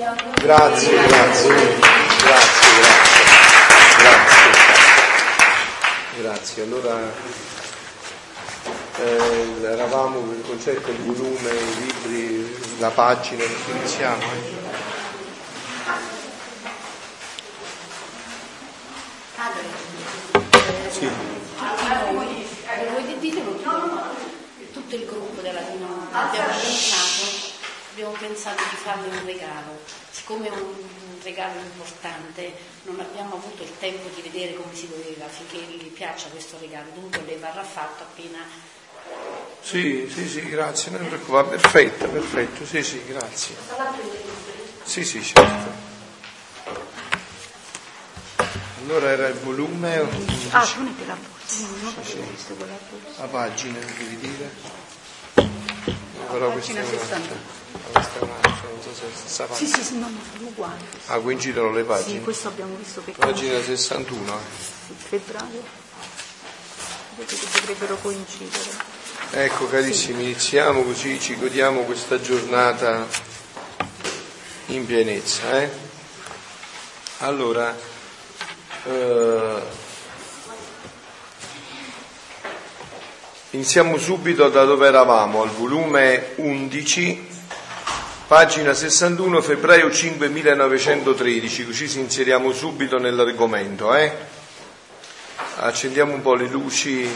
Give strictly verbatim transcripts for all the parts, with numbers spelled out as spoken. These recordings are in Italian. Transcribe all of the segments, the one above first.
Grazie, grazie, grazie, grazie, grazie. Grazie. Allora eh, eravamo nel concetto, il volume, i libri, la pagina, iniziamo. Eh. Sì. Voi ditelo tutto il gruppo della Dinamo, abbiamo pensato, abbiamo pensato di farle un regalo, siccome è un regalo importante non abbiamo avuto il tempo di vedere come si doveva finché gli piaccia questo regalo, dunque le verrà fatto appena. Sì, sì, sì, grazie, non mi preoccupare, perfetto, perfetto, sì, sì, grazie. Sì, sì, certo. Allora era il volume undici. Ah, non è per la borsa, non ho sì, sì. visto quella borsa. La pagina, devi dire? Però questa è un'altra, questa è un'altra, non so se è la stessa pagina. Sì, sì, sì, no, no, sono uguali. Ah, coincidono le pagine? Sì, questo abbiamo visto che pagina sessantuno. Sì, febbraio. Vedete che dovrebbero coincidere. Ecco, carissimi, sì. Iniziamo così, ci godiamo questa giornata in pienezza, eh? Allora, Uh, iniziamo subito da dove eravamo, al volume undici, pagina sessantuno, febbraio cinque millenovecentotredici, così ci inseriamo subito nell'argomento, eh? Accendiamo un po' le luci.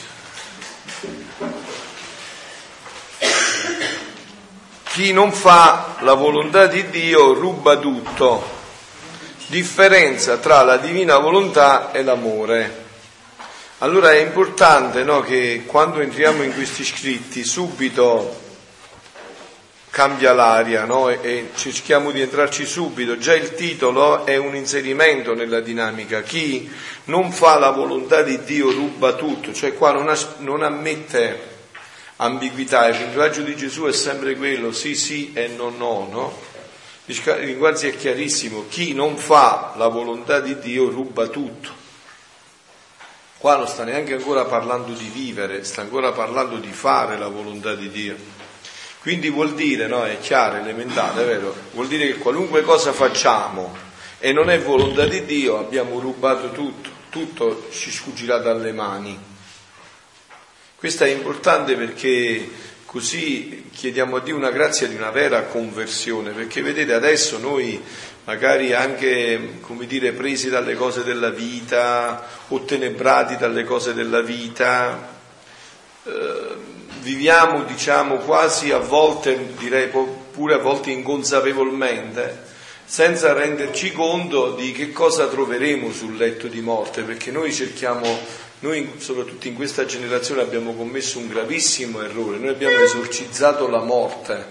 Chi non fa la volontà di Dio ruba tutto. Differenza tra la divina volontà e l'amore. Allora è importante, no, che quando entriamo in questi scritti subito cambia l'aria, no, e, e cerchiamo di entrarci subito. Già il titolo è un inserimento nella dinamica. Chi non fa la volontà di Dio ruba tutto, cioè qua non, ha, non ammette ambiguità. Il linguaggio di Gesù è sempre quello, sì sì e no no, no? Il linguaggio è chiarissimo, chi non fa la volontà di Dio ruba tutto. Qua non sta neanche ancora parlando di vivere, sta ancora parlando di fare la volontà di Dio. Quindi vuol dire, no, è chiaro, elementare, è vero? Vuol dire che qualunque cosa facciamo e non è volontà di Dio, abbiamo rubato tutto, tutto ci sfuggirà dalle mani. Questo è importante perché così chiediamo a Dio una grazia di una vera conversione, perché vedete adesso noi magari anche, come dire, presi dalle cose della vita, ottenebrati dalle cose della vita, eh, viviamo, diciamo, quasi a volte, direi pure a volte inconsapevolmente, senza renderci conto di che cosa troveremo sul letto di morte, perché noi cerchiamo... Noi, soprattutto in questa generazione, abbiamo commesso un gravissimo errore. Noi abbiamo esorcizzato la morte,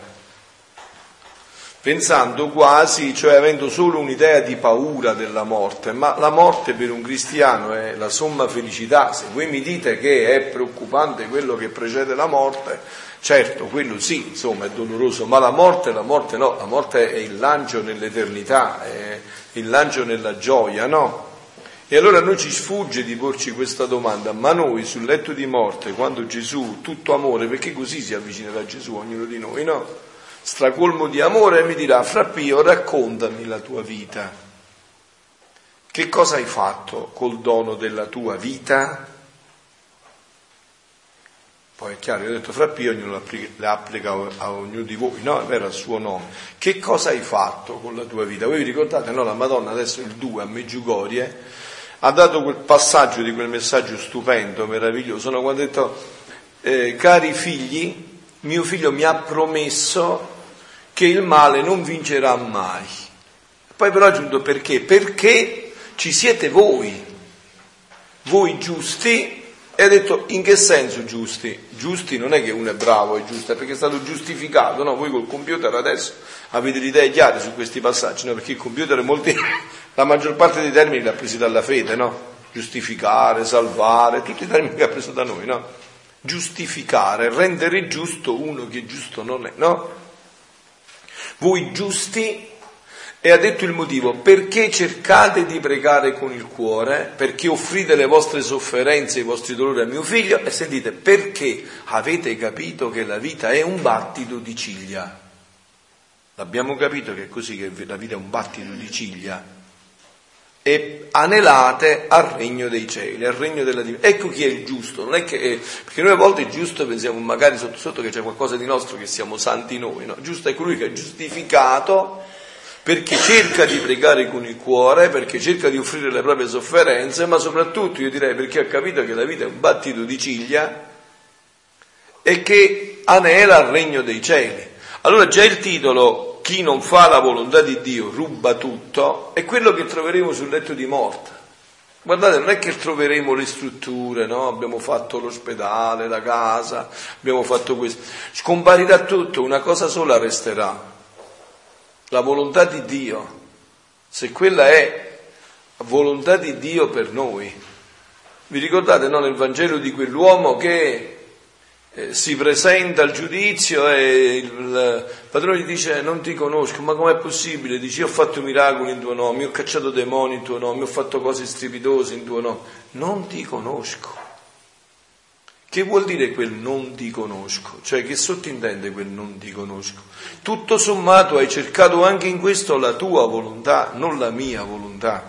pensando quasi, cioè avendo solo un'idea di paura della morte, ma la morte per un cristiano è la somma felicità. Se voi mi dite che è preoccupante quello che precede la morte, certo, quello sì, insomma, è doloroso, ma la morte, la morte no, la morte è il lancio nell'eternità, è il lancio nella gioia, no? E allora a noi ci sfugge di porci questa domanda, ma noi sul letto di morte, quando Gesù, tutto amore, perché così si avvicinerà a Gesù, ognuno di noi, no? Stracolmo di amore, mi dirà, Fra Pio, raccontami la tua vita. Che cosa hai fatto col dono della tua vita? Poi è chiaro, io ho detto Fra Pio, ognuno la applica a ognuno di voi, no? È vero, al suo nome. Che cosa hai fatto con la tua vita? Voi vi ricordate, no? La Madonna adesso il due a Medjugorje ha dato quel passaggio di quel messaggio stupendo, meraviglioso, no? Quando ha detto, eh, cari figli, mio figlio mi ha promesso che il male non vincerà mai. Poi però ha aggiunto perché? Perché ci siete voi, voi giusti, e ha detto in che senso giusti? Giusti non è che uno è bravo, è giusto, è perché è stato giustificato, no? Voi col computer adesso avete le idee chiare su questi passaggi, no? Perché il computer molti... La maggior parte dei termini li ha presi dalla fede, no? Giustificare, salvare, tutti i termini che ha preso da noi, no? Giustificare, rendere giusto uno che giusto non è, no? Voi giusti, e ha detto il motivo, perché cercate di pregare con il cuore, perché offrite le vostre sofferenze, i vostri dolori a mio figlio, e sentite, perché avete capito che la vita è un battito di ciglia. L'abbiamo capito che è così, che la vita è un battito di ciglia, e anelate al regno dei cieli, al regno della divinità. Ecco chi è il giusto, non è che, perché noi a volte il giusto pensiamo magari sotto sotto che c'è qualcosa di nostro, che siamo santi noi, no? Giusto è colui che è giustificato perché cerca di pregare con il cuore, perché cerca di offrire le proprie sofferenze, ma soprattutto io direi perché ha capito che la vita è un battito di ciglia e che anela al regno dei cieli. Allora già il titolo, chi non fa la volontà di Dio ruba tutto, è quello che troveremo sul letto di morte. Guardate, non è che troveremo le strutture, no? Abbiamo fatto l'ospedale, la casa, abbiamo fatto questo. Scomparirà tutto, una cosa sola resterà: la volontà di Dio. Se quella è volontà di Dio per noi. Vi ricordate, no? Nel Vangelo di quell'uomo che Eh, si presenta al giudizio e il padrone gli dice: non ti conosco. Ma com'è possibile? Dice: io ho fatto miracoli in tuo nome, ho cacciato demoni in tuo nome, ho fatto cose strepitose in tuo nome. Non ti conosco. Che vuol dire quel non ti conosco? Cioè, che sottintende quel non ti conosco? Tutto sommato hai cercato anche in questo la tua volontà, non la mia volontà.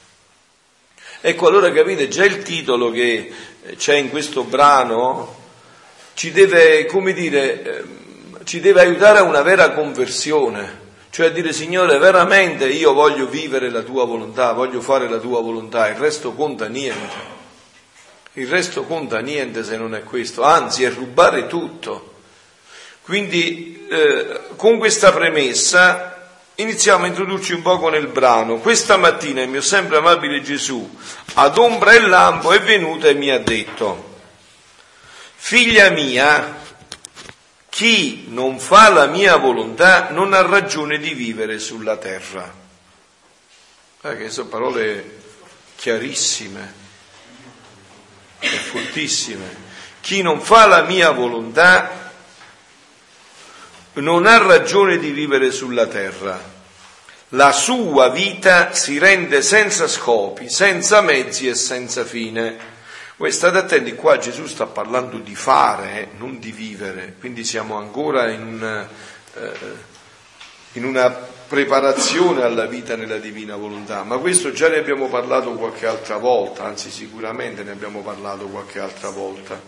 Ecco, allora capite, già il titolo che c'è in questo brano ci deve, come dire, eh, ci deve aiutare a una vera conversione, cioè a dire: Signore, veramente io voglio vivere la tua volontà, voglio fare la tua volontà, il resto conta niente, il resto conta niente se non è questo, anzi è rubare tutto. Quindi eh, con questa premessa iniziamo a introdurci un poco nel brano. Questa mattina il mio sempre amabile Gesù, ad ombra e lampo, è venuto e mi ha detto: figlia mia, chi non fa la mia volontà non ha ragione di vivere sulla terra. Eh, che sono parole chiarissime e fortissime. Chi non fa la mia volontà non ha ragione di vivere sulla terra. La sua vita si rende senza scopi, senza mezzi e senza fine. Voi state attenti, qua Gesù sta parlando di fare, eh, non di vivere, quindi siamo ancora in, eh, in una preparazione alla vita nella divina volontà, ma questo già ne abbiamo parlato qualche altra volta, anzi sicuramente ne abbiamo parlato qualche altra volta.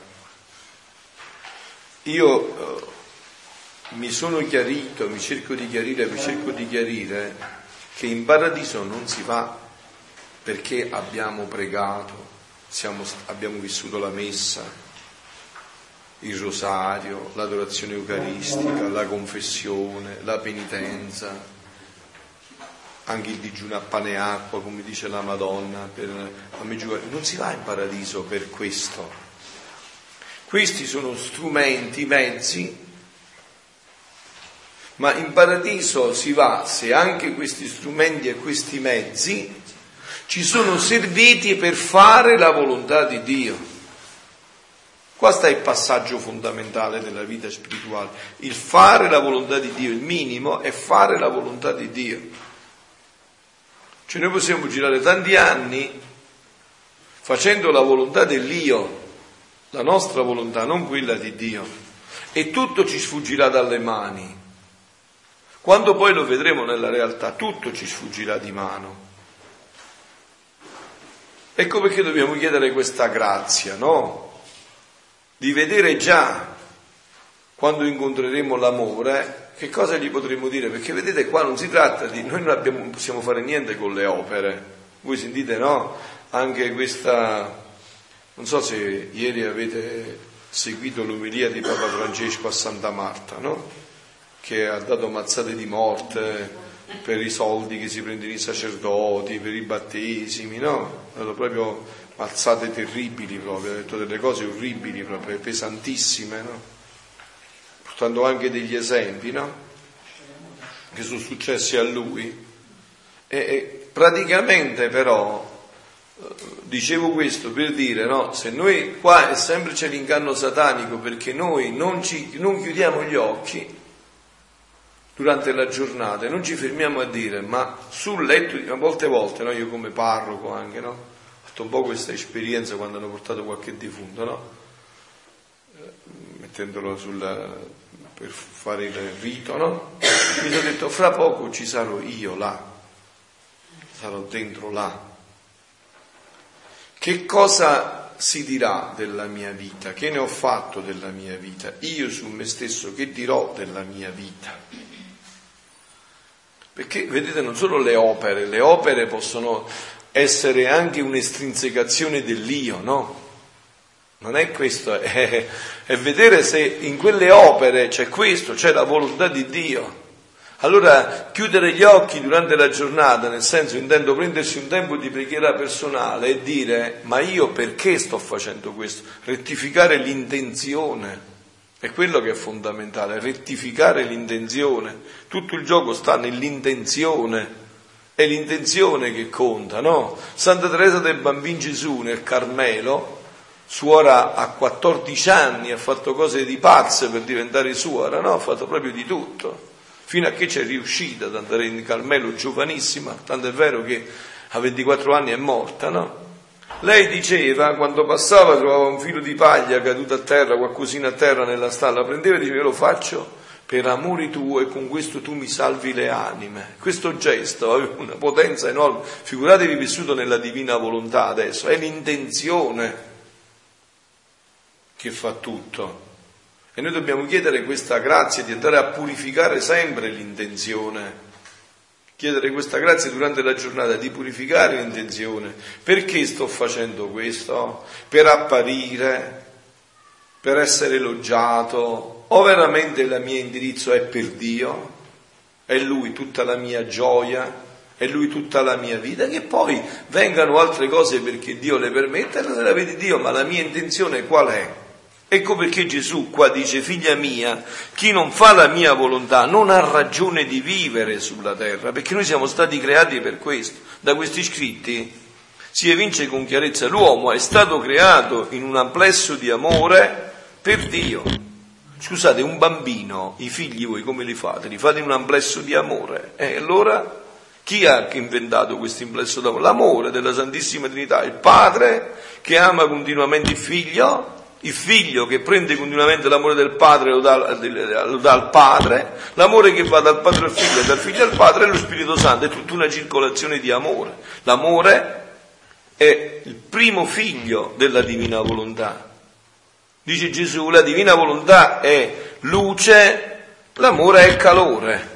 Io eh, mi sono chiarito, mi cerco di chiarire, mi cerco di chiarire che in paradiso non si va perché abbiamo pregato, Siamo, abbiamo vissuto la messa, il rosario, l'adorazione eucaristica, la confessione, la penitenza, anche il digiuno a pane e acqua, come dice la Madonna, per la Meggiugorje. Non si va in paradiso per questo. Questi sono strumenti, mezzi, ma in paradiso si va se anche questi strumenti e questi mezzi ci sono serviti per fare la volontà di Dio. Qua sta il passaggio fondamentale della vita spirituale. Il fare la volontà di Dio, il minimo è fare la volontà di Dio. Cioè noi possiamo girare tanti anni facendo la volontà dell'io, la nostra volontà, non quella di Dio, e tutto ci sfuggirà dalle mani. Quando poi lo vedremo nella realtà, tutto ci sfuggirà di mano. Ecco perché dobbiamo chiedere questa grazia, no? Di vedere già, quando incontreremo l'amore, che cosa gli potremo dire? Perché vedete, qua non si tratta di... Noi non, abbiamo, non possiamo fare niente con le opere. Voi sentite, no? Anche questa... Non so se ieri avete seguito l'omelia di Papa Francesco a Santa Marta, no? Che ha dato mazzate di morte per i soldi che si prendono i sacerdoti, per i battesimi, no? Ha dato proprio mazzate terribili proprio, ha detto delle cose orribili proprio, pesantissime, no? Portando anche degli esempi, no? Che sono successi a lui. E, e praticamente però, dicevo questo per dire, no? Se noi qua è sempre c'è l'inganno satanico, perché noi non, ci, non chiudiamo gli occhi durante la giornata e non ci fermiamo a dire, ma sul letto, a volte volte, no? Io come parroco anche, no? Ho fatto un po' questa esperienza quando hanno portato qualche defunto, no? Mettendolo sul, per fare il rito, no? mi sono detto, fra poco ci sarò io là, sarò dentro là. Che cosa si dirà della mia vita? Che ne ho fatto della mia vita? Io su me stesso che dirò della mia vita? Perché, vedete, non solo le opere, le opere possono essere anche un'estrinsecazione dell'io, no? Non è questo, è, è vedere se in quelle opere c'è questo, c'è la volontà di Dio. Allora chiudere gli occhi durante la giornata, nel senso intendo prendersi un tempo di preghiera personale e dire, ma io perché sto facendo questo? Rettificare l'intenzione, è quello che è fondamentale, rettificare l'intenzione. Tutto il gioco sta nell'intenzione, è l'intenzione che conta, no? Santa Teresa del Bambino Gesù nel Carmelo, suora a quattordici anni, ha fatto cose di pazze per diventare suora, no? Ha fatto proprio di tutto, fino a che c'è riuscita ad andare in Carmelo giovanissima, tanto è vero che a ventiquattro anni è morta, no? Lei diceva, quando passava trovava un filo di paglia caduto a terra, qualcosina a terra nella stalla, prendeva e diceva, io lo faccio per amore tuo e con questo tu mi salvi le anime. Questo gesto aveva una potenza enorme, figuratevi vissuto nella divina volontà adesso, è l'intenzione che fa tutto. E noi dobbiamo chiedere questa grazia di andare a purificare sempre l'intenzione, chiedere questa grazia durante la giornata di purificare l'intenzione. Perché sto facendo questo? Per apparire, per essere elogiato, o veramente il mio indirizzo è per Dio? È Lui tutta la mia gioia? È Lui tutta la mia vita? Che poi vengano altre cose perché Dio le permette, se la vede Dio, ma la mia intenzione qual è? Ecco perché Gesù qua dice, figlia mia, chi non fa la mia volontà non ha ragione di vivere sulla terra, perché noi siamo stati creati per questo. Da questi scritti si evince con chiarezza, l'uomo è stato creato in un amplesso di amore per Dio. Scusate, un bambino, i figli voi come li fate? Li fate in un amplesso di amore. E allora chi ha inventato questo amplesso d'amore? L'amore della Santissima Trinità, il Padre che ama continuamente il Figlio, il Figlio che prende continuamente l'amore del Padre e lo dà, lo dà al Padre, l'amore che va dal Padre al Figlio e dal Figlio al Padre e lo Spirito Santo, è tutta una circolazione di amore. L'amore è il primo figlio della divina volontà. Dice Gesù, la divina volontà è luce, l'amore è calore.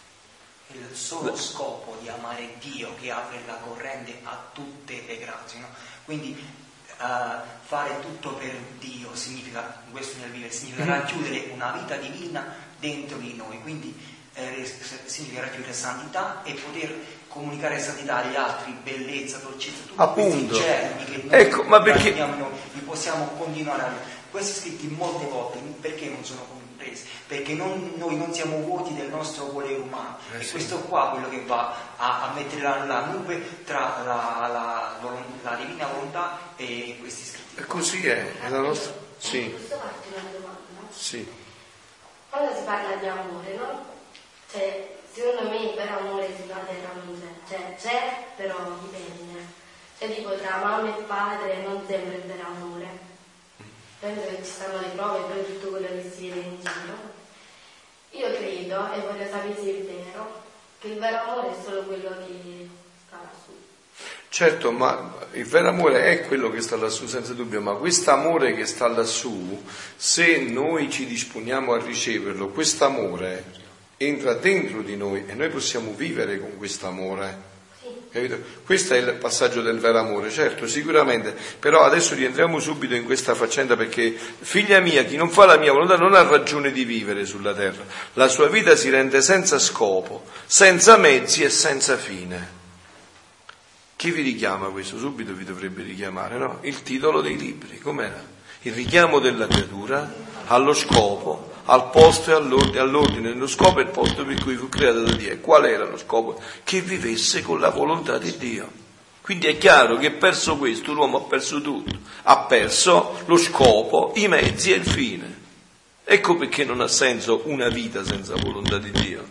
Il solo scopo di amare Dio che apre la corrente a tutte le grazie, no? Quindi uh, fare tutto per Dio significa, questo nel vivere, significa racchiudere una vita divina dentro di noi, quindi eh, significa racchiudere santità e poter comunicare santità agli altri, bellezza, dolcezza, tutti appunto questi germi che noi, ecco, ma perché noi li possiamo continuare a... Questi scritti molte volte perché non sono compresi? Perché non, noi non siamo vuoti del nostro volere umano, eh, e sì. Questo qua è quello che va a, a mettere la, la nube tra la, la, la, la divina volontà e questi scritti. E così è, è la nostra... Sì. Posso farti una domanda? Sì. Quando si parla di amore, no? Cioè, secondo me il vero amore sulla terra non c'è, cioè c'è, però dipende. Cioè tipo tra mamma e padre non sempre il vero amore. Penso che ci stanno le prove per tutto quello che si vede in giro. Io credo, e voglio sapere se è vero, che il vero amore è solo quello che sta lassù. Certo, ma il vero amore è quello che sta lassù senza dubbio, ma questo amore che sta lassù, se noi ci disponiamo a riceverlo, questo amore entra dentro di noi e noi possiamo vivere con questo amore. Capito? Questo è il passaggio del vero amore, certo, sicuramente, però adesso rientriamo subito in questa faccenda, perché figlia mia, chi non fa la mia volontà non ha ragione di vivere sulla terra, la sua vita si rende senza scopo, senza mezzi e senza fine. Chi vi richiama questo? Subito vi dovrebbe richiamare, no? Il titolo dei libri, com'era? Il richiamo della creatura allo scopo, al posto e all'ordine, all'ordine, lo scopo e il posto per cui fu creato da Dio. E qual era lo scopo? Che vivesse con la volontà di Dio. Quindi è chiaro che perso questo l'uomo ha perso tutto, ha perso lo scopo, i mezzi e il fine. Ecco perché non ha senso una vita senza volontà di Dio.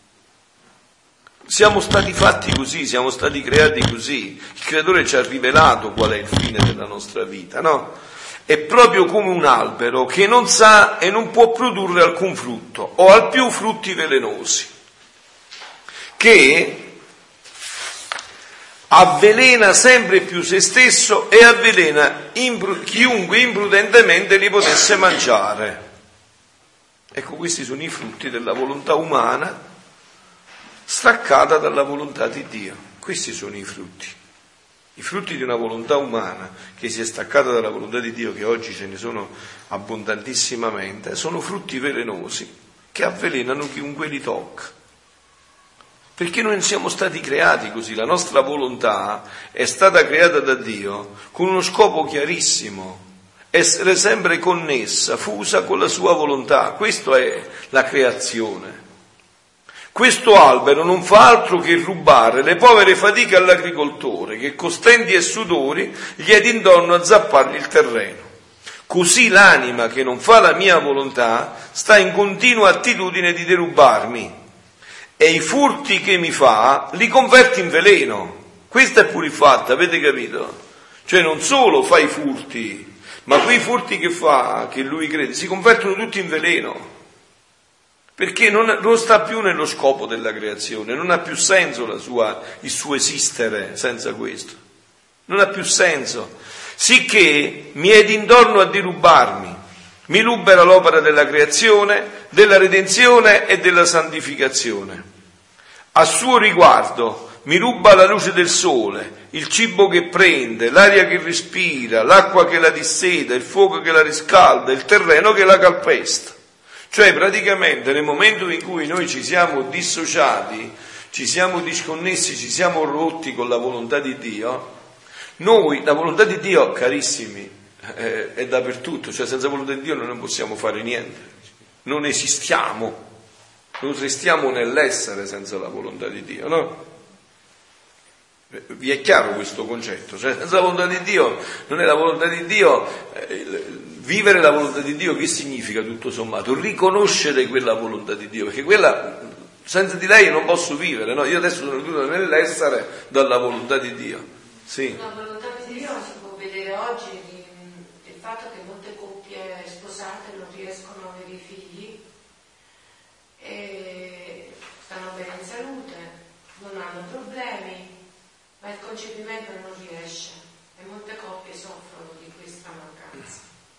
Siamo stati fatti così, siamo stati creati così. Il Creatore ci ha rivelato qual è il fine della nostra vita, no? È proprio come un albero che non sa e non può produrre alcun frutto, o al più frutti velenosi. che avvelena sempre più se stesso e avvelena impru- chiunque imprudentemente li potesse mangiare. Ecco, questi sono i frutti della volontà umana staccata dalla volontà di Dio. Questi sono i frutti. I frutti di una volontà umana che si è staccata dalla volontà di Dio, che oggi ce ne sono abbondantissimamente, sono frutti velenosi che avvelenano chiunque li tocca. Perché noi non siamo stati creati così, la nostra volontà è stata creata da Dio con uno scopo chiarissimo, essere sempre connessa, fusa con la sua volontà. Questa è la creazione. Questo albero non fa altro che rubare le povere fatiche all'agricoltore, che con stenti e sudori gli è d'intorno a zappargli il terreno. Così l'anima che non fa la mia volontà sta in continua attitudine di derubarmi, e i furti che mi fa li converte in veleno. Questo è pure il fatto, avete capito? Cioè non solo fa i furti, ma quei furti che fa, che lui crede, si convertono tutti in veleno, perché non, non sta più nello scopo della creazione, non ha più senso la sua, il suo esistere senza questo, non ha più senso, sicché mi è d'intorno a derubarmi, mi rubera l'opera della creazione, della redenzione e della santificazione. A suo riguardo mi ruba la luce del sole, il cibo che prende, l'aria che respira, l'acqua che la disseta, il fuoco che la riscalda, il terreno che la calpesta. Cioè praticamente nel momento in cui noi ci siamo dissociati, ci siamo disconnessi, ci siamo rotti con la volontà di Dio, noi, la volontà di Dio, carissimi, è, è dappertutto, cioè senza volontà di Dio noi non possiamo fare niente, non esistiamo. Non restiamo nell'essere senza la volontà di Dio, no? Vi è chiaro questo concetto? Cioè, senza la volontà di Dio, non è la volontà di Dio, eh, vivere la volontà di Dio che significa tutto sommato? Riconoscere quella volontà di Dio, perché quella, senza di lei non posso vivere, no? Io adesso sono venuto nell'essere dalla volontà di Dio. Sì. La volontà di Dio si può vedere oggi il fatto che molte coppie sposate non riescono a avere figli e stanno bene in salute, non hanno problemi, ma il concepimento non riesce e molte coppie soffrono di questa mancanza.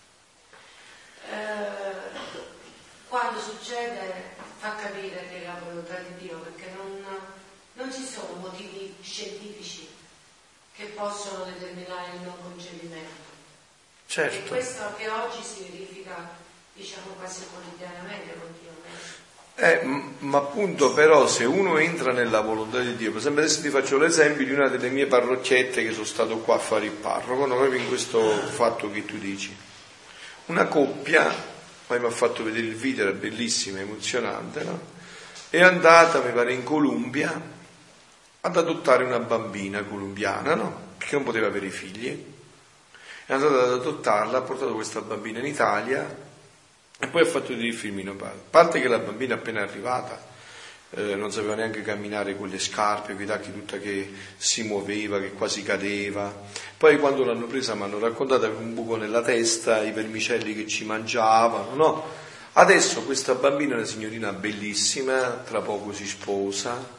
Eh, quando succede fa capire che è la volontà di Dio, perché non, non ci sono motivi scientifici che possono determinare il non concepimento. Certo. E questo che oggi si verifica, diciamo, quasi quotidianamente, continuamente. Eh, ma appunto però se uno entra nella volontà di Dio, per esempio adesso ti faccio l'esempio di una delle mie parrocchiette che sono stato qua a fare il parroco, no? Proprio in questo fatto che tu dici, una coppia, poi mi ha fatto vedere il video, era bellissimo, emozionante, no? È andata, mi pare, in Colombia ad adottare una bambina colombiana, no? Perché non poteva avere figli, è andata ad adottarla, ha portato questa bambina in Italia e poi ha fatto vedere il filmino. A parte che la bambina appena arrivata eh, non sapeva neanche camminare con le scarpe, con i tacchi, tutta che si muoveva, che quasi cadeva. Poi quando l'hanno presa mi hanno raccontato che un buco nella testa, i vermicelli che ci mangiavano, no? Adesso questa bambina è una signorina bellissima, tra poco si sposa.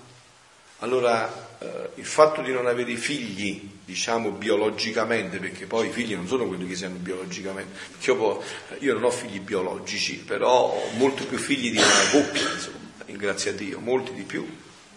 Allora eh, il fatto di non avere figli, diciamo biologicamente, perché poi i figli non sono quelli che si hanno biologicamente, perché io, io non ho figli biologici, però ho molti più figli di una coppia, insomma, grazie a Dio, molti di più.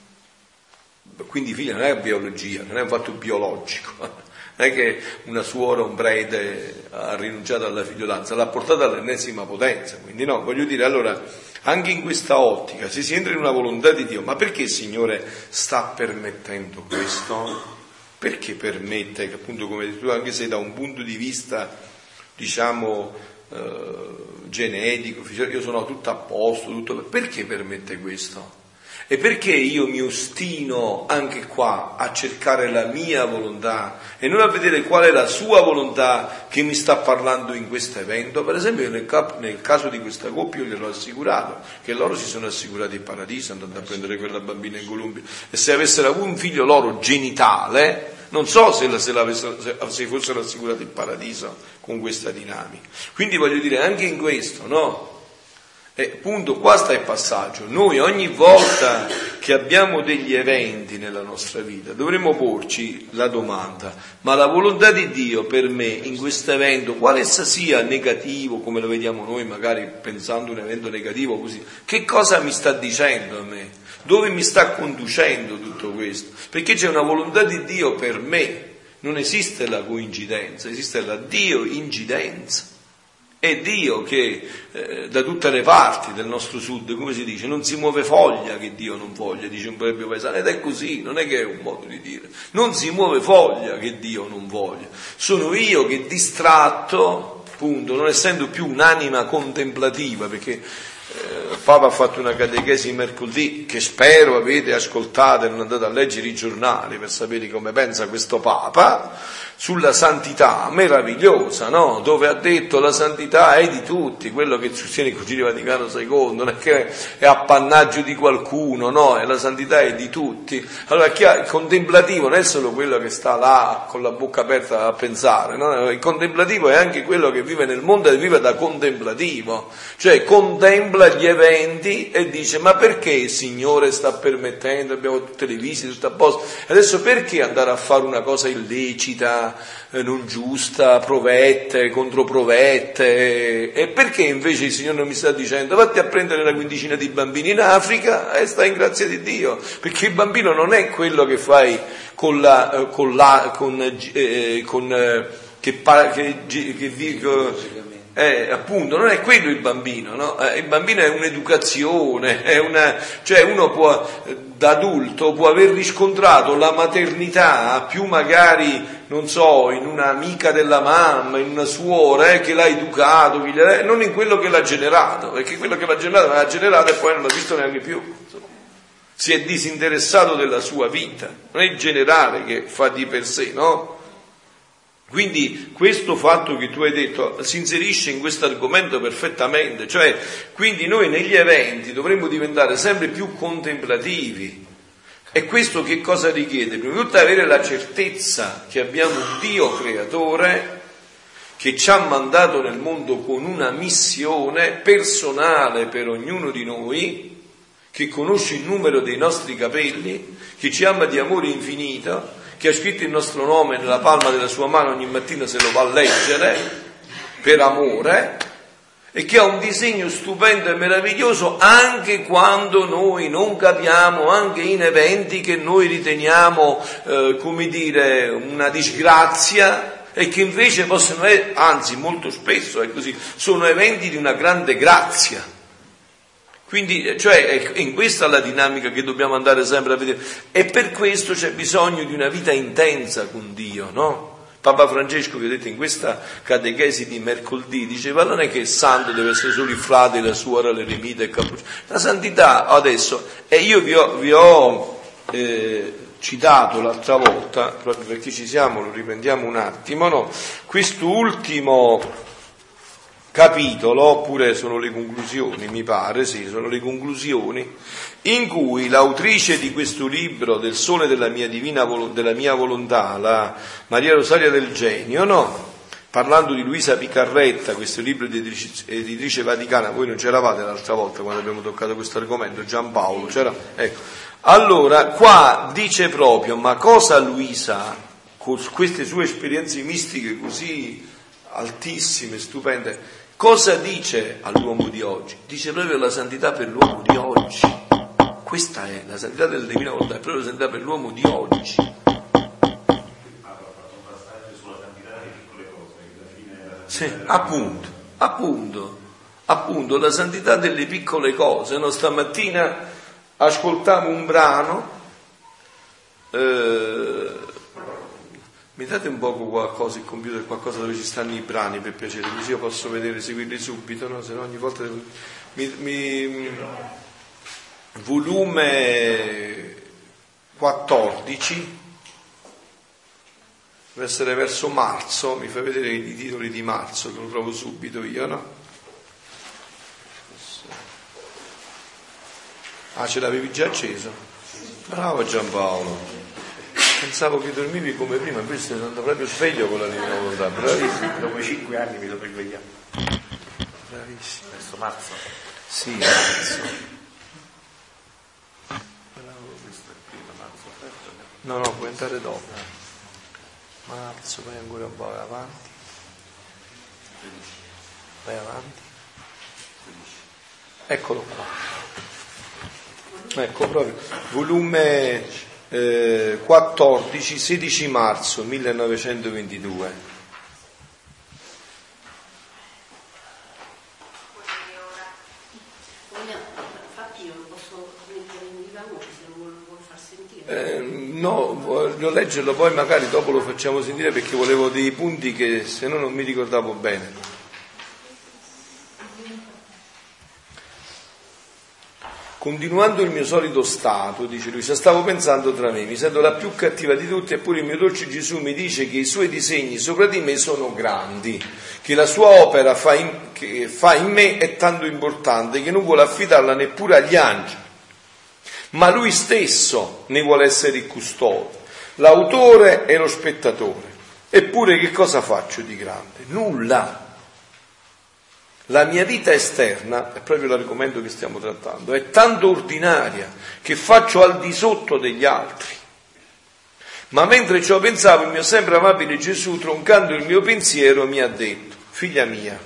Quindi i figli non è biologia, non è un fatto biologico, non è che una suora, un prete ha rinunciato alla figliolanza, l'ha portata all'ennesima potenza, quindi no, voglio dire, allora anche in questa ottica, se si entra in una volontà di Dio, ma perché il Signore sta permettendo questo? Perché permette che appunto, come hai detto tu, anche se da un punto di vista, diciamo, eh, genetico, io sono tutto a posto, tutto, perché permette questo? E perché io mi ostino anche qua a cercare la mia volontà e non a vedere qual è la sua volontà che mi sta parlando in questo evento? Per esempio nel, cap- nel caso di questa coppia io gliel'ho assicurato, che loro si sono assicurati il paradiso andando a prendere quella bambina in Colombia, e se avessero avuto un figlio loro genitale, non so se, la, se, se, se fossero assicurati il paradiso con questa dinamica. Quindi voglio dire, anche in questo, no? E appunto qua sta il passaggio. Noi ogni volta che abbiamo degli eventi nella nostra vita, dovremmo porci la domanda: ma la volontà di Dio per me in questo evento, quale essa sia, negativo come lo vediamo noi, magari pensando un evento negativo così, che cosa mi sta dicendo a me? Dove mi sta conducendo tutto questo? Perché c'è una volontà di Dio per me, non esiste la coincidenza, esiste la Dio-incidenza. È Dio che eh, da tutte le parti del nostro sud, come si dice, non si muove foglia che Dio non voglia, dice un proverbio paesano, ed è così, non è che è un modo di dire, non si muove foglia che Dio non voglia. Sono io che distratto, appunto, non essendo più un'anima contemplativa, perché Eh, Papa ha fatto una catechesi mercoledì che spero avete ascoltato e non andate a leggere i giornali per sapere come pensa questo Papa sulla santità, meravigliosa, no? Dove ha detto la santità è di tutti, quello che sostiene il Concilio Vaticano secondo, non è che è appannaggio di qualcuno, no? E la santità è di tutti. Allora chi ha, il contemplativo non è solo quello che sta là con la bocca aperta a pensare, no? Il contemplativo è anche quello che vive nel mondo e vive da contemplativo, cioè contempla gli eventi e dice: ma perché il Signore sta permettendo, abbiamo tutte le visite, tutto a posto, adesso perché andare a fare una cosa illecita, eh, non giusta, provette, controprovette, e perché invece il Signore non mi sta dicendo vatti a prendere una quindicina di bambini in Africa e stai in grazia di Dio? Perché il bambino non è quello che fai con la con la con, eh, con eh, che, che, che, che Eh, appunto, non è quello il bambino, no? Eh, il bambino è un'educazione, è una, cioè uno può, da adulto, può aver riscontrato la maternità più magari, non so, in un'amica della mamma, in una suora eh, che l'ha educato, che gli, non in quello che l'ha generato, perché quello che l'ha generato l'ha generato e poi non l'ha visto neanche più. Si è disinteressato della sua vita, non è il generale che fa di per sé, no? Quindi questo fatto che tu hai detto si inserisce in questo argomento perfettamente, cioè quindi noi negli eventi dovremmo diventare sempre più contemplativi. E questo che cosa richiede? Prima di tutto avere la certezza che abbiamo un Dio creatore che ci ha mandato nel mondo con una missione personale per ognuno di noi, che conosce il numero dei nostri capelli, che ci ama di amore infinito, che ha scritto il nostro nome nella palma della sua mano ogni mattina se lo va a leggere, per amore, e che ha un disegno stupendo e meraviglioso anche quando noi non capiamo, anche in eventi che noi riteniamo, eh, come dire, una disgrazia, e che invece possono essere, anzi molto spesso è così, sono eventi di una grande grazia. Quindi, cioè, è in questa la dinamica che dobbiamo andare sempre a vedere, e per questo c'è bisogno di una vita intensa con Dio, no? Papa Francesco, vi ho detto in questa catechesi di mercoledì, diceva: non è che il santo deve essere solo il frate, la suora, l'eremita e il cappuccino. La santità adesso, e io vi ho, vi ho eh, citato l'altra volta, proprio perché ci siamo, lo riprendiamo un attimo, no? Quest'ultimo capitolo, oppure sono le conclusioni, mi pare, sì, sono le conclusioni, in cui l'autrice di questo libro del Sole della mia divina della mia volontà, la Maria Rosaria del Genio, no? Parlando di Luisa Picarretta, questo libro di editrice, editrice vaticana, voi non c'eravate l'altra volta quando abbiamo toccato questo argomento, Giampaolo, c'era? Ecco. Allora, qua dice proprio, ma cosa Luisa, con queste sue esperienze mistiche così altissime, stupende, cosa dice all'uomo di oggi? Dice proprio la santità per l'uomo di oggi. Questa è la santità della divina volontà, è proprio la santità per l'uomo di oggi. Sì, appunto, appunto, appunto, la santità delle piccole cose. No? Stamattina ascoltavo un brano, eh, mi date un poco qualcosa, il computer, qualcosa dove ci stanno i brani per piacere, così io posso vedere, seguirli subito, no? Se no ogni volta devo... mi, mi... volume quattordici, deve essere verso marzo, mi fai vedere i titoli di marzo che lo trovo subito io, no? Ah, ce l'avevi già acceso? Bravo Giampaolo. Pensavo che dormivi come prima, invece sei andato proprio sveglio con la divina volontà. Bravissimo. Dopo cinque anni mi dovrei svegliare. Bravissimo. Verso marzo. Sì, marzo. No, no, puoi andare dopo. Marzo, vai ancora un po' avanti. Vai avanti. Eccolo qua. Ecco proprio. Volume eh, quattordici, sedici marzo millenovecentoventidue. Eh, no, voglio leggerlo, poi magari dopo lo facciamo sentire perché volevo dei punti che se no non mi ricordavo bene. Continuando il mio solito stato, dice lui, stavo pensando tra me, mi sento la più cattiva di tutti, eppure il mio dolce Gesù mi dice che i suoi disegni sopra di me sono grandi, che la sua opera fa in, che fa in me è tanto importante che non vuole affidarla neppure agli angeli, ma lui stesso ne vuole essere il custode, l'autore e lo spettatore. Eppure che cosa faccio di grande? Nulla. La mia vita esterna, è proprio l'argomento che stiamo trattando, è tanto ordinaria che faccio al di sotto degli altri. Ma mentre ciò pensavo, il mio sempre amabile Gesù, troncando il mio pensiero, mi ha detto: figlia mia,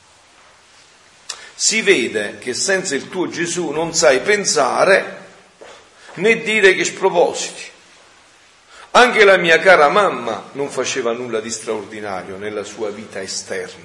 si vede che senza il tuo Gesù non sai pensare né dire che spropositi. Anche la mia cara mamma non faceva nulla di straordinario nella sua vita esterna,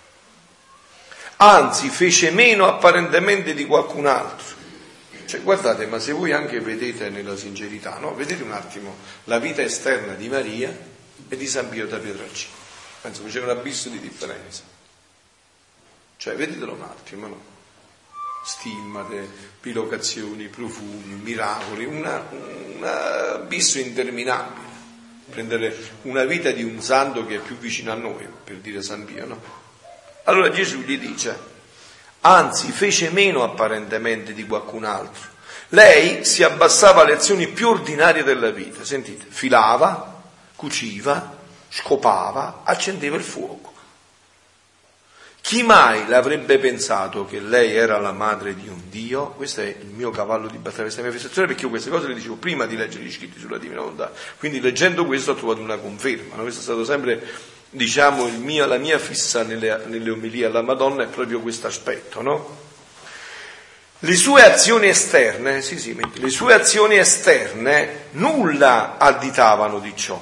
anzi fece meno apparentemente di qualcun altro. Cioè, guardate, ma se voi anche vedete nella sincerità, no? Vedete un attimo la vita esterna di Maria e di San Pio da Pietrelcina, penso che c'è un abisso di differenza. Cioè, vedetelo un attimo, no? Stimmate, bilocazioni, profumi, miracoli, una, un abisso interminabile. Prendere una vita di un santo che è più vicino a noi, per dire San Pio, no? Allora Gesù gli dice: anzi, fece meno apparentemente di qualcun altro. Lei si abbassava alle azioni più ordinarie della vita. Sentite, filava, cuciva, scopava, accendeva il fuoco. Chi mai l'avrebbe pensato che lei era la madre di un Dio? Questo è il mio cavallo di battaglia, questa è la mia fissazione, perché io queste cose le dicevo prima di leggere gli scritti sulla Divina Volontà. Quindi leggendo questo ho trovato una conferma, no? Questo è stato sempre, diciamo, il mio, la mia fissa nelle, nelle omelie alla Madonna, è proprio questo aspetto, no? Le sue azioni esterne, sì, sì, le sue azioni esterne nulla additavano di ciò.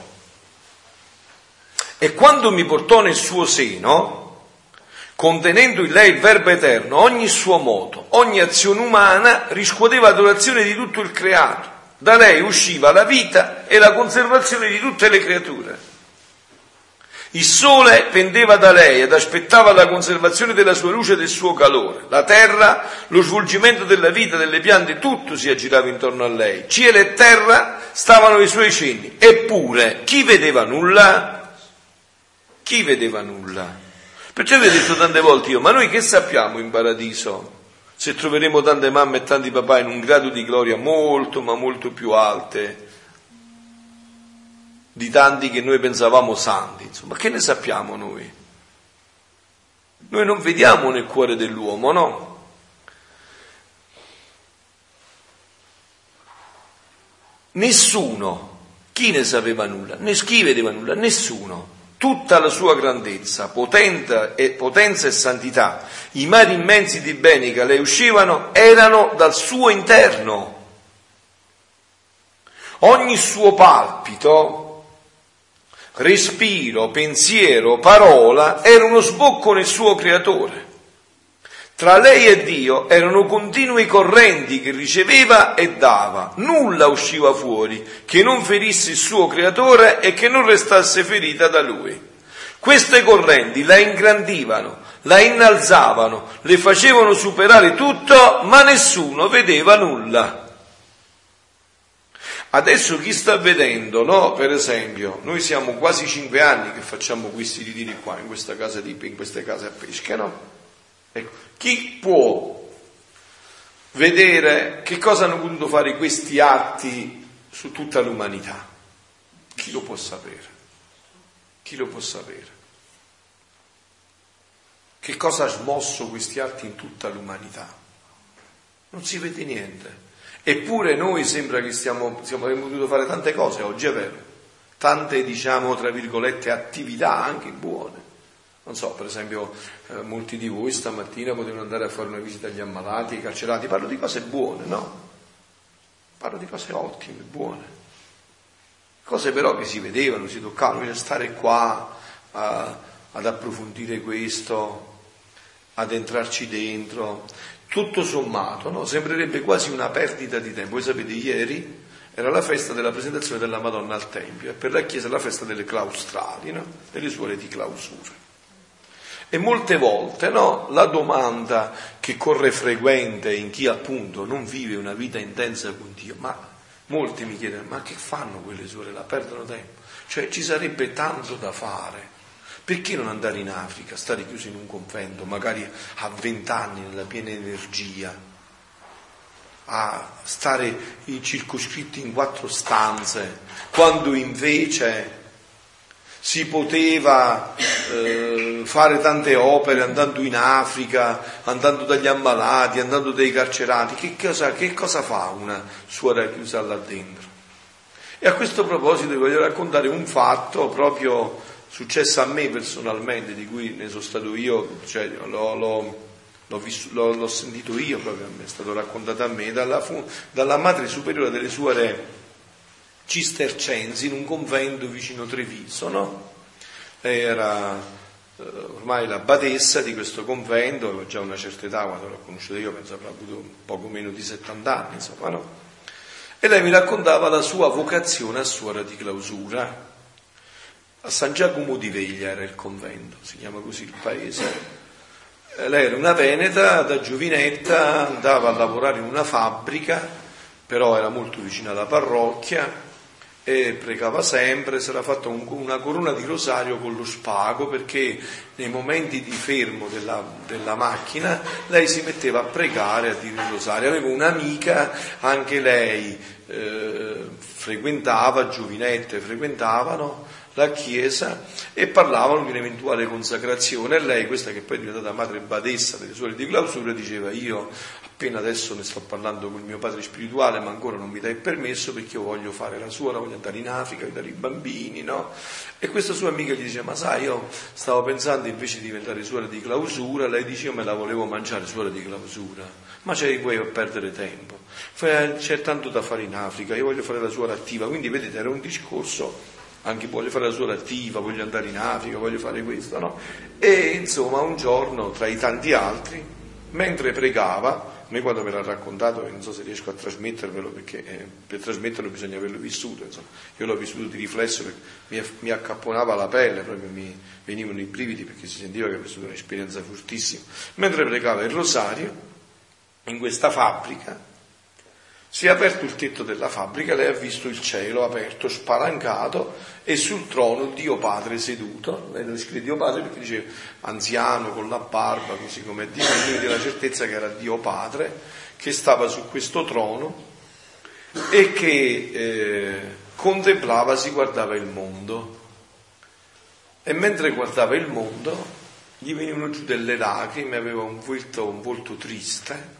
E quando mi portò nel suo seno, contenendo in lei il Verbo eterno, ogni suo moto, ogni azione umana riscuoteva adorazione di tutto il creato. Da lei usciva la vita e la conservazione di tutte le creature. Il sole pendeva da lei ed aspettava la conservazione della sua luce e del suo calore. La terra, lo svolgimento della vita delle piante, tutto si aggirava intorno a lei. Cielo e terra stavano ai suoi cenni. Eppure, chi vedeva nulla? Chi vedeva nulla? Perciò vi ho detto tante volte io, ma noi che sappiamo in paradiso se troveremo tante mamme e tanti papà in un grado di gloria molto, ma molto più alte di tanti che noi pensavamo santi, insomma, che ne sappiamo noi? Noi non vediamo nel cuore dell'uomo, no? Nessuno, chi ne sapeva nulla, né chi vedeva nulla, nessuno. Tutta la sua grandezza, potenza e, potenza e santità, i mari immensi di beni che le uscivano erano dal suo interno. Ogni suo palpito, respiro, pensiero, parola era uno sbocco nel suo creatore. Tra lei e Dio erano continui correnti che riceveva e dava, nulla usciva fuori che non ferisse il suo creatore e che non restasse ferita da lui. Queste correnti la ingrandivano, la innalzavano, le facevano superare tutto, ma nessuno vedeva nulla. Adesso chi sta vedendo, no? Per esempio, noi siamo quasi cinque anni che facciamo questi ritiri qua, in questa casa di, in queste case a pesca, no? Ecco. Chi può vedere che cosa hanno potuto fare questi atti su tutta l'umanità? Chi lo può sapere? Chi lo può sapere? Che cosa ha smosso questi atti in tutta l'umanità? Non si vede niente. Eppure noi sembra che stiamo, stiamo avremmo potuto fare tante cose oggi, è vero, tante, diciamo, tra virgolette, attività anche buone. Non so, per esempio, eh, molti di voi stamattina potevano andare a fare una visita agli ammalati, ai carcerati. Parlo di cose buone, no? Parlo di cose ottime, buone. Cose però che si vedevano, si toccavano, quindi stare qua a, ad approfondire questo, ad entrarci dentro. Tutto sommato, no? Sembrerebbe quasi una perdita di tempo. Voi sapete, ieri era la festa della presentazione della Madonna al Tempio e per la Chiesa la festa delle claustrali, no? Delle suore di clausura. E molte volte, no, la domanda che corre frequente in chi appunto non vive una vita intensa con Dio, ma molti mi chiedono, ma che fanno quelle suore là? Perdono tempo. Cioè ci sarebbe tanto da fare. Perché non andare in Africa, stare chiusi in un convento, magari a vent'anni nella piena energia, a stare circoscritti in quattro stanze, quando invece si poteva eh, fare tante opere andando in Africa, andando dagli ammalati, andando dai carcerati. Che cosa, che cosa fa una suora chiusa là dentro? E a questo proposito vi voglio raccontare un fatto proprio successo a me personalmente, di cui ne sono stato io, cioè l'ho, l'ho, l'ho, visto, l'ho, l'ho sentito io proprio a me, è stato raccontato a me dalla, dalla madre superiore delle suore cistercensi in un convento vicino Treviso, no? Lei era eh, ormai la badessa di questo convento, aveva già una certa età, quando l'ho conosciuta io penso avrà avuto poco meno di settanta anni, insomma, no? E lei mi raccontava la sua vocazione a suora di clausura. A San Giacomo di Veglia era il convento, si chiama così il paese. Lei era una veneta, da giovinetta andava a lavorare in una fabbrica, però era molto vicina alla parrocchia e pregava sempre. Si era fatta un, una corona di rosario con lo spago, perché nei momenti di fermo della, della macchina lei si metteva a pregare, a dire il rosario. Aveva un'amica, anche lei eh, frequentava, giovinette frequentavano la chiesa e parlavano di un'eventuale consacrazione, e lei, questa che poi è diventata madre badessa delle suore di clausura, diceva: io appena adesso ne sto parlando con il mio padre spirituale, ma ancora non mi dà il permesso, perché io voglio fare la suora, voglio andare in Africa, aiutare i bambini, no? E questa sua amica gli diceva: ma sai, io stavo pensando invece di diventare suora di clausura. Lei dice: io me la volevo mangiare suora di clausura, ma c'è guai a perdere tempo, c'è tanto da fare in Africa, io voglio fare la suora attiva. Quindi vedete, era un discorso anche: voglio fare la suora attiva, voglio andare in Africa, voglio fare questo, no? E insomma un giorno, tra i tanti altri, mentre pregava, a me quando me l'ha raccontato, non so se riesco a trasmettervelo, perché eh, per trasmetterlo bisogna averlo vissuto, insomma. Io l'ho vissuto di riflesso, perché mi, mi accapponava la pelle, proprio mi venivano i brividi, perché si sentiva che aveva vissuto un'esperienza fortissima. Mentre pregava il rosario, in questa fabbrica, si è aperto il tetto della fabbrica, lei ha visto il cielo aperto, spalancato, e sul trono Dio Padre seduto. Lei lo scrive Dio Padre perché dice anziano, con la barba, così come Dio, quindi aveva la certezza che era Dio Padre, che stava su questo trono e che eh, contemplava, si guardava il mondo. E mentre guardava il mondo gli venivano giù delle lacrime, aveva un volto, un volto triste,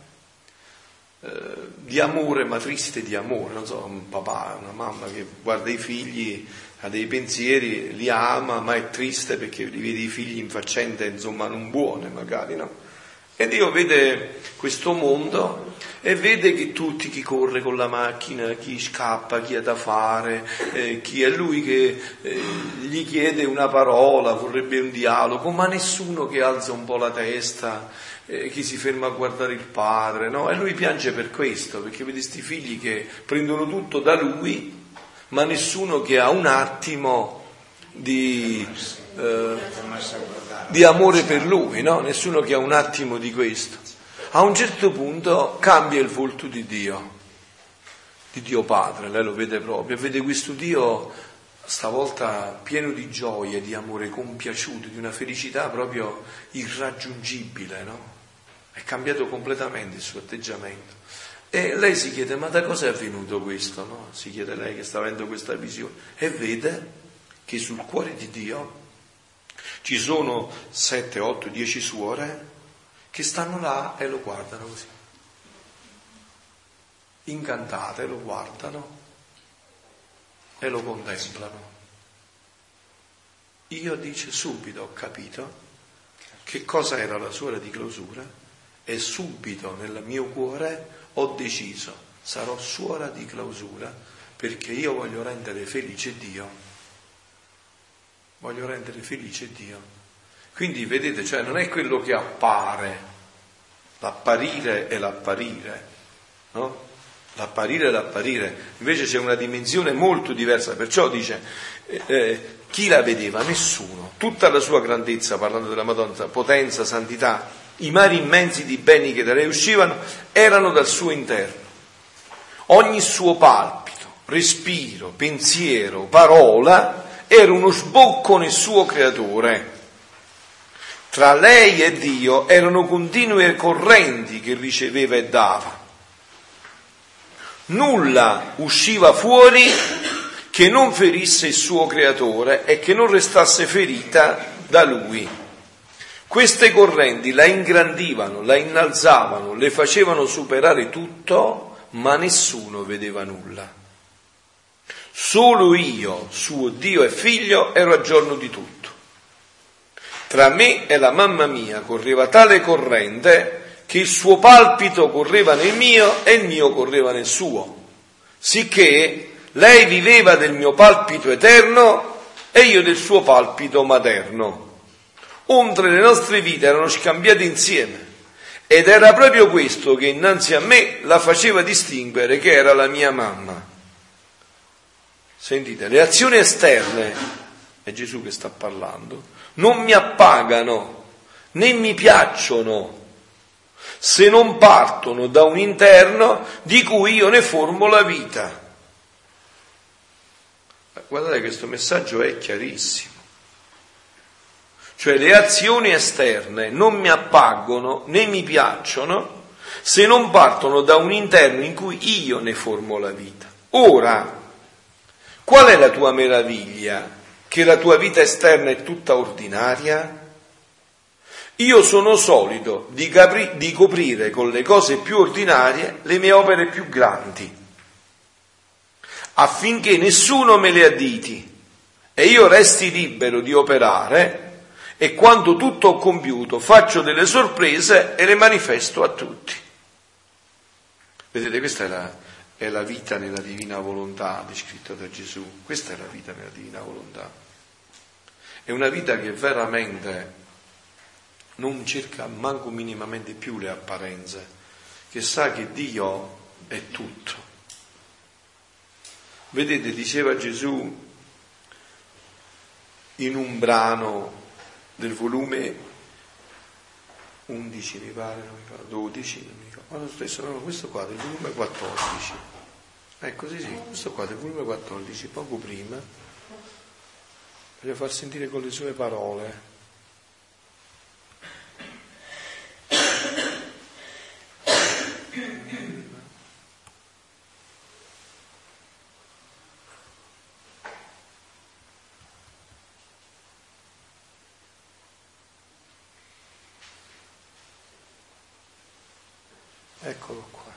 di amore, ma triste di amore, non so, un papà, una mamma che guarda i figli, ha dei pensieri, li ama, ma è triste perché li vede i figli in faccende, insomma, non buone magari, no? E Dio vede questo mondo e vede che tutti, chi corre con la macchina, chi scappa, chi ha da fare, eh, chi è lui che eh, gli chiede una parola, vorrebbe un dialogo, ma nessuno che alza un po' la testa, Eh, chi si ferma a guardare il padre, no? E lui piange per questo, perché vede sti figli che prendono tutto da lui, ma nessuno che ha un attimo di, eh, di amore per lui, no? Nessuno che ha un attimo di questo. A un certo punto cambia il volto di Dio, di Dio Padre, lei lo vede proprio, vede questo Dio stavolta pieno di gioia, di amore compiaciuto, di una felicità proprio irraggiungibile, no? È cambiato completamente il suo atteggiamento. E lei si chiede: ma da cosa è avvenuto questo, no? Si chiede lei che sta avendo questa visione, e vede che sul cuore di Dio ci sono sette, otto, dieci suore che stanno là e lo guardano così. incantate lo guardano e lo contemplano. Io, dice, subito ho capito che cosa era la suora di clausura e subito nel mio cuore ho deciso: sarò suora di clausura perché io voglio rendere felice Dio. Voglio rendere felice Dio. Quindi vedete, cioè non è quello che appare, l'apparire e l'apparire, no? L'apparire e l'apparire. Invece c'è una dimensione molto diversa, perciò dice eh, eh, chi la vedeva? Nessuno. Tutta la sua grandezza, parlando della Madonna, potenza, santità, i mari immensi di beni che da lei uscivano erano dal suo interno. Ogni suo palpito, respiro, pensiero, parola era uno sbocco nel suo creatore. Tra lei e Dio erano continue correnti che riceveva e dava. Nulla usciva fuori che non ferisse il suo creatore e che non restasse ferita da lui. Queste correnti la ingrandivano, la innalzavano, le facevano superare tutto, ma nessuno vedeva nulla. Solo io, suo Dio e figlio, ero a giorno di tutto. Tra me e la mamma mia correva tale corrente che il suo palpito correva nel mio e il mio correva nel suo, sicché lei viveva del mio palpito eterno e io del suo palpito materno. Ontre le nostre vite erano scambiate insieme ed era proprio questo che innanzi a me la faceva distinguere che era la mia mamma. Sentite, le azioni esterne, è Gesù che sta parlando, non mi appagano né mi piacciono se non partono da un interno di cui io ne formo la vita. Guardate, questo messaggio è chiarissimo. Cioè le azioni esterne non mi appagano né mi piacciono se non partono da un interno in cui io ne formo la vita. Ora, qual è la tua meraviglia? Che la tua vita esterna è tutta ordinaria? Io sono solito di, capri- di coprire con le cose più ordinarie le mie opere più grandi, affinché nessuno me le additi e io resti libero di operare, e quando tutto ho compiuto faccio delle sorprese e le manifesto a tutti. Vedete, questa è la, è la vita nella divina volontà descritta da Gesù. Questa è la vita nella divina volontà. È una vita che veramente non cerca manco minimamente più le apparenze, che sa che Dio è tutto. Vedete, diceva Gesù in un brano del volume undici, mi pare, non mi pare, dodici, non mi ricordo, ma lo stesso, no, questo qua del volume quattordici, ecco, sì, sì, questo qua del volume quattordici, poco prima, voglio far sentire con le sue parole. Eccolo qua.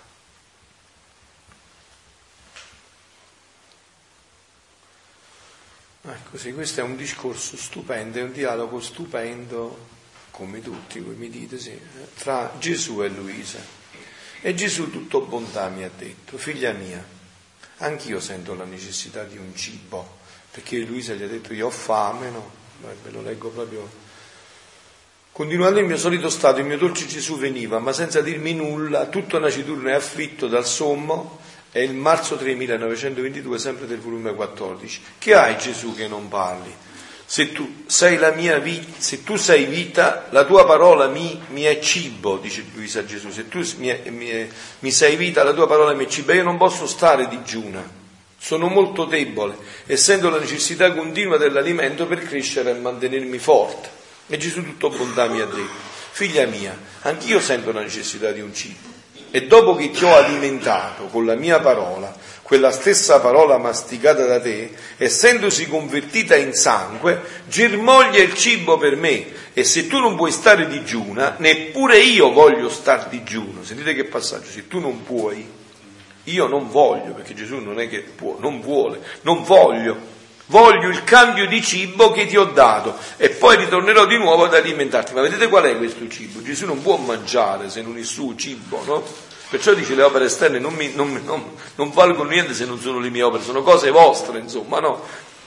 Ecco, sì, questo è un discorso stupendo, è un dialogo stupendo, come tutti voi mi dite, sì, tra Gesù e Luisa. E Gesù, tutto bontà, mi ha detto: figlia mia, anch'io sento la necessità di un cibo, perché Luisa gli ha detto: io ho fame, no? Ve lo leggo proprio. Continuando il mio solito stato, il mio dolce Gesù veniva, ma senza dirmi nulla, tutto naciturno e afflitto dal sommo. È il marzo tre millenovecentoventidue, sempre del volume quattordici. Che hai, Gesù, che non parli? Se tu sei la mia vita, se tu sei vita, la tua parola mi, mi è cibo, dice Luisa a Gesù. Se tu mi, mi, mi sei vita, la tua parola mi è cibo. Io non posso stare digiuna, sono molto debole e sento la necessità continua dell'alimento per crescere e mantenermi forte. E Gesù, tutto bontà, mi ha detto: figlia mia, anch'io sento la necessità di un cibo, e dopo che ti ho alimentato con la mia parola, quella stessa parola masticata da te, essendosi convertita in sangue, germoglia il cibo per me, e se tu non puoi stare digiuna, neppure io voglio star digiuno. Sentite che passaggio: se tu non puoi, io non voglio, perché Gesù non è che può, non vuole, non voglio. Voglio il cambio di cibo che ti ho dato e poi ritornerò di nuovo ad alimentarti. Ma vedete qual è questo cibo? Gesù non può mangiare se non il suo cibo, no? Perciò dice le opere esterne non, mi, non, non, non valgono niente se non sono le mie opere, sono cose vostre, insomma, no?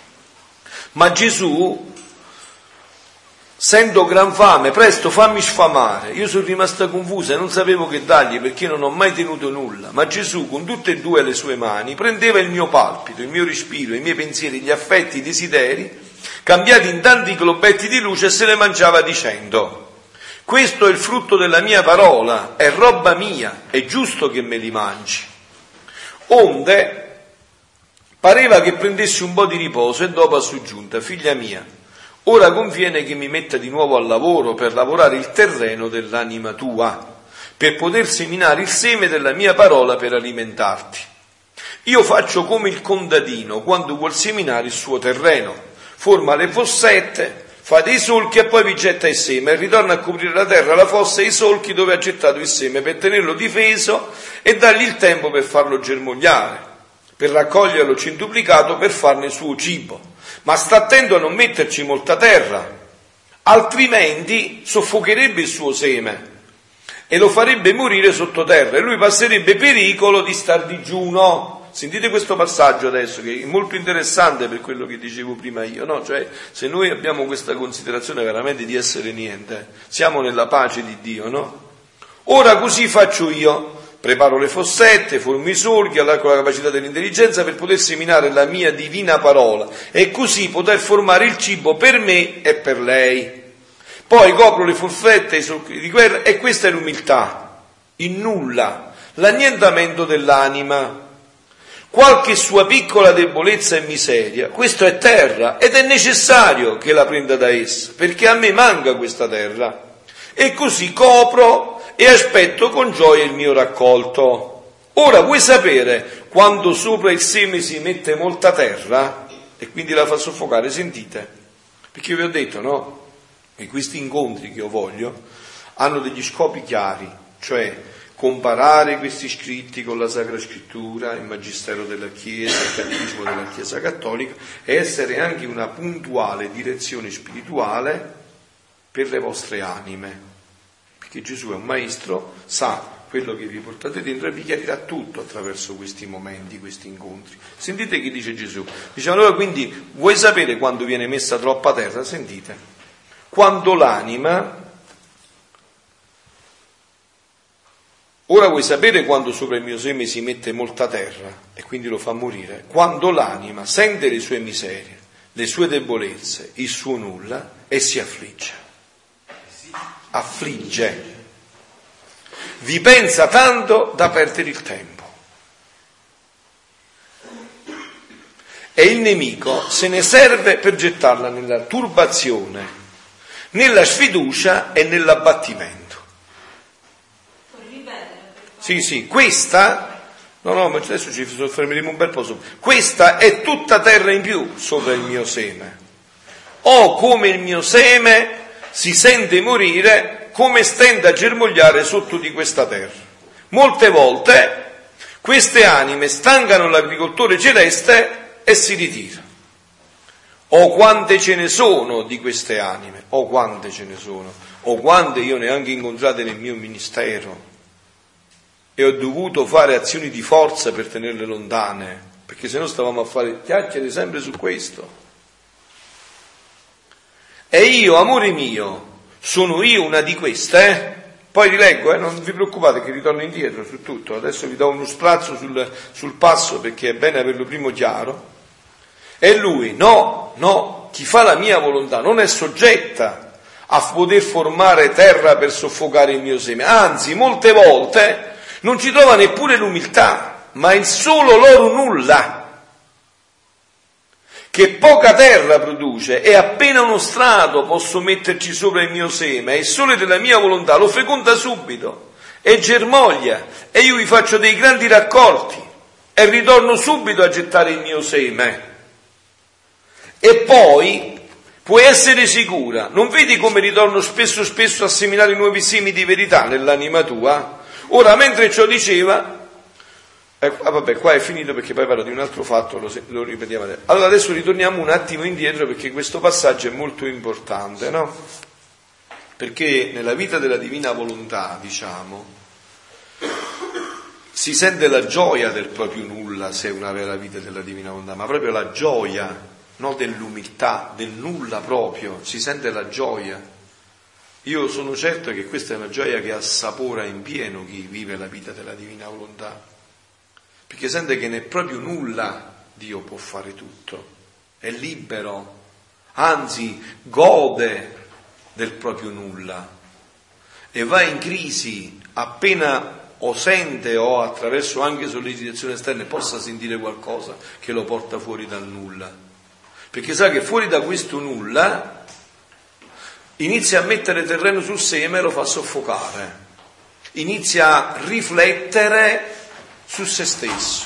Ma Gesù, sento gran fame, presto fammi sfamare. Io sono rimasta confusa e non sapevo che dargli, perché non ho mai tenuto nulla. Ma Gesù, con tutte e due le sue mani, prendeva il mio palpito, il mio respiro, i miei pensieri, gli affetti, i desideri, cambiati in tanti globetti di luce, e se le mangiava dicendo: questo è il frutto della mia parola, è roba mia, è giusto che me li mangi. Onde pareva che prendessi un po' di riposo e dopo ha soggiunta: figlia mia, ora conviene che mi metta di nuovo al lavoro per lavorare il terreno dell'anima tua, per poter seminare il seme della mia parola per alimentarti. Io faccio come il contadino quando vuol seminare il suo terreno, forma le fossette, fa dei solchi e poi vi getta il seme e ritorna a coprire la terra, la fossa e i solchi dove ha gettato il seme, per tenerlo difeso e dargli il tempo per farlo germogliare, per raccoglierlo centuplicato, per farne il suo cibo. Ma sta attento a non metterci molta terra, altrimenti soffocherebbe il suo seme e lo farebbe morire sottoterra e lui passerebbe pericolo di star digiuno. Sentite questo passaggio adesso, che è molto interessante per quello che dicevo prima io, no? Cioè, se noi abbiamo questa considerazione veramente di essere niente, siamo nella pace di Dio, no? Ora così faccio io. Preparo le fossette, formo i solchi, allargo la capacità dell'intelligenza per poter seminare la mia divina parola e così poter formare il cibo per me e per lei. Poi copro le fossette e i solchi di guerra, e questa è l'umiltà, il nulla, l'annientamento dell'anima. Qualche sua piccola debolezza e miseria, questo è terra ed è necessario che la prenda da essa, perché a me manca questa terra. E così copro e aspetto con gioia il mio raccolto. Ora vuoi sapere quando sopra il seme si mette molta terra e quindi la fa soffocare? Sentite, perché io vi ho detto, no, che questi incontri che io voglio hanno degli scopi chiari, cioè comparare questi scritti con la Sacra Scrittura, il Magistero della Chiesa, il Catechismo della Chiesa Cattolica, e essere anche una puntuale direzione spirituale per le vostre anime. Che Gesù è un maestro, sa quello che vi portate dentro e vi chiarirà tutto attraverso questi momenti, questi incontri. Sentite che dice Gesù. Dice: allora quindi vuoi sapere quando viene messa troppa terra? Sentite, quando l'anima, ora vuoi sapere quando sopra il mio seme si mette molta terra e quindi lo fa morire? Quando l'anima sente le sue miserie, le sue debolezze, il suo nulla e si affligge. affligge, vi pensa tanto da perdere il tempo. E il nemico se ne serve per gettarla nella turbazione, nella sfiducia e nell'abbattimento. Sì, sì, questa, no, no, ma adesso ci soffermeremo un bel po' sopra. Questa è tutta terra in più sopra il mio seme. O come il mio seme si sente morire, come stende a germogliare sotto di questa terra. Molte volte queste anime stancano l'agricoltore celeste e si ritira. O quante ce ne sono di queste anime, o quante ce ne sono, o quante io ne ho anche incontrate nel mio ministero e ho dovuto fare azioni di forza per tenerle lontane, perché sennò stavamo a fare chiacchiere sempre su questo. E io, amore mio, sono io una di queste, eh? Poi rileggo, eh? Non vi preoccupate che ritorno indietro su tutto, adesso vi do uno sprazzo sul, sul passo perché è bene averlo primo chiaro. E lui, no, no, chi fa la mia volontà non è soggetta a poter formare terra per soffocare il mio seme, anzi molte volte non ci trova neppure l'umiltà, ma il solo loro nulla, che poca terra produce e appena uno strato posso metterci sopra il mio seme e il sole della mia volontà lo feconda subito e germoglia e io vi faccio dei grandi raccolti e ritorno subito a gettare il mio seme. E poi puoi essere sicura, non vedi come ritorno spesso spesso a seminare nuovi semi di verità nell'anima tua? Ora, mentre ciò diceva, Eh, ah, vabbè, qua è finito perché poi parlo di un altro fatto, lo, lo ripetiamo adesso. Allora adesso ritorniamo un attimo indietro perché questo passaggio è molto importante, no? Perché nella vita della divina volontà, diciamo, si sente la gioia del proprio nulla se è una vera vita della divina volontà, ma proprio la gioia, non dell'umiltà, del nulla proprio, si sente la gioia. Io sono certo che questa è una gioia che assapora in pieno chi vive la vita della divina volontà, perché sente che nel proprio nulla Dio può fare tutto, è libero, anzi gode del proprio nulla e va in crisi appena o sente o attraverso anche sollecitazioni esterne possa sentire qualcosa che lo porta fuori dal nulla, perché sa che fuori da questo nulla inizia a mettere terreno sul seme e lo fa soffocare, inizia a riflettere su se stesso,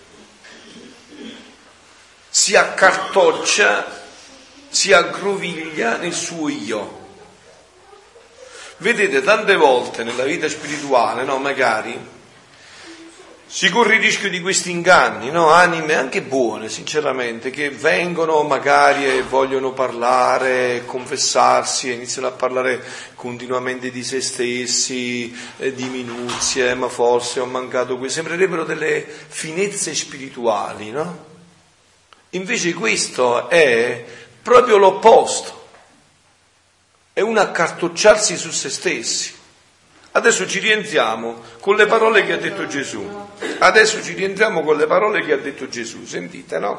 si accartoccia, si aggroviglia nel suo io. Vedete, tante volte nella vita spirituale, no, magari si corre il rischio di questi inganni, no, anime anche buone, sinceramente, che vengono magari e vogliono parlare, confessarsi, e iniziano a parlare continuamente di se stessi, eh, di minuzie, ma forse ho mancato questo, sembrerebbero delle finezze spirituali, no? Invece questo è proprio l'opposto. È un accartocciarsi su se stessi. Adesso ci rientriamo con le parole che ha detto Gesù. Adesso ci rientriamo con le parole che ha detto Gesù. Sentite, no?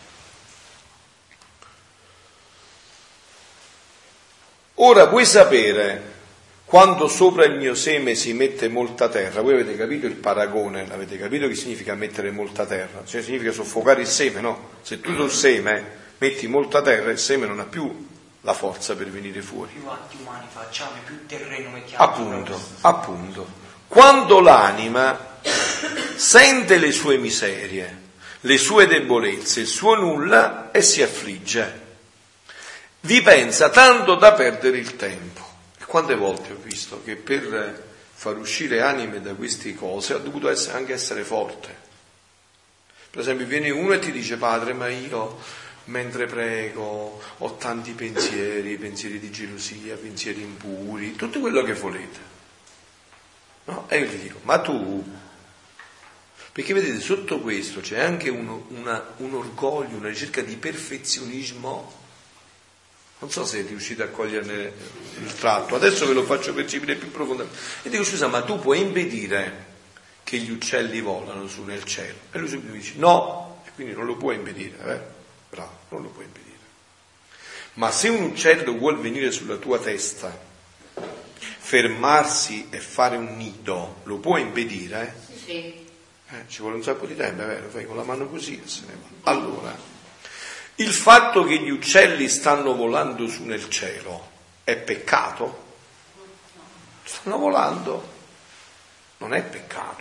Ora vuoi sapere quando sopra il mio seme si mette molta terra? Voi avete capito il paragone? Avete capito che significa mettere molta terra? Cioè significa soffocare il seme, no? Se tu sul seme metti molta terra, il seme non ha più la forza per venire fuori. Più atti umani facciamo, più terreno mettiamo. Appunto, appunto. Quando l'anima sente le sue miserie, le sue debolezze, il suo nulla e si affligge, vi pensa tanto da perdere il tempo. E quante volte ho visto che per far uscire anime da queste cose ha dovuto essere, anche essere forte. Per esempio viene uno e ti dice: padre, ma io mentre prego ho tanti pensieri, pensieri di gelosia, pensieri impuri, tutto quello che volete, no? E io gli dico: ma tu, perché vedete sotto questo c'è anche uno, una, un orgoglio, una ricerca di perfezionismo, non so se riuscite a coglierne il tratto, adesso ve lo faccio percepire più profondamente. E dico: scusa, ma tu puoi impedire che gli uccelli volano su nel cielo? E lui mi dice: no, e quindi non lo puoi impedire, eh? Bravo, non lo puoi impedire. Ma se un uccello vuol venire sulla tua testa, fermarsi e fare un nido, lo puoi impedire? Sì, sì. Eh, ci vuole un sacco di tempo, eh, lo fai con la mano così e se ne va. Allora, il fatto che gli uccelli stanno volando su nel cielo è peccato? Stanno volando, non è peccato.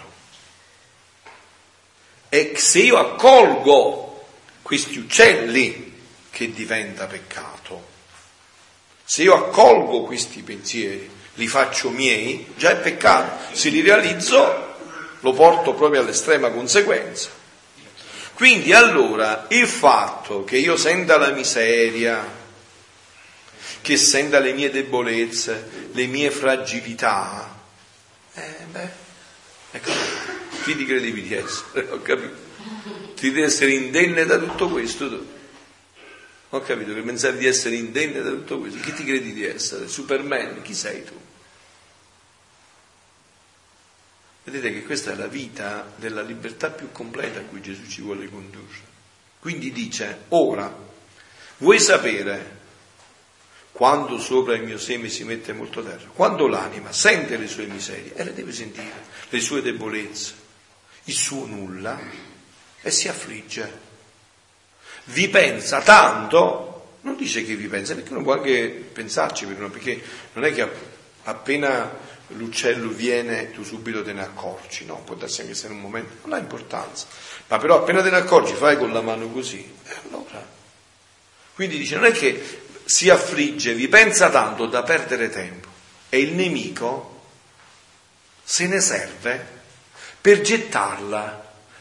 E se io accolgo questi uccelli che diventa peccato, se io accolgo questi pensieri, li faccio miei, già è peccato. Se li realizzo, lo porto proprio all'estrema conseguenza. Quindi allora il fatto che io senta la miseria, che senta le mie debolezze, le mie fragilità, eh beh, ecco, chi ti credevi di essere? Ho capito. Ti devi essere indenne da tutto questo tu. Ho capito che pensavi di essere indenne da tutto questo. Chi ti credi di essere? Superman? Chi sei tu? Vedete che questa è la vita della libertà più completa a cui Gesù ci vuole condurre. Quindi dice: ora vuoi sapere quando sopra il mio seme si mette molto terra? Quando l'anima sente le sue miserie, e le deve sentire, le sue debolezze, il suo nulla, e si affligge, vi pensa tanto, non dice che vi pensa, perché uno può anche pensarci, perché non è che appena l'uccello viene tu subito te ne accorgi, no, può darsi anche se in un momento, non ha importanza, ma però appena te ne accorgi fai con la mano così, e allora, quindi dice, non è che si affligge, vi pensa tanto da perdere tempo, e il nemico se ne serve per gettarla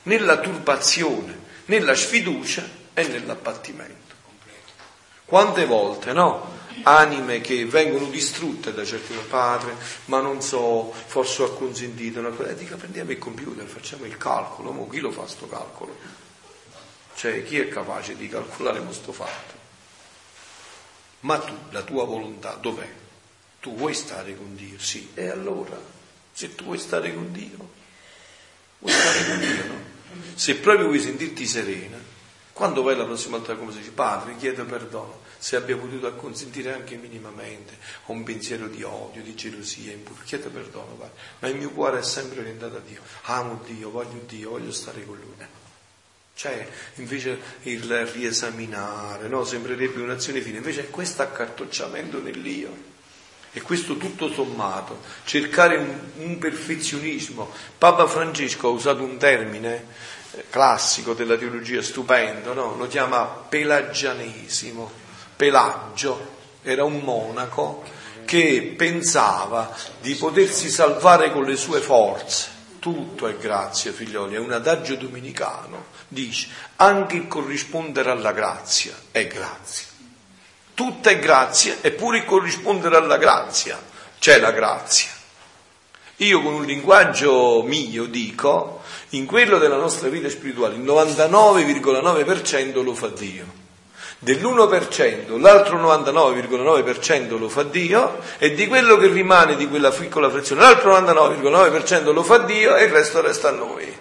nella turbazione, nella sfiducia e nell'abbattimento. Quante volte, no? Anime che vengono distrutte da certi padri, ma non so, forse ho acconsentito una cosa, e dica prendiamo il computer, facciamo il calcolo, mo chi lo fa sto calcolo? Cioè chi è capace di calcolare questo fatto? Ma tu, la tua volontà dov'è? Tu vuoi stare con Dio? Sì, e allora, se tu vuoi stare con Dio, vuoi stare con Dio, no? Se proprio vuoi sentirti serena, quando vai la prossima volta come si dice, Padre, chiedo perdono se abbia potuto acconsentire anche minimamente a un pensiero di odio, di gelosia, chiedo perdono, Padre, ma il mio cuore è sempre orientato a Dio, amo Dio, voglio Dio, voglio stare con Lui. Cioè, invece il riesaminare, no? Sembrerebbe un'azione fine, invece è questo accartocciamento nell'io. E questo tutto sommato, cercare un, un perfezionismo. Papa Francesco ha usato un termine eh, classico della teologia stupendo, no? Lo chiama pelagianesimo. Pelagio era un monaco che pensava di potersi salvare con le sue forze. Tutto è grazia, figlioli, è un adagio domenicano, dice, anche il corrispondere alla grazia è grazia. Tutta è grazia, eppure il corrispondere alla grazia c'è la grazia. Io con un linguaggio mio dico, in quello della nostra vita spirituale il novantanove virgola nove per cento lo fa Dio, dell'uno per cento l'altro novantanove virgola nove per cento lo fa Dio, e di quello che rimane di quella piccola frazione l'altro novantanove virgola nove per cento lo fa Dio e il resto resta a noi.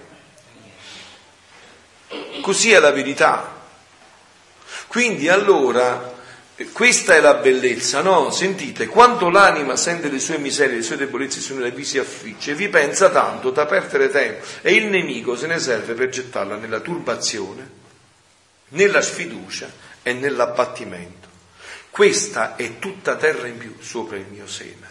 Così è la verità. Quindi allora questa è la bellezza, no? Sentite, quando l'anima sente le sue miserie, le sue debolezze, sono le vi si affligge, vi pensa tanto da perdere tempo, e il nemico se ne serve per gettarla nella turbazione, nella sfiducia e nell'abbattimento. Questa è tutta terra in più sopra il mio seme.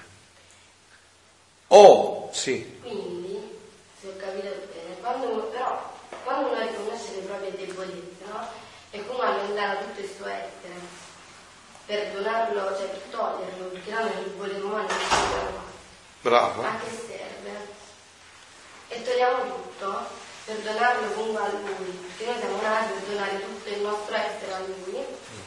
Oh, sì. Quindi, se ho capito bene, quando uno, però, quando uno riconosce le proprie debolezze, no? E come allontana tutto il suo essere, per donarlo, cioè per toglierlo, perché non è il volere umano, bravo. A che serve? E togliamo tutto per donarlo comunque a Lui, perché noi siamo nati per donare tutto il nostro essere a Lui.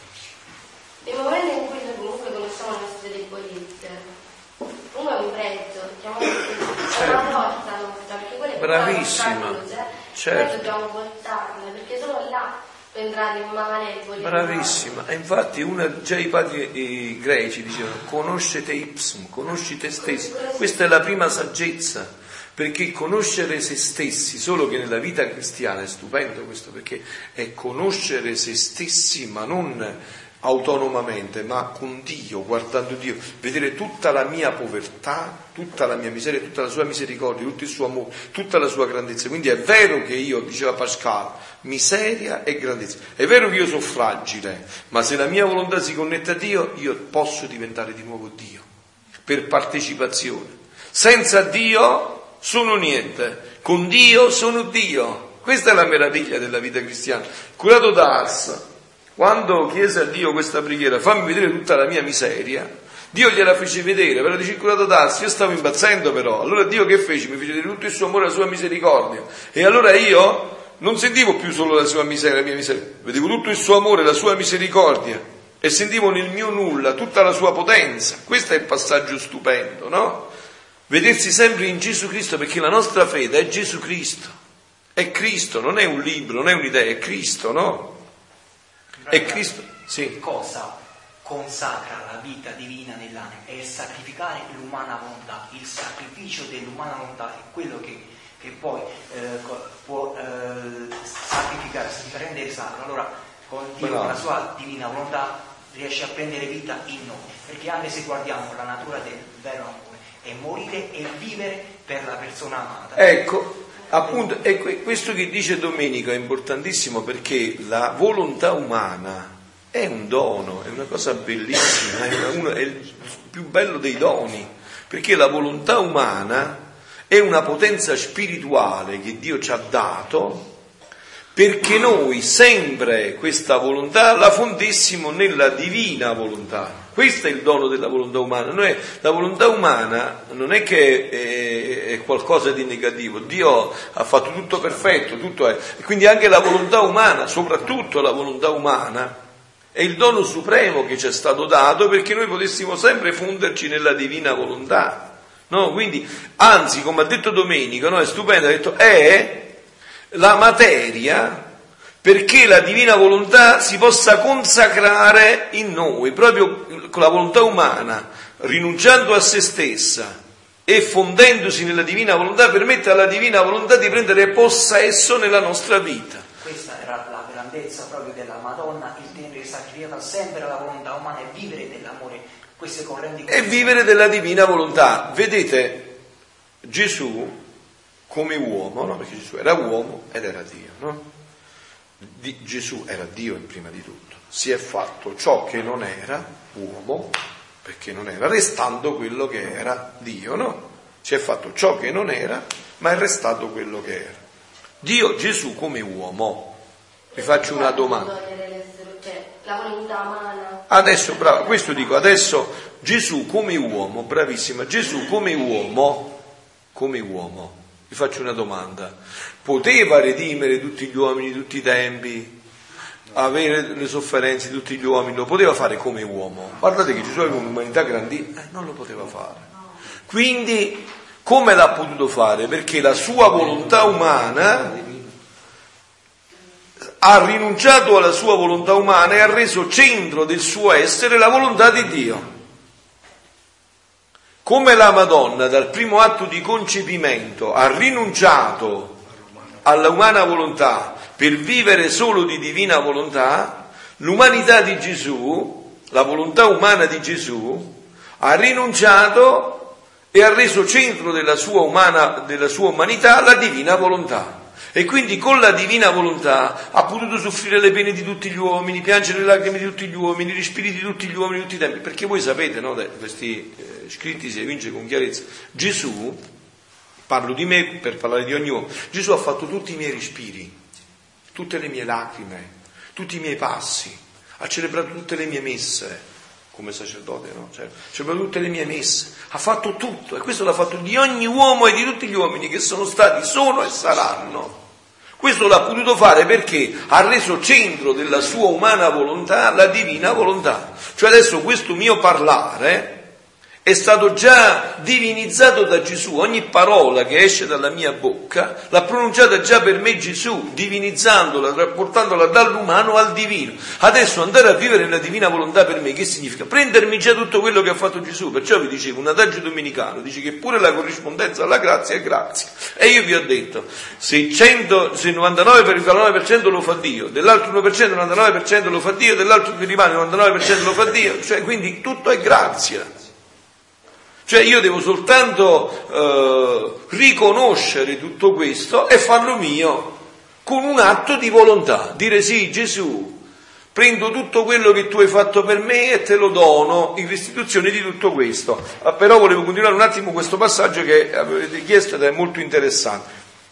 Nel momento in cui noi comunque conosciamo le nostre debolezze, comunque è un prezzo, chiamiamo è una forza nostra, perché quella è bravissima, la luce, certo. Noi dobbiamo portarla, perché solo là può entrare in male e volere. Bravissima, e infatti una, già i padri i greci dicevano conoscete ipsum, conosci te stesso, questa è la prima saggezza. Perché conoscere se stessi, solo che nella vita cristiana è stupendo questo, perché è conoscere se stessi, ma non autonomamente, ma con Dio, guardando Dio, vedere tutta la mia povertà, tutta la mia miseria, tutta la sua misericordia, tutto il suo amore, tutta la sua grandezza. Quindi è vero che io, diceva Pascal, miseria e grandezza. È vero che io sono fragile, ma se la mia volontà si connette a Dio, io posso diventare di nuovo Dio, per partecipazione. Senza Dio sono niente, con Dio sono Dio. Questa è la meraviglia della vita cristiana. Curato d'Ars, quando chiese a Dio questa preghiera, fammi vedere tutta la mia miseria, Dio gliela fece vedere, però dice Curato d'Ars, io stavo impazzendo però, allora Dio che fece? Mi fece vedere tutto il suo amore e la sua misericordia, e allora io non sentivo più solo la sua miseria, la mia miseria, vedevo tutto il suo amore, la sua misericordia, e sentivo nel mio nulla tutta la sua potenza. Questo è il passaggio stupendo, no? Vedersi sempre in Gesù Cristo, perché la nostra fede è Gesù Cristo, è Cristo, non è un libro, non è un'idea, è Cristo, no? È Cristo, sì. Cosa consacra la vita divina nell'anima? È il sacrificare l'umana volontà. Il sacrificio dell'umana volontà è quello che, che poi eh, può eh, sacrificare, si rendere sacro. Allora con Dio, con la sua divina volontà, riesce a prendere vita in noi, perché anche se guardiamo la natura del vero amore è morire e vivere per la persona amata. Ecco, appunto, è questo che dice Domenico è importantissimo, perché la volontà umana è un dono, è una cosa bellissima, è, una, uno, è il più bello dei doni, perché la volontà umana è una potenza spirituale che Dio ci ha dato perché noi sempre questa volontà la fondessimo nella divina volontà. Questo è il dono della volontà umana. Noi, la volontà umana non è che è, è qualcosa di negativo. Dio ha fatto tutto perfetto, tutto è. E quindi anche la volontà umana, soprattutto la volontà umana, è il dono supremo che ci è stato dato perché noi potessimo sempre fonderci nella divina volontà. No? Quindi, anzi, come ha detto Domenico, no? È stupendo, ha detto, è la materia perché la divina volontà si possa consacrare in noi, proprio con la volontà umana, rinunciando a se stessa e fondendosi nella divina volontà, permette alla divina volontà di prendere possesso nella nostra vita. Questa era la grandezza proprio della Madonna, il tenere sacrificata sempre la volontà umana e vivere dell'amore, queste correnti. E vivere della divina volontà. Vedete, Gesù come uomo, no? Perché Gesù era uomo ed era Dio, no? Di, Gesù era Dio prima di tutto, si è fatto ciò che non era uomo, perché non era, restando quello che era Dio, no? Si è fatto ciò che non era, ma è restato quello che era. Dio, Gesù come uomo, vi faccio una domanda. La volontà umana. Adesso, bravo, questo dico, adesso Gesù come uomo, bravissima, Gesù come uomo, come uomo, vi faccio una domanda. Poteva redimere tutti gli uomini di tutti i tempi, avere le sofferenze di tutti gli uomini, lo poteva fare come uomo. Guardate che Gesù aveva un'umanità grandissima, eh, non lo poteva fare. Quindi, come l'ha potuto fare? Perché la sua volontà umana ha rinunciato alla sua volontà umana e ha reso centro del suo essere la volontà di Dio. Come la Madonna dal primo atto di concepimento ha rinunciato alla umana volontà per vivere solo di divina volontà, l'umanità di Gesù, la volontà umana di Gesù, ha rinunciato e ha reso centro della sua, umana, della sua umanità la divina volontà. E quindi con la divina volontà ha potuto soffrire le pene di tutti gli uomini, piangere le lacrime di tutti gli uomini, i respiri di tutti gli uomini di tutti i tempi. Perché voi sapete, no, questi eh, scritti si evince con chiarezza. Gesù, parlo di me per parlare di ogni uomo, Gesù ha fatto tutti i miei respiri, tutte le mie lacrime, tutti i miei passi, ha celebrato tutte le mie messe, come sacerdote, no? Cioè, ha celebrato tutte le mie messe, ha fatto tutto, e questo l'ha fatto di ogni uomo e di tutti gli uomini che sono stati, sono e saranno. Questo l'ha potuto fare perché ha reso centro della sua umana volontà la divina volontà. Cioè adesso questo mio parlare è stato già divinizzato da Gesù, ogni parola che esce dalla mia bocca l'ha pronunciata già per me Gesù, divinizzandola, portandola dall'umano al divino. Adesso andare a vivere nella divina volontà per me che significa? Prendermi già tutto quello che ha fatto Gesù. Perciò vi dicevo, un adagio domenicano dice che pure la corrispondenza alla grazia è grazia. E io vi ho detto, se, cento, se il novantanove per cento lo fa Dio, dell'altro uno per cento, il novantanove per cento lo fa Dio, dell'altro che rimane il novantanove per cento lo fa Dio, cioè quindi tutto è grazia. Cioè io devo soltanto eh, riconoscere tutto questo e farlo mio con un atto di volontà, dire sì Gesù, prendo tutto quello che tu hai fatto per me e te lo dono in restituzione di tutto questo. Ah, però volevo continuare un attimo questo passaggio che avete chiesto ed è molto interessante.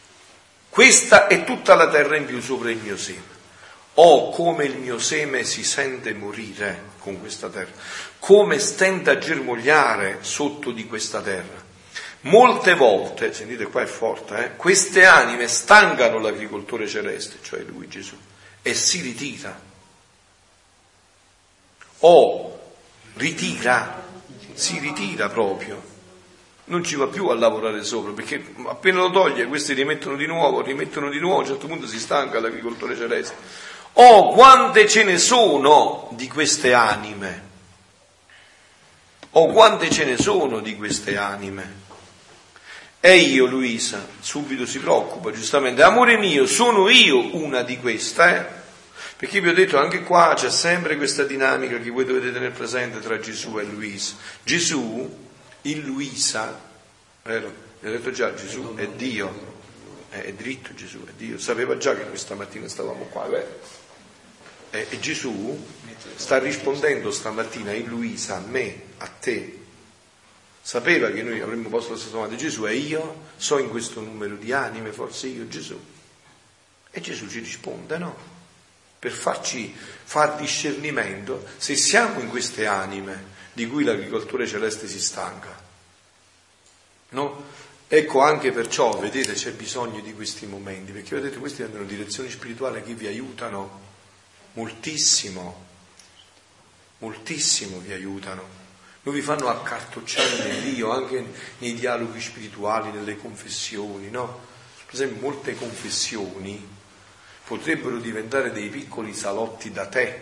Questa è tutta la terra in più sopra il mio seme. Oh, come il mio seme si sente morire con questa terra, come stenta a germogliare sotto di questa terra. Molte volte, sentite qua è forte, eh, queste anime stancano l'agricoltore celeste, cioè lui Gesù, e si ritira. Oh, ritira, si ritira proprio. Non ci va più a lavorare sopra, perché appena lo toglie, questi rimettono di nuovo, rimettono di nuovo, a un certo punto si stanca l'agricoltore celeste. Oh, quante ce ne sono di queste anime! Oh, quante ce ne sono di queste anime! E io, Luisa, subito si preoccupa, giustamente, amore mio, sono io una di queste, eh? Perché vi ho detto, anche qua c'è sempre questa dinamica che voi dovete tenere presente tra Gesù e Luisa. Gesù, in Luisa, vero? Vi ho detto già, Gesù è Dio, è, è dritto Gesù, è Dio, sapeva già che questa mattina stavamo qua, vero? E, e Gesù sta rispondendo stamattina in Luisa, a me, a te. Sapeva che noi avremmo posto la stessa domanda, Gesù, e io so in questo numero di anime, forse io Gesù. E Gesù ci risponde, no? Per farci far discernimento se siamo in queste anime di cui l'agricoltore celeste si stanca, no? Ecco, anche perciò, vedete, c'è bisogno di questi momenti, perché vedete, questi hanno direzioni spirituali che vi aiutano moltissimo, moltissimo vi aiutano. Non vi fanno accartocciare nel Dio, anche nei dialoghi spirituali, nelle confessioni, no? Per esempio, molte confessioni potrebbero diventare dei piccoli salotti da tè,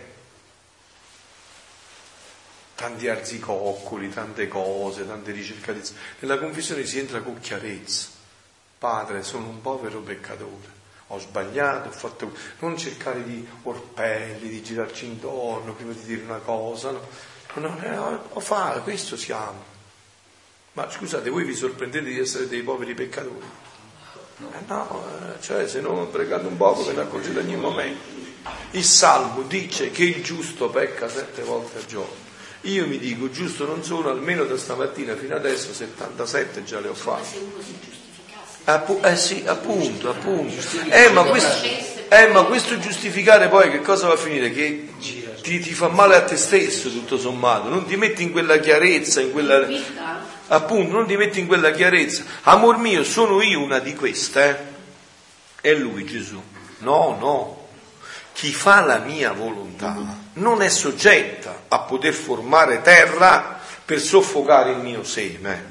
tanti arzicoccoli, tante cose, tante ricercatezze. Nella confessione si entra con chiarezza. Padre, sono un povero peccatore, ho sbagliato, ho fatto... Non cercare di orpelli, di girarci intorno prima di dire una cosa, no? No, no, no, fa, questo siamo. Ma scusate, voi vi sorprendete di essere dei poveri peccatori? Eh no, cioè se non pregate un poco ve ne accorgete ogni momento. Il Salmo dice che il giusto pecca sette volte al giorno. Io mi dico, giusto non sono, almeno da stamattina fino adesso settantasette già le ho fatte. Appu- eh sì, appunto, appunto. Eh ma, questo, eh ma questo giustificare poi che cosa va a finire? Che ti, ti fa male a te stesso tutto sommato, non ti metti in quella chiarezza, in quella... Appunto, non ti metti in quella chiarezza. Amor mio, sono io una di queste? Eh? È lui Gesù. No, no. Chi fa la mia volontà non è soggetta a poter formare terra per soffocare il mio seme.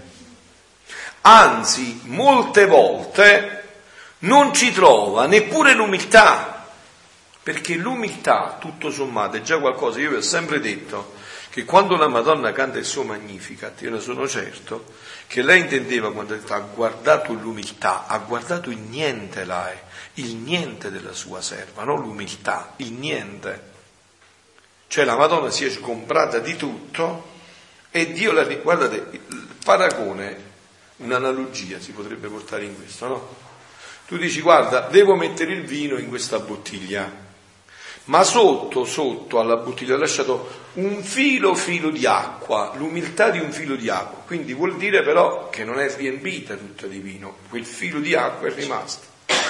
Anzi, molte volte non ci trova neppure l'umiltà, perché l'umiltà, tutto sommato, è già qualcosa. Io vi ho sempre detto che quando la Madonna canta il suo Magnificat, io ne sono certo, che lei intendeva quando ha detto ha guardato l'umiltà, ha guardato il niente là, il niente della sua serva, non l'umiltà, il niente. Cioè la Madonna si è sgombrata di tutto e Dio la... Guardate, il paragone, un'analogia si potrebbe portare in questo, no? Tu dici, guarda, devo mettere il vino in questa bottiglia, ma sotto, sotto alla bottiglia ho lasciato un filo, filo di acqua, l'umiltà di un filo di acqua, quindi vuol dire però che non è riempita tutta di vino, quel filo di acqua è rimasto.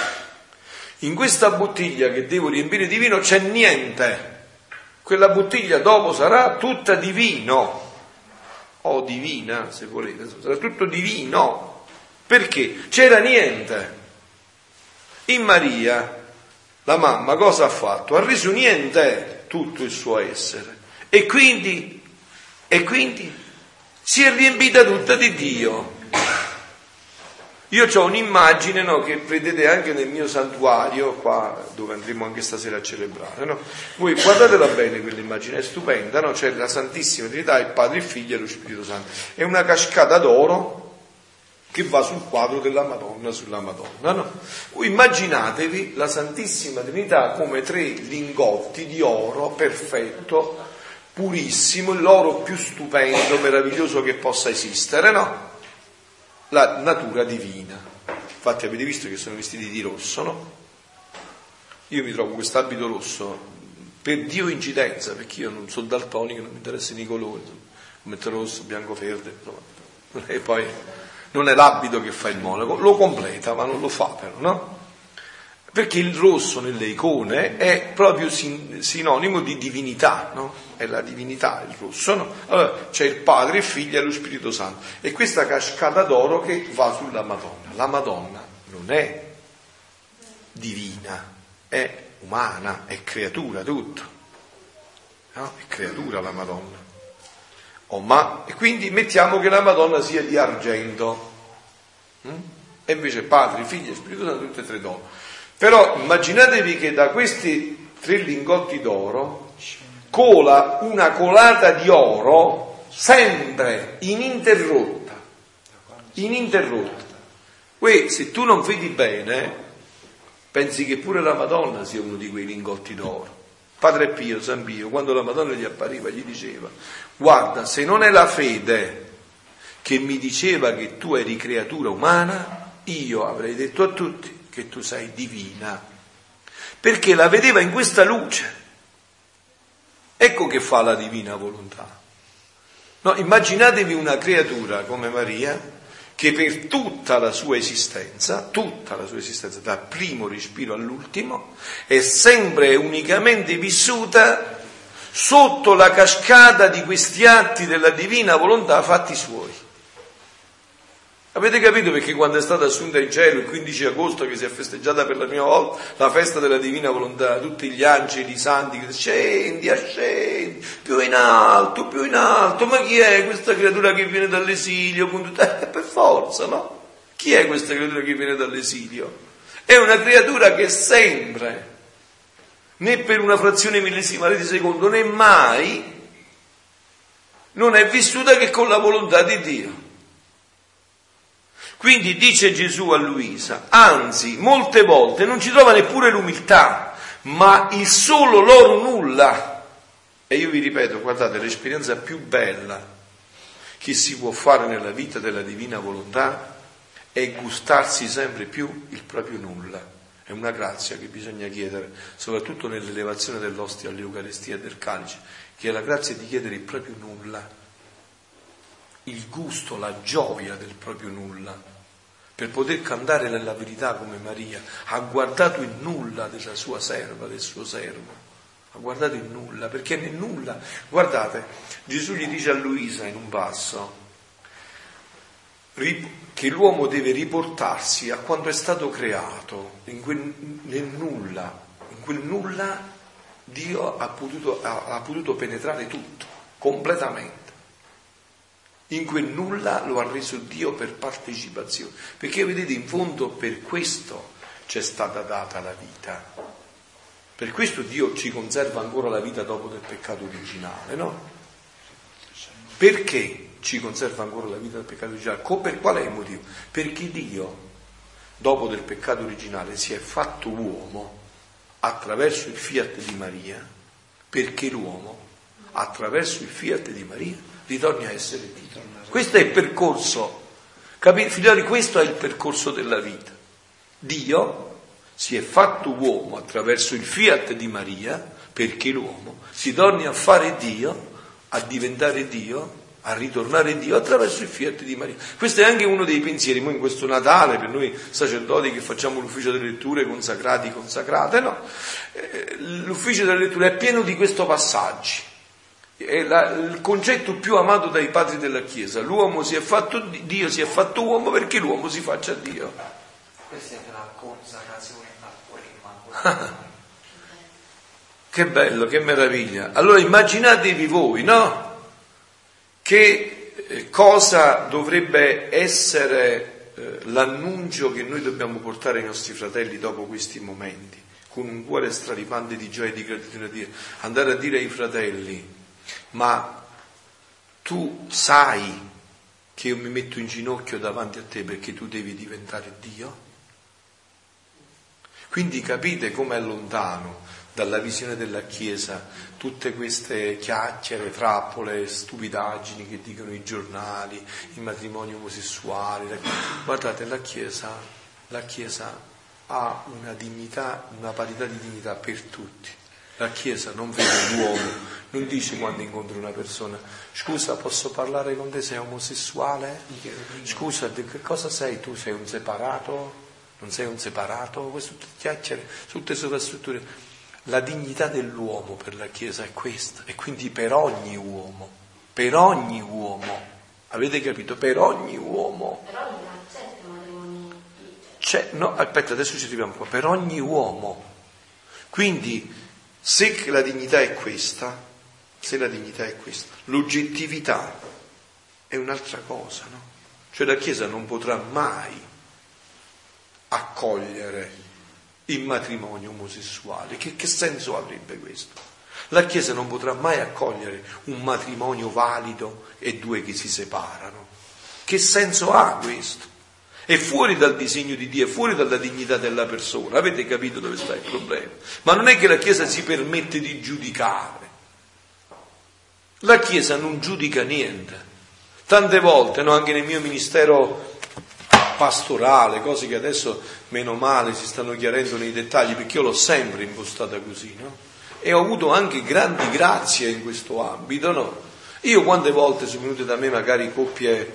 In questa bottiglia che devo riempire di vino c'è niente, quella bottiglia dopo sarà tutta di vino, o divina se volete, sarà tutto di vino, perché c'era niente. In Maria la mamma cosa ha fatto? Ha reso niente tutto il suo essere e quindi, e quindi si è riempita tutta di Dio. Io ho un'immagine, no, che vedete anche nel mio santuario qua dove andremo anche stasera a celebrare, no? Voi guardatela bene, quell'immagine è stupenda, no? C'è la Santissima Trinità, il Padre, il Figlio e lo Spirito Santo, è una cascata d'oro che va sul quadro della Madonna, sulla Madonna, no? Voi immaginatevi la Santissima Trinità come tre lingotti di oro perfetto, purissimo, l'oro più stupendo, meraviglioso che possa esistere, no? La natura divina. Infatti avete visto che sono vestiti di rosso, no? Io mi trovo quest'abito rosso per Dio incidenza, perché io non sono daltonico, non mi interessano i colori, metto rosso, bianco, verde, insomma. E poi non è l'abito che fa il monaco, lo completa, ma non lo fa però, no? Perché il rosso nelle icone è proprio sin- sinonimo di divinità, no? È la divinità il rosso, no? Allora c'è il Padre, il Figlio e lo Spirito Santo. E questa cascata d'oro che va sulla Madonna. La Madonna non è divina, è umana, è creatura tutto. No? È creatura la Madonna. Oh, ma, e quindi mettiamo che la Madonna sia di argento. Mm? E invece Padre, Figlio e Spirito Santo tutte e tre d'oro. Però immaginatevi che da questi tre lingotti d'oro cola una colata di oro sempre ininterrotta, ininterrotta. Uè, se tu non vedi bene, pensi che pure la Madonna sia uno di quei lingotti d'oro. Padre Pio, San Pio, quando la Madonna gli appariva, gli diceva: guarda, se non è la fede che mi diceva che tu eri creatura umana, io avrei detto a tutti che tu sei divina, perché la vedeva in questa luce. Ecco che fa la divina volontà. No, immaginatevi una creatura come Maria che per tutta la sua esistenza, tutta la sua esistenza, dal primo respiro all'ultimo, è sempre e unicamente vissuta sotto la cascata di questi atti della divina volontà fatti suoi. Avete capito perché quando è stata assunta in cielo il quindici agosto, che si è festeggiata per la prima volta la festa della divina volontà, tutti gli angeli, i santi che scendi, ascendi, più in alto, più in alto, ma chi è questa creatura che viene dall'esilio? Eh, per forza, no? Chi è questa creatura che viene dall'esilio? È una creatura che sempre, né per una frazione millesimale di secondo, né mai, non è vissuta che con la volontà di Dio. Quindi dice Gesù a Luisa, anzi, molte volte non ci trova neppure l'umiltà, ma il solo loro nulla. E io vi ripeto, guardate, l'esperienza più bella che si può fare nella vita della divina volontà è gustarsi sempre più il proprio nulla. È una grazia che bisogna chiedere, soprattutto nell'elevazione dell'ostia all'Eucaristia e del calice, che è la grazia di chiedere il proprio nulla, il gusto, la gioia del proprio nulla, per poter cantare nella verità come Maria. Ha guardato il nulla della sua serva, del suo servo, ha guardato il nulla, perché nel nulla, guardate, Gesù gli dice a Luisa in un passo che l'uomo deve riportarsi a quando è stato creato, in quel, nel nulla, in quel nulla Dio ha potuto, ha, ha potuto penetrare tutto, completamente. In quel nulla lo ha reso Dio per partecipazione, perché vedete, in fondo per questo c'è stata data la vita, per questo Dio ci conserva ancora la vita dopo del peccato originale, no? Perché ci conserva ancora la vita del peccato originale? Per qual è il motivo? Perché Dio, dopo del peccato originale, si è fatto uomo attraverso il fiat di Maria, perché l'uomo, attraverso il fiat di Maria, ritorni a essere Dio. Questo è il percorso, capite? Figlioli, questo è il percorso della vita. Dio si è fatto uomo attraverso il fiat di Maria, perché l'uomo si torni a fare Dio, a diventare Dio, a ritornare Dio attraverso il fiat di Maria. Questo è anche uno dei pensieri, noi in questo Natale, per noi sacerdoti che facciamo l'ufficio delle letture, consacrati, consacrate, no? L'ufficio delle letture è pieno di questo passaggio. È la, il concetto più amato dai padri della Chiesa. L'uomo si è fatto, Dio si è fatto uomo perché l'uomo si faccia Dio. Questa è la consacrazione al cuore immacolato. Che bello, che meraviglia. Allora immaginatevi voi, no? Che cosa dovrebbe essere eh, l'annuncio che noi dobbiamo portare ai nostri fratelli dopo questi momenti, con un cuore straripante di gioia e di gratitudine a Dio. Andare a dire ai fratelli: ma tu sai che io mi metto in ginocchio davanti a te perché tu devi diventare Dio? Quindi capite com'è lontano dalla visione della Chiesa tutte queste chiacchiere, trappole, stupidaggini che dicono i giornali, i matrimoni omosessuali. Guardate, la Chiesa, la Chiesa ha una dignità, una parità di dignità per tutti. La Chiesa non vede l'uomo, non dice quando incontra una persona: scusa, posso parlare con te, sei omosessuale? Scusa, che cosa sei tu? Sei un separato? Non sei un separato? Queste tutte chiacchiere, tutte sovrastrutture. La dignità dell'uomo per la Chiesa è questa, e quindi per ogni uomo, per ogni uomo, avete capito? Per ogni uomo. Però non accetta matrimoni. C'è, no, aspetta, adesso ci arriviamo qua. Per ogni uomo. Quindi, se la dignità è questa, se la dignità è questa, l'oggettività è un'altra cosa, no? Cioè la Chiesa non potrà mai accogliere il matrimonio omosessuale. Che, che senso avrebbe questo? La Chiesa non potrà mai accogliere un matrimonio valido e due che si separano. Che senso ha questo? È fuori dal disegno di Dio, è fuori dalla dignità della persona. Avete capito dove sta il problema? Ma non è che la Chiesa si permette di giudicare. La Chiesa non giudica niente. Tante volte, no, anche nel mio ministero pastorale, cose che adesso meno male si stanno chiarendo nei dettagli, perché io l'ho sempre impostata così, no? E ho avuto anche grandi grazie in questo ambito, no? Io quante volte sono venute da me magari coppie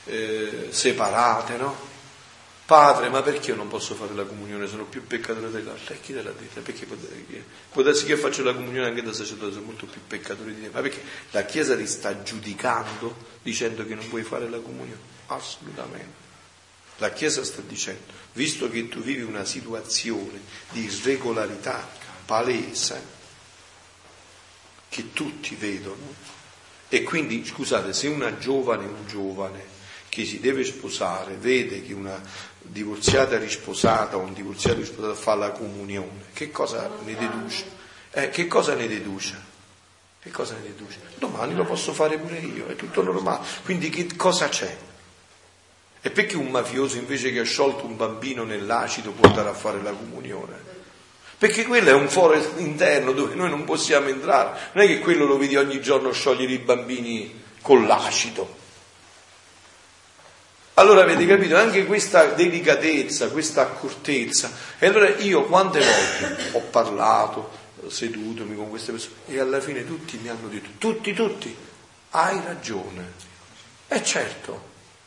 eh, separate, no? Padre, ma perché io non posso fare la comunione? Sono più peccatore dell'altro. E chi te l'ha detto? Perché può darsi che io faccio la comunione anche da sacerdote, sono molto più peccatore di te. Ma perché la Chiesa ti sta giudicando dicendo che non puoi fare la comunione? Assolutamente. La Chiesa sta dicendo, visto che tu vivi una situazione di irregolarità palese, che tutti vedono, e quindi, scusate, se una giovane, un giovane che si deve sposare vede che una divorziata risposata o un divorziato risposato fa la comunione, che cosa ne deduce? Eh, che cosa ne deduce? Che cosa ne deduce? Domani lo posso fare pure io, è tutto normale. Quindi che cosa c'è? E perché un mafioso invece che ha sciolto un bambino nell'acido può andare a fare la comunione? Perché quello è un foro interno dove noi non possiamo entrare. Non è che quello lo vedi ogni giorno sciogliere i bambini con l'acido. Allora avete capito anche questa delicatezza, questa accortezza. E allora io quante volte ho parlato, sedutomi con queste persone e alla fine tutti mi hanno detto, tutti, tutti, hai ragione. E certo.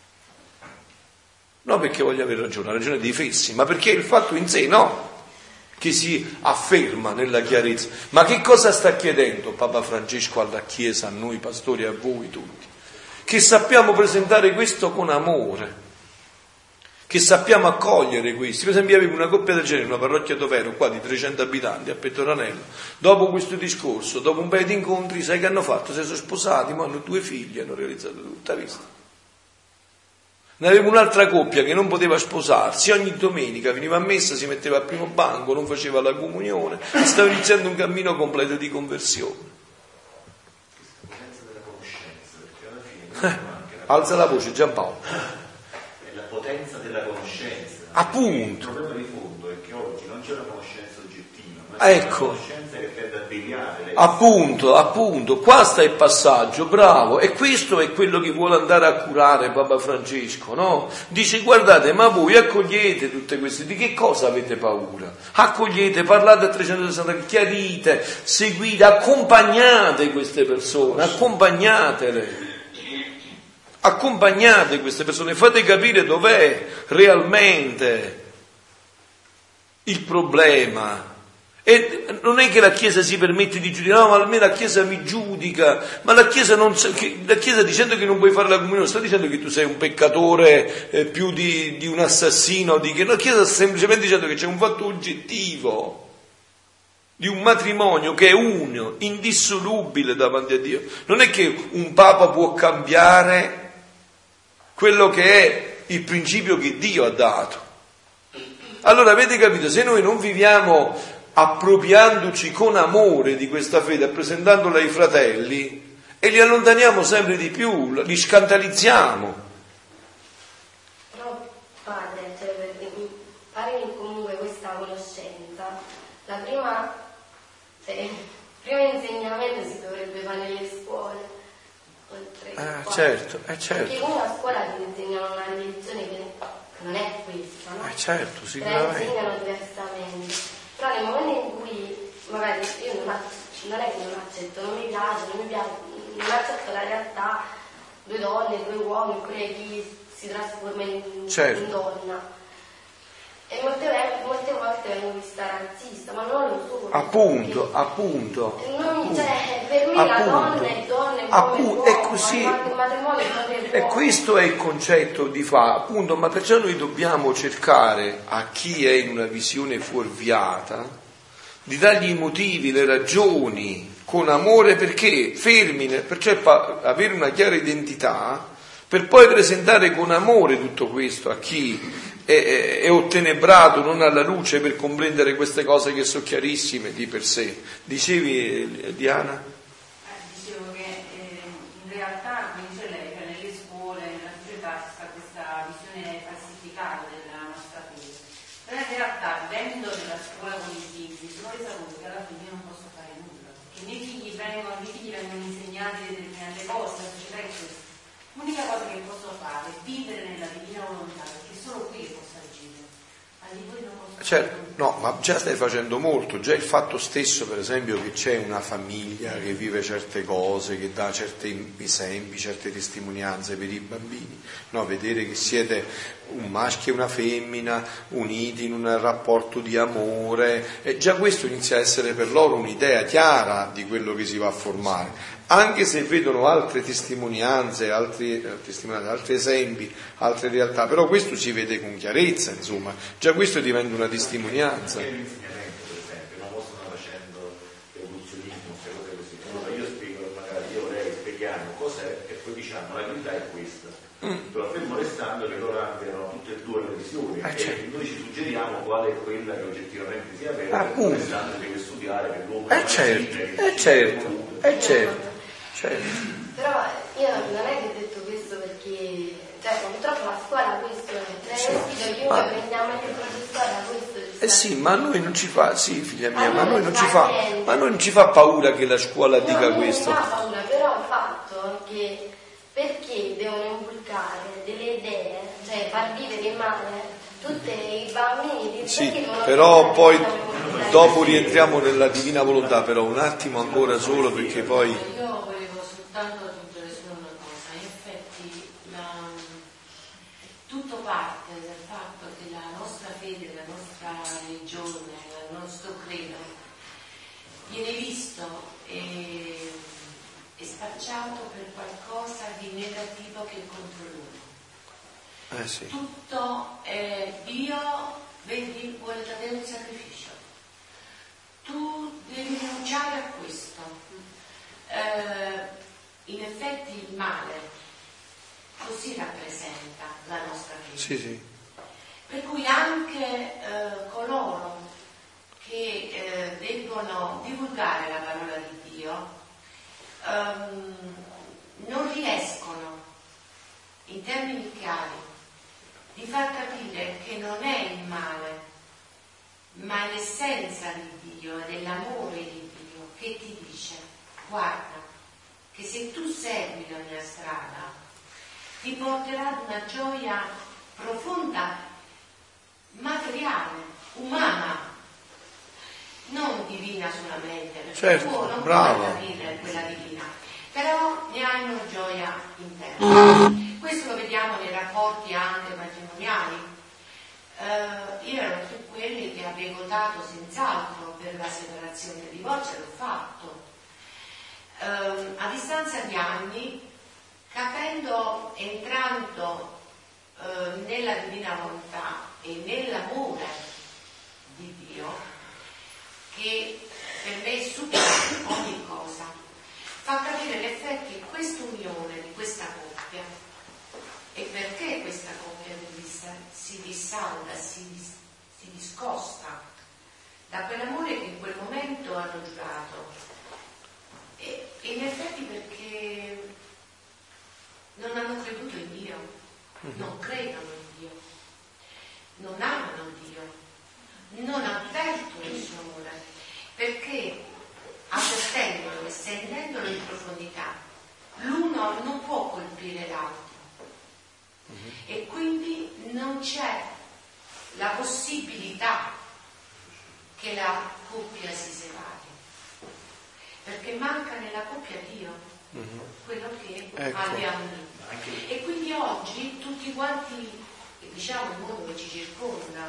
Non perché voglio avere ragione, la ragione dei fessi, ma perché il fatto in sé no, che si afferma nella chiarezza. Ma che cosa sta chiedendo Papa Francesco alla Chiesa, a noi pastori, a voi tutti? Che sappiamo presentare questo con amore, che sappiamo accogliere questi. Per esempio avevo una coppia del genere, una parrocchia dove ero, qua di trecento abitanti, a Pettoranello. Dopo questo discorso, dopo un paio di incontri, sai che hanno fatto? Si sono sposati, ma hanno due figli, hanno realizzato tutto, hai visto? Ne avevo un'altra coppia che non poteva sposarsi, ogni domenica veniva a messa, si metteva al primo banco, non faceva la comunione e stava iniziando un cammino completo di conversione. Eh, alza la voce Giampaolo. È la potenza della conoscenza. Appunto. Il problema di fondo è che oggi non c'è una conoscenza oggettiva, ma c'è ecco. Una conoscenza che tende a deviare le... Appunto, appunto, qua sta il passaggio, bravo, e questo è quello che vuole andare a curare Papa Francesco, no? Dice, guardate, ma voi accogliete tutte queste, di che cosa avete paura? Accogliete, parlate a trecentosessanta, chiarite, seguite, accompagnate queste persone, accompagnatele. Accompagnate queste persone, fate capire dov'è realmente il problema. E non è che la Chiesa si permette di giudicare, no, ma almeno la Chiesa mi giudica, ma la Chiesa, non, la Chiesa dicendo che non puoi fare la comunione, sta dicendo che tu sei un peccatore eh, più di, di un assassino, di che la Chiesa sta semplicemente dicendo che c'è un fatto oggettivo di un matrimonio che è uno, indissolubile davanti a Dio. Non è che un Papa può cambiare quello che è il principio che Dio ha dato. Allora avete capito, se noi non viviamo appropriandoci con amore di questa fede, presentandola ai fratelli, e li allontaniamo sempre di più, li scandalizziamo. Però padre, cioè, per fare comunque questa conoscenza, la prima, cioè, il primo insegnamento si dovrebbe fare nelle scuole. Ah, certo, eh, certo. Perché comunque a scuola ti insegnano una religione che non è questa, no? Eh, certo, Te la sicuramente. insegnano diversamente. Però nel momento in cui magari io non, non è che non accetto, non mi piace, non mi piace, non accetto la realtà, due donne, due uomini, oppure chi si trasforma in, certo. in donna. E molte, molte volte vengo vista razzista, ma non lo so. Appunto, appunto. Non, appunto, cioè, per me appunto, la donna è donna, è appunto, come è così. il matrimonio è come E questo è il concetto di fa, appunto, ma perciò noi dobbiamo cercare a chi è in una visione fuorviata di dargli i motivi, le ragioni, con amore, perché fermi, perciò avere una chiara identità, per poi presentare con amore tutto questo a chi è, è ottenebrato, non alla luce, per comprendere queste cose che sono chiarissime di per sé. Dicevi, Diana? Eh, dicevo che eh, in realtà, come dice lei, cioè nelle scuole, nella società sta questa visione falsificata della nostra fede. Però in realtà, vivendo nella scuola con i figli, sono resa conto che alla fine io non posso fare nulla, perché i miei figli vengono, i miei figli vengono insegnati determinate cose, la società è questa. L'unica cosa che posso fare è vivere nella divina volontà, perché è solo qui che posso agire. Certo, no, ma già stai facendo molto, già il fatto stesso per esempio che c'è una famiglia che vive certe cose, che dà certi esempi, certe testimonianze per i bambini, no, vedere che siete un maschio e una femmina uniti in un rapporto di amore, e già questo inizia a essere per loro un'idea chiara di quello che si va a formare. Anche se vedono altre testimonianze, altri, eh, testimonianze, altri esempi, altre realtà, però questo si vede con chiarezza, insomma, già questo diventa una testimonianza. Anche l'insegnamento, per esempio, non possono facendo evoluzionismo, queste cose così. Allora io spiego, magari io lei spieghiamo cos'è e poi diciamo la verità è questa. Mm. Però fermo restando che loro abbiano tutte e due le visioni ah, e certo. noi ci suggeriamo quale è quella che oggettivamente sia vera, ah, fermo restando deve studiare che l'uomo è certo, è certo, è certo. Certo. Però io non è che ho detto questo perché, cioè purtroppo la scuola questo è, cioè io sfido chiunque ma... prendiamo anche il professore da questo. Eh sì, ma a noi non ci fa, sì figlia mia, ma a noi non ci fa, ma a noi non ci fa paura che la scuola no, dica questo. Non mi fa paura, però il fatto che perché devono inculcare delle idee, cioè far vivere in male tutti i bambini. Sì, però poi dopo rientriamo nella divina volontà, però un attimo ancora solo perché poi... Tanto aggiungere solo una cosa, in effetti la, tutto parte dal fatto che la nostra fede, la nostra religione, il nostro credo viene visto e, e spacciato per qualcosa di negativo che è contro l'uomo. Eh sì. Tutto è Dio, vedi, vuole da te un sacrificio. Tu devi rinunciare a questo. Eh, In effetti il male così rappresenta la nostra vita. Sì, sì. Per cui anche eh, coloro che eh, debbono divulgare la parola di Dio ehm, non riescono in termini chiari di far capire che non è il male, ma è l'essenza di Dio, è dell'amore di Dio che ti dice: guarda, che se tu segui la mia strada ti porterà ad una gioia profonda, materiale, umana, non divina solamente, perché certo, tu non bravo. puoi capire quella divina, però ne hai una gioia interna. Questo lo vediamo nei rapporti anche matrimoniali. Uh, io ero tra quelli che avrei votato senz'altro per la separazione del divorzio, l'ho fatto. Uh, a distanza di anni, capendo, entrando uh, nella divina volontà e nell'amore di Dio, che per me supera ogni cosa, fa capire in effetti questa unione di questa coppia e perché questa coppia si dissalda, si, dis, si discosta da quell'amore che in quel momento hanno giurato. E in effetti perché non hanno creduto in Dio, non credono in Dio, non amano Dio, non avvertono il suo amore, perché avvertendolo e sentendolo in profondità, l'uno non può colpire l'altro e quindi non c'è la possibilità che la coppia si separi. Perché manca nella coppia Dio, mm-hmm. quello che ecco. abbiamo lì. E quindi oggi tutti quanti, diciamo il mondo che ci circonda,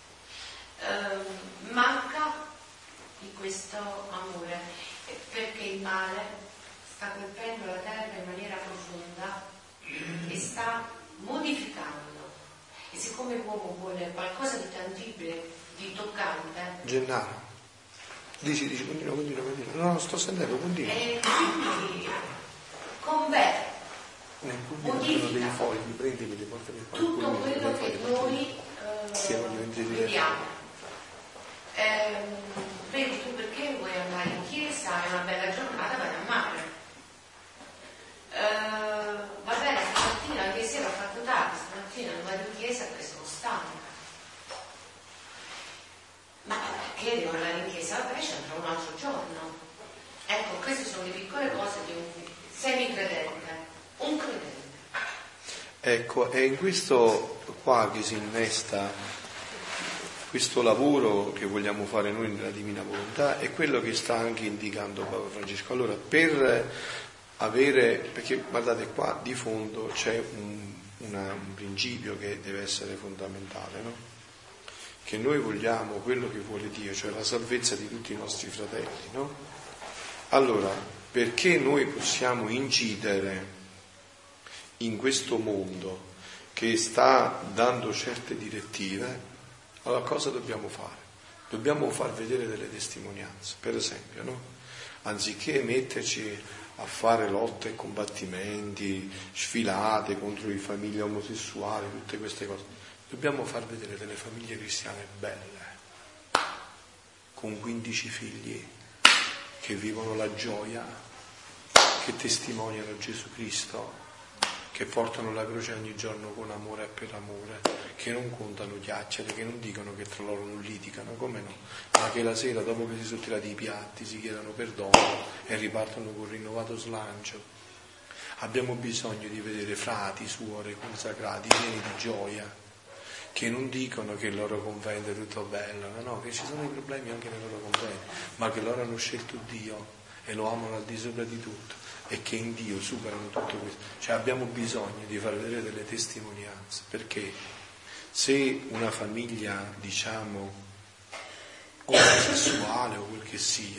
eh, manca di questo amore, perché il male sta colpendo la terra in maniera profonda e sta modificando. E siccome l'uomo vuole qualcosa di tangibile, di toccante, Gennaro. Dici, dici, continua, continua, continua. No, non sto sentendo, continua. E quindi converte, modifica dei fogli, prendimi, li portami qua. tutto quello che noi eh, vediamo. Eh, vedi tu perché vuoi andare in chiesa, è una bella giornata, vai a mare. Eh, va bene, stamattina anche se l'ho fatto tardi, stamattina non vado in chiesa perché sono stanca. Ma perché devo andare in chiesa? Vabbè, ci andrò un altro giorno. Ecco, queste sono le piccole cose di un semicredente, un credente. Ecco, è in questo qua che si innesta questo lavoro che vogliamo fare noi nella Divina Volontà è quello che sta anche indicando Papa Francesco. Allora, per avere, perché guardate qua di fondo c'è un, una, un principio che deve essere fondamentale, no? Che noi vogliamo quello che vuole Dio, cioè la salvezza di tutti i nostri fratelli, no? Allora, perché noi possiamo incidere in questo mondo che sta dando certe direttive, allora cosa dobbiamo fare? Dobbiamo far vedere delle testimonianze, per esempio, no? Anziché metterci a fare lotte e combattimenti, sfilate contro le famiglie omosessuali, tutte queste cose, dobbiamo far vedere delle famiglie cristiane belle, con quindici figli, che vivono la gioia, che testimoniano Gesù Cristo, che portano la croce ogni giorno con amore e per amore, che non contano chiacchiere, che non dicono che tra loro non litigano, come no, ma che la sera, dopo che si sono tirati i piatti, si chiedano perdono e ripartono con rinnovato slancio. Abbiamo bisogno di vedere frati, suore consacrati, pieni di gioia, che non dicono che il loro convento è tutto bello, no, no, che ci sono i problemi anche nei loro conventi, ma che loro hanno scelto Dio e lo amano al di sopra di tutto, e che in Dio superano tutto questo. Cioè abbiamo bisogno di far vedere delle testimonianze, perché se una famiglia, diciamo, omosessuale o quel che sia,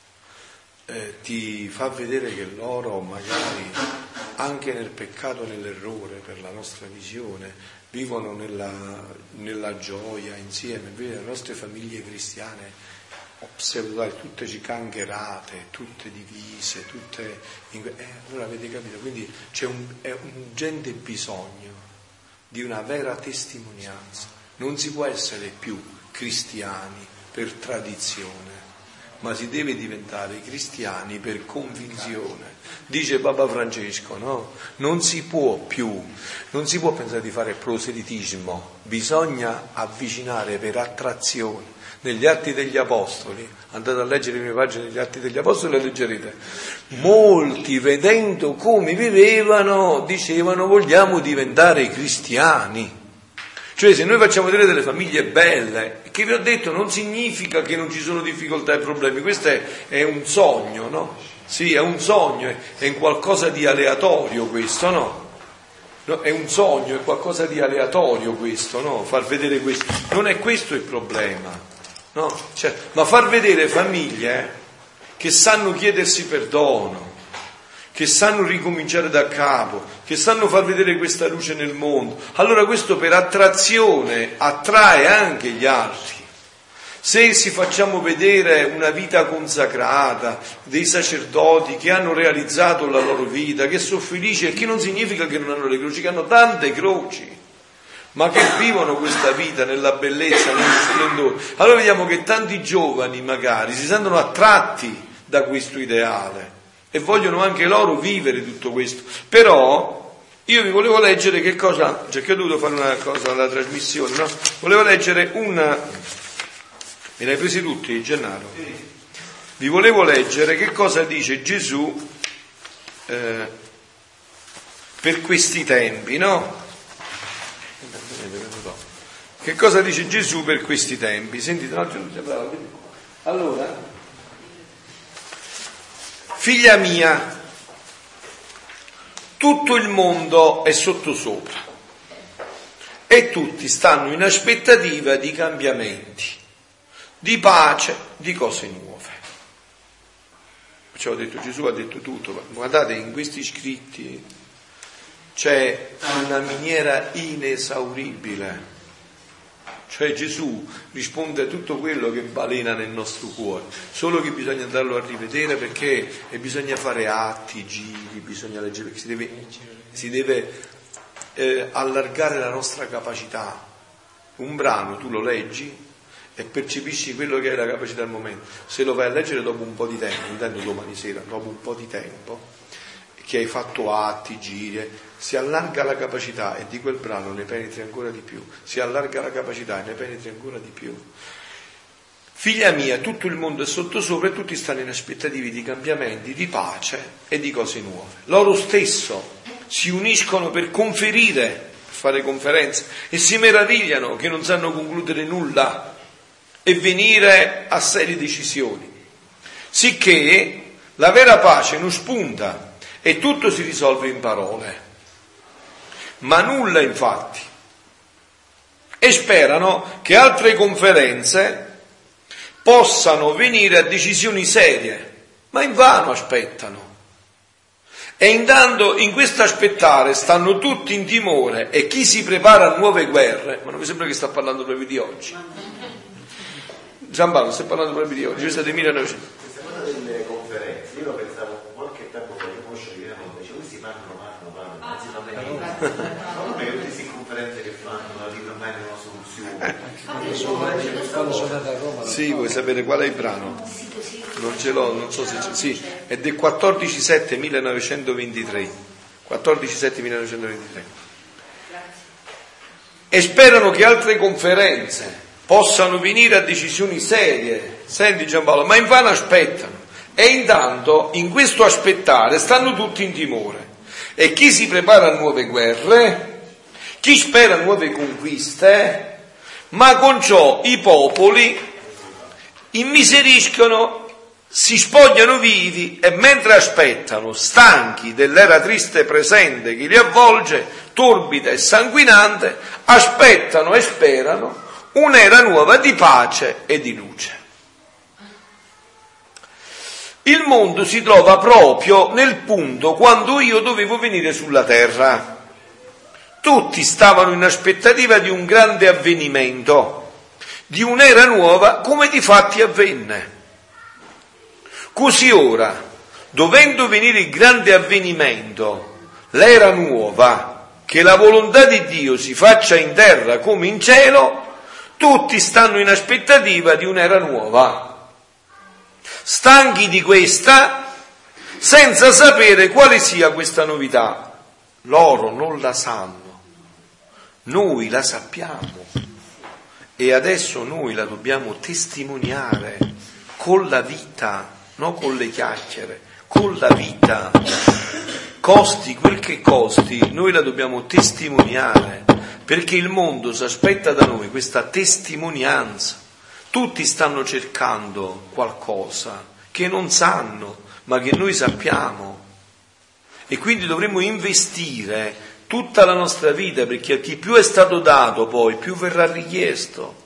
eh, ti fa vedere che loro magari anche nel peccato e nell'errore, per la nostra visione, vivono nella, nella gioia insieme, vedi le nostre famiglie cristiane osservare tutte cicangherate, tutte divise, tutte in... eh, allora avete capito, quindi c'è un, è un gente bisogno di una vera testimonianza. Non si può essere più cristiani per tradizione, ma si deve diventare cristiani per convinzione. Dice Papa Francesco, no? Non si può più, non si può pensare di fare proselitismo, bisogna avvicinare per attrazione. Negli Atti degli Apostoli, andate a leggere le prime pagine degli Atti degli Apostoli e leggerete, molti vedendo come vivevano dicevano vogliamo diventare cristiani. Cioè se noi facciamo vedere delle famiglie belle, che vi ho detto non significa che non ci sono difficoltà e problemi, questo è, è un sogno, no? Sì, è un sogno, è, è qualcosa di aleatorio questo, no? No, è un sogno, è qualcosa di aleatorio questo, no? Far vedere questo, non è questo il problema. No, cioè, ma far vedere famiglie che sanno chiedersi perdono, che sanno ricominciare da capo, che sanno far vedere questa luce nel mondo, allora questo per attrazione attrae anche gli altri. Se si facciamo vedere una vita consacrata, dei sacerdoti che hanno realizzato la loro vita, che sono felici, e che non significa che non hanno le croci, che hanno tante croci, ma che vivono questa vita nella bellezza, nello splendore, allora vediamo che tanti giovani magari si sentono attratti da questo ideale e vogliono anche loro vivere tutto questo. Però io vi volevo leggere che cosa, cioè che ho dovuto fare una cosa alla trasmissione, no? Volevo leggere una, me ne hai presi tutti, Gennaro? Vi volevo leggere che cosa dice Gesù eh, per questi tempi, no? Che cosa dice Gesù per questi tempi? Sentite, no, Gesù, bravo. Allora, figlia mia, tutto il mondo è sottosopra e tutti stanno in aspettativa di cambiamenti, di pace, di cose nuove. Perciò ho detto, Gesù ha detto tutto. Guardate, in questi scritti c'è una miniera inesauribile. Cioè Gesù risponde a tutto quello che balena nel nostro cuore, solo che bisogna andarlo a rivedere, perché e bisogna fare atti, giri, bisogna leggere, perché si deve, si deve eh, allargare la nostra capacità. Un brano tu lo leggi e percepisci quello che è la capacità del momento. Se lo vai a leggere dopo un po' di tempo, intendo domani sera, dopo un po' di tempo, che hai fatto atti, giri, si allarga la capacità e di quel brano ne penetri ancora di più, si allarga la capacità e ne penetri ancora di più. Figlia mia, tutto il mondo è sottosopra e tutti stanno in aspettativa di cambiamenti, di pace e di cose nuove. Loro stesso si uniscono per conferire, per fare conferenze, e si meravigliano che non sanno concludere nulla. e venire a serie decisioni, sicché la vera pace non spunta e tutto si risolve in parole, ma nulla infatti. E sperano che altre conferenze possano venire a decisioni serie, ma invano aspettano. E intanto in questo aspettare stanno tutti in timore e chi si prepara a nuove guerre, ma non mi sembra che sta parlando proprio di oggi. Giampaolo, stai parlando proprio di oggi, questa è del millenovecento. Questa cosa delle conferenze, io lo pensavo qualche tempo fa, io conoscevo di Milano, dicevo, questi parlano, parlano, parlano, non si fanno niente. Ma non è che queste conferenze che fanno, non arrivano mai nella soluzione. Sì, vuoi sapere qual è il brano? Non ce l'ho, non so se c'è. Sì, è del quattordici sette millenovecentoventitré. quattordici sette millenovecentoventitré. E sperano che altre conferenze possano venire a decisioni serie. Senti Giampaolo, ma invano aspettano. E intanto, in questo aspettare, stanno tutti in timore. E chi si prepara a nuove guerre, chi spera a nuove conquiste, ma con ciò i popoli immiseriscono, si spogliano vivi e mentre aspettano, stanchi dell'era triste presente che li avvolge, torbida e sanguinante, aspettano e sperano un'era nuova di pace e di luce. Il mondo si trova proprio nel punto quando io dovevo venire sulla terra. Tutti stavano in aspettativa di un grande avvenimento, di un'era nuova come difatti avvenne. Così ora, dovendo venire il grande avvenimento, l'era nuova, che la volontà di Dio si faccia in terra come in cielo, tutti stanno in aspettativa di un'era nuova. Stanchi di questa, senza sapere quale sia questa novità. Loro non la sanno. Noi la sappiamo e adesso noi la dobbiamo testimoniare con la vita, non con le chiacchiere, con la vita. Costi quel che costi, noi la dobbiamo testimoniare, perché il mondo si aspetta da noi questa testimonianza. Tutti stanno cercando qualcosa che non sanno, ma che noi sappiamo. E quindi dovremmo investire tutta la nostra vita, perché a chi più è stato dato poi più verrà richiesto,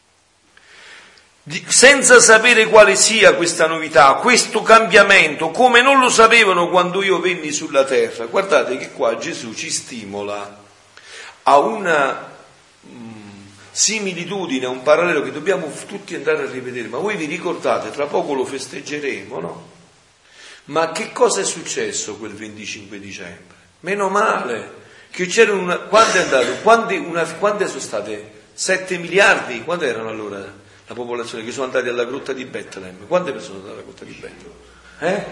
senza sapere quale sia questa novità, questo cambiamento, come non lo sapevano quando io venni sulla terra. Guardate che qua Gesù ci stimola a una mh, similitudine, a un parallelo che dobbiamo tutti andare a rivedere. Ma voi vi ricordate, tra poco lo festeggeremo, no? Ma che cosa è successo quel venticinque dicembre? Meno male che c'erano una, quante è andato? Quante, una, quante sono state? sette miliardi? Quante erano allora la popolazione che sono andati alla grotta di Betlemme? Quante persone sono andate alla grotta di Betlemme?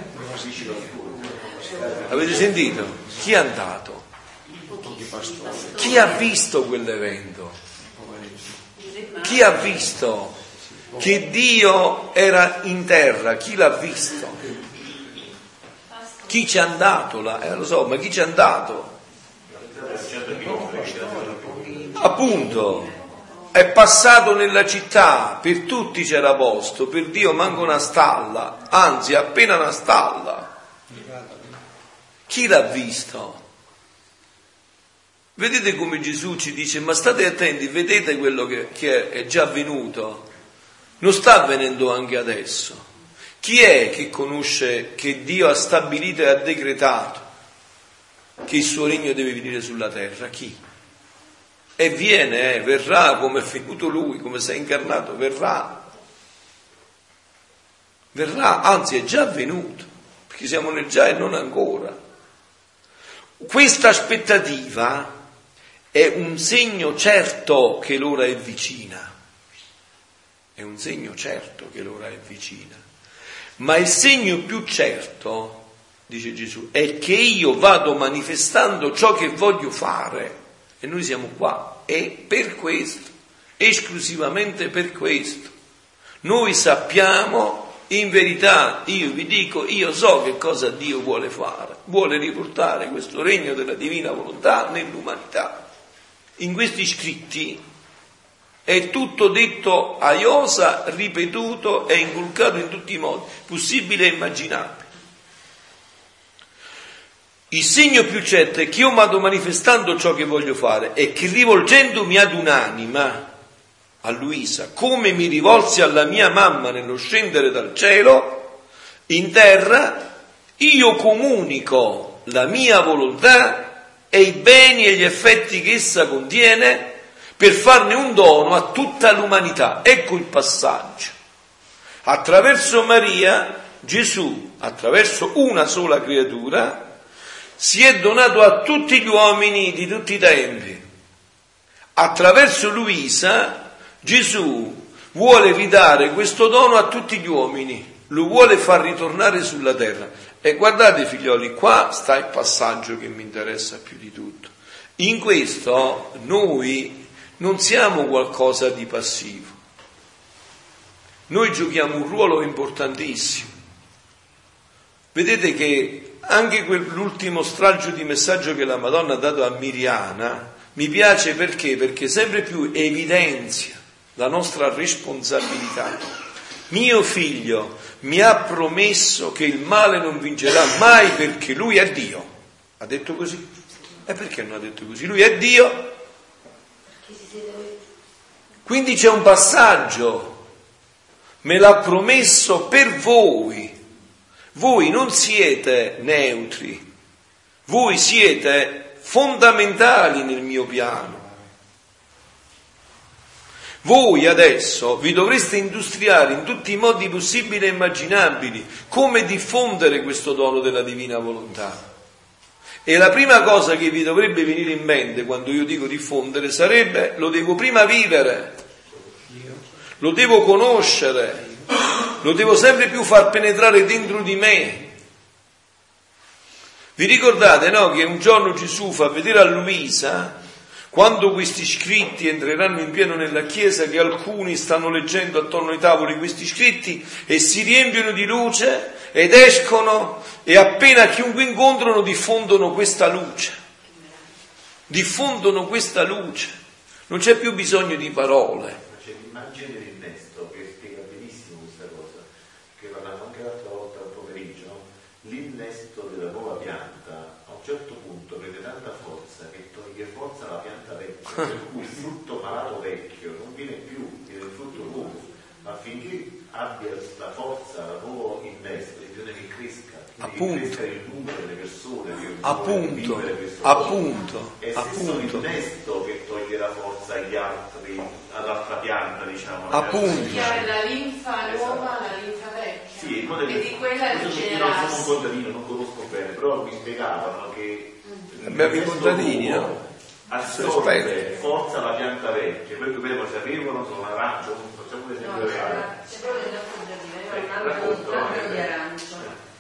Eh? Avete sentito? Chi è andato? Chi ha visto quell'evento? Chi ha visto che Dio era in terra? Chi l'ha visto? Chi ci è andato là? Eh, lo so, ma chi ci è andato? Appunto, è passato nella città, per tutti c'era posto, per Dio manca una stalla, anzi appena una stalla. Chi l'ha visto? Vedete come Gesù ci dice, ma state attenti, vedete quello che, che è già avvenuto, non sta avvenendo anche adesso. Chi è che conosce che Dio ha stabilito e ha decretato che il suo regno deve venire sulla terra? Chi? E viene, eh, verrà come è venuto Lui, come si è incarnato, verrà. Verrà, anzi è già venuto, perché siamo nel già e non ancora. Questa aspettativa è un segno certo che l'ora è vicina. È un segno certo che l'ora è vicina. Ma il segno più certo, dice Gesù, è che io vado manifestando ciò che voglio fare. E noi siamo qua. E per questo, esclusivamente per questo. Noi sappiamo, in verità, io vi dico, io so che cosa Dio vuole fare. Vuole riportare questo regno della divina volontà nell'umanità. In questi scritti È tutto detto a iosa, ripetuto e inculcato in tutti i modi possibili e immaginabili. Il segno più certo è che io vado manifestando ciò che voglio fare e che rivolgendomi ad un'anima, a Luisa, come mi rivolsi alla mia mamma nello scendere dal cielo, in terra, io comunico la mia volontà e i beni e gli effetti che essa contiene per farne un dono a tutta l'umanità. Ecco il passaggio. Attraverso Maria, Gesù, attraverso una sola creatura, si è donato a tutti gli uomini di tutti i tempi. Attraverso Luisa, Gesù vuole ridare questo dono a tutti gli uomini, lo vuole far ritornare sulla terra. E guardate, figlioli, qua sta il passaggio che mi interessa più di tutto. In questo noi non siamo qualcosa di passivo. Noi giochiamo un ruolo importantissimo. Vedete che anche quell'ultimo stralcio di messaggio che la Madonna ha dato a Miriana mi piace perché? Perché sempre più evidenzia la nostra responsabilità. Mio figlio mi ha promesso che il male non vincerà mai perché lui è Dio. Ha detto così? E perché non ha detto così? Lui è Dio. Quindi c'è un passaggio. Me l'ha promesso per voi. Voi non siete neutri, voi siete fondamentali nel mio piano. Voi adesso vi dovreste industriare in tutti i modi possibili e immaginabili come diffondere questo dono della divina volontà. E la prima cosa che vi dovrebbe venire in mente quando io dico diffondere sarebbe: lo devo prima vivere, lo devo conoscere, lo devo sempre più far penetrare dentro di me. Vi ricordate, no, che un giorno Gesù fa vedere a Luisa, quando questi scritti entreranno in pieno nella chiesa, che alcuni stanno leggendo attorno ai tavoli questi scritti e si riempiono di luce ed escono, e appena chiunque incontrano diffondono questa luce, diffondono questa luce, non c'è più bisogno di parole. C'è l'immagine dell'innesto che spiega benissimo questa cosa, che parlavo anche l'altra volta al pomeriggio, no? L'innesto della nuova pianta a un certo punto prende tanta forza che toglie forza alla pianta vecchia, per cui il frutto malato vecchio non viene più, viene il frutto nuovo, ma finché abbia la forza, la nuova innesto, bisogna che cresca, appunto, che cresca il numero delle persone che appunto, vivere questo appunto, è stesso l'innesto che toglie la forza agli altri, all'altra pianta, diciamo, appunto, la linfa nuova, la linfa vecchia, sì, e di quella rigenerarsi. Io sono un contadino, non conosco bene, però mi spiegavano che abbiamo i contadini, no? Assorbe forza alla pianta vecchia, poi vedremo se arrivano, sono un arancio, facciamo un esempio reale. C'è proprio da giardino, io ho un albero di arancio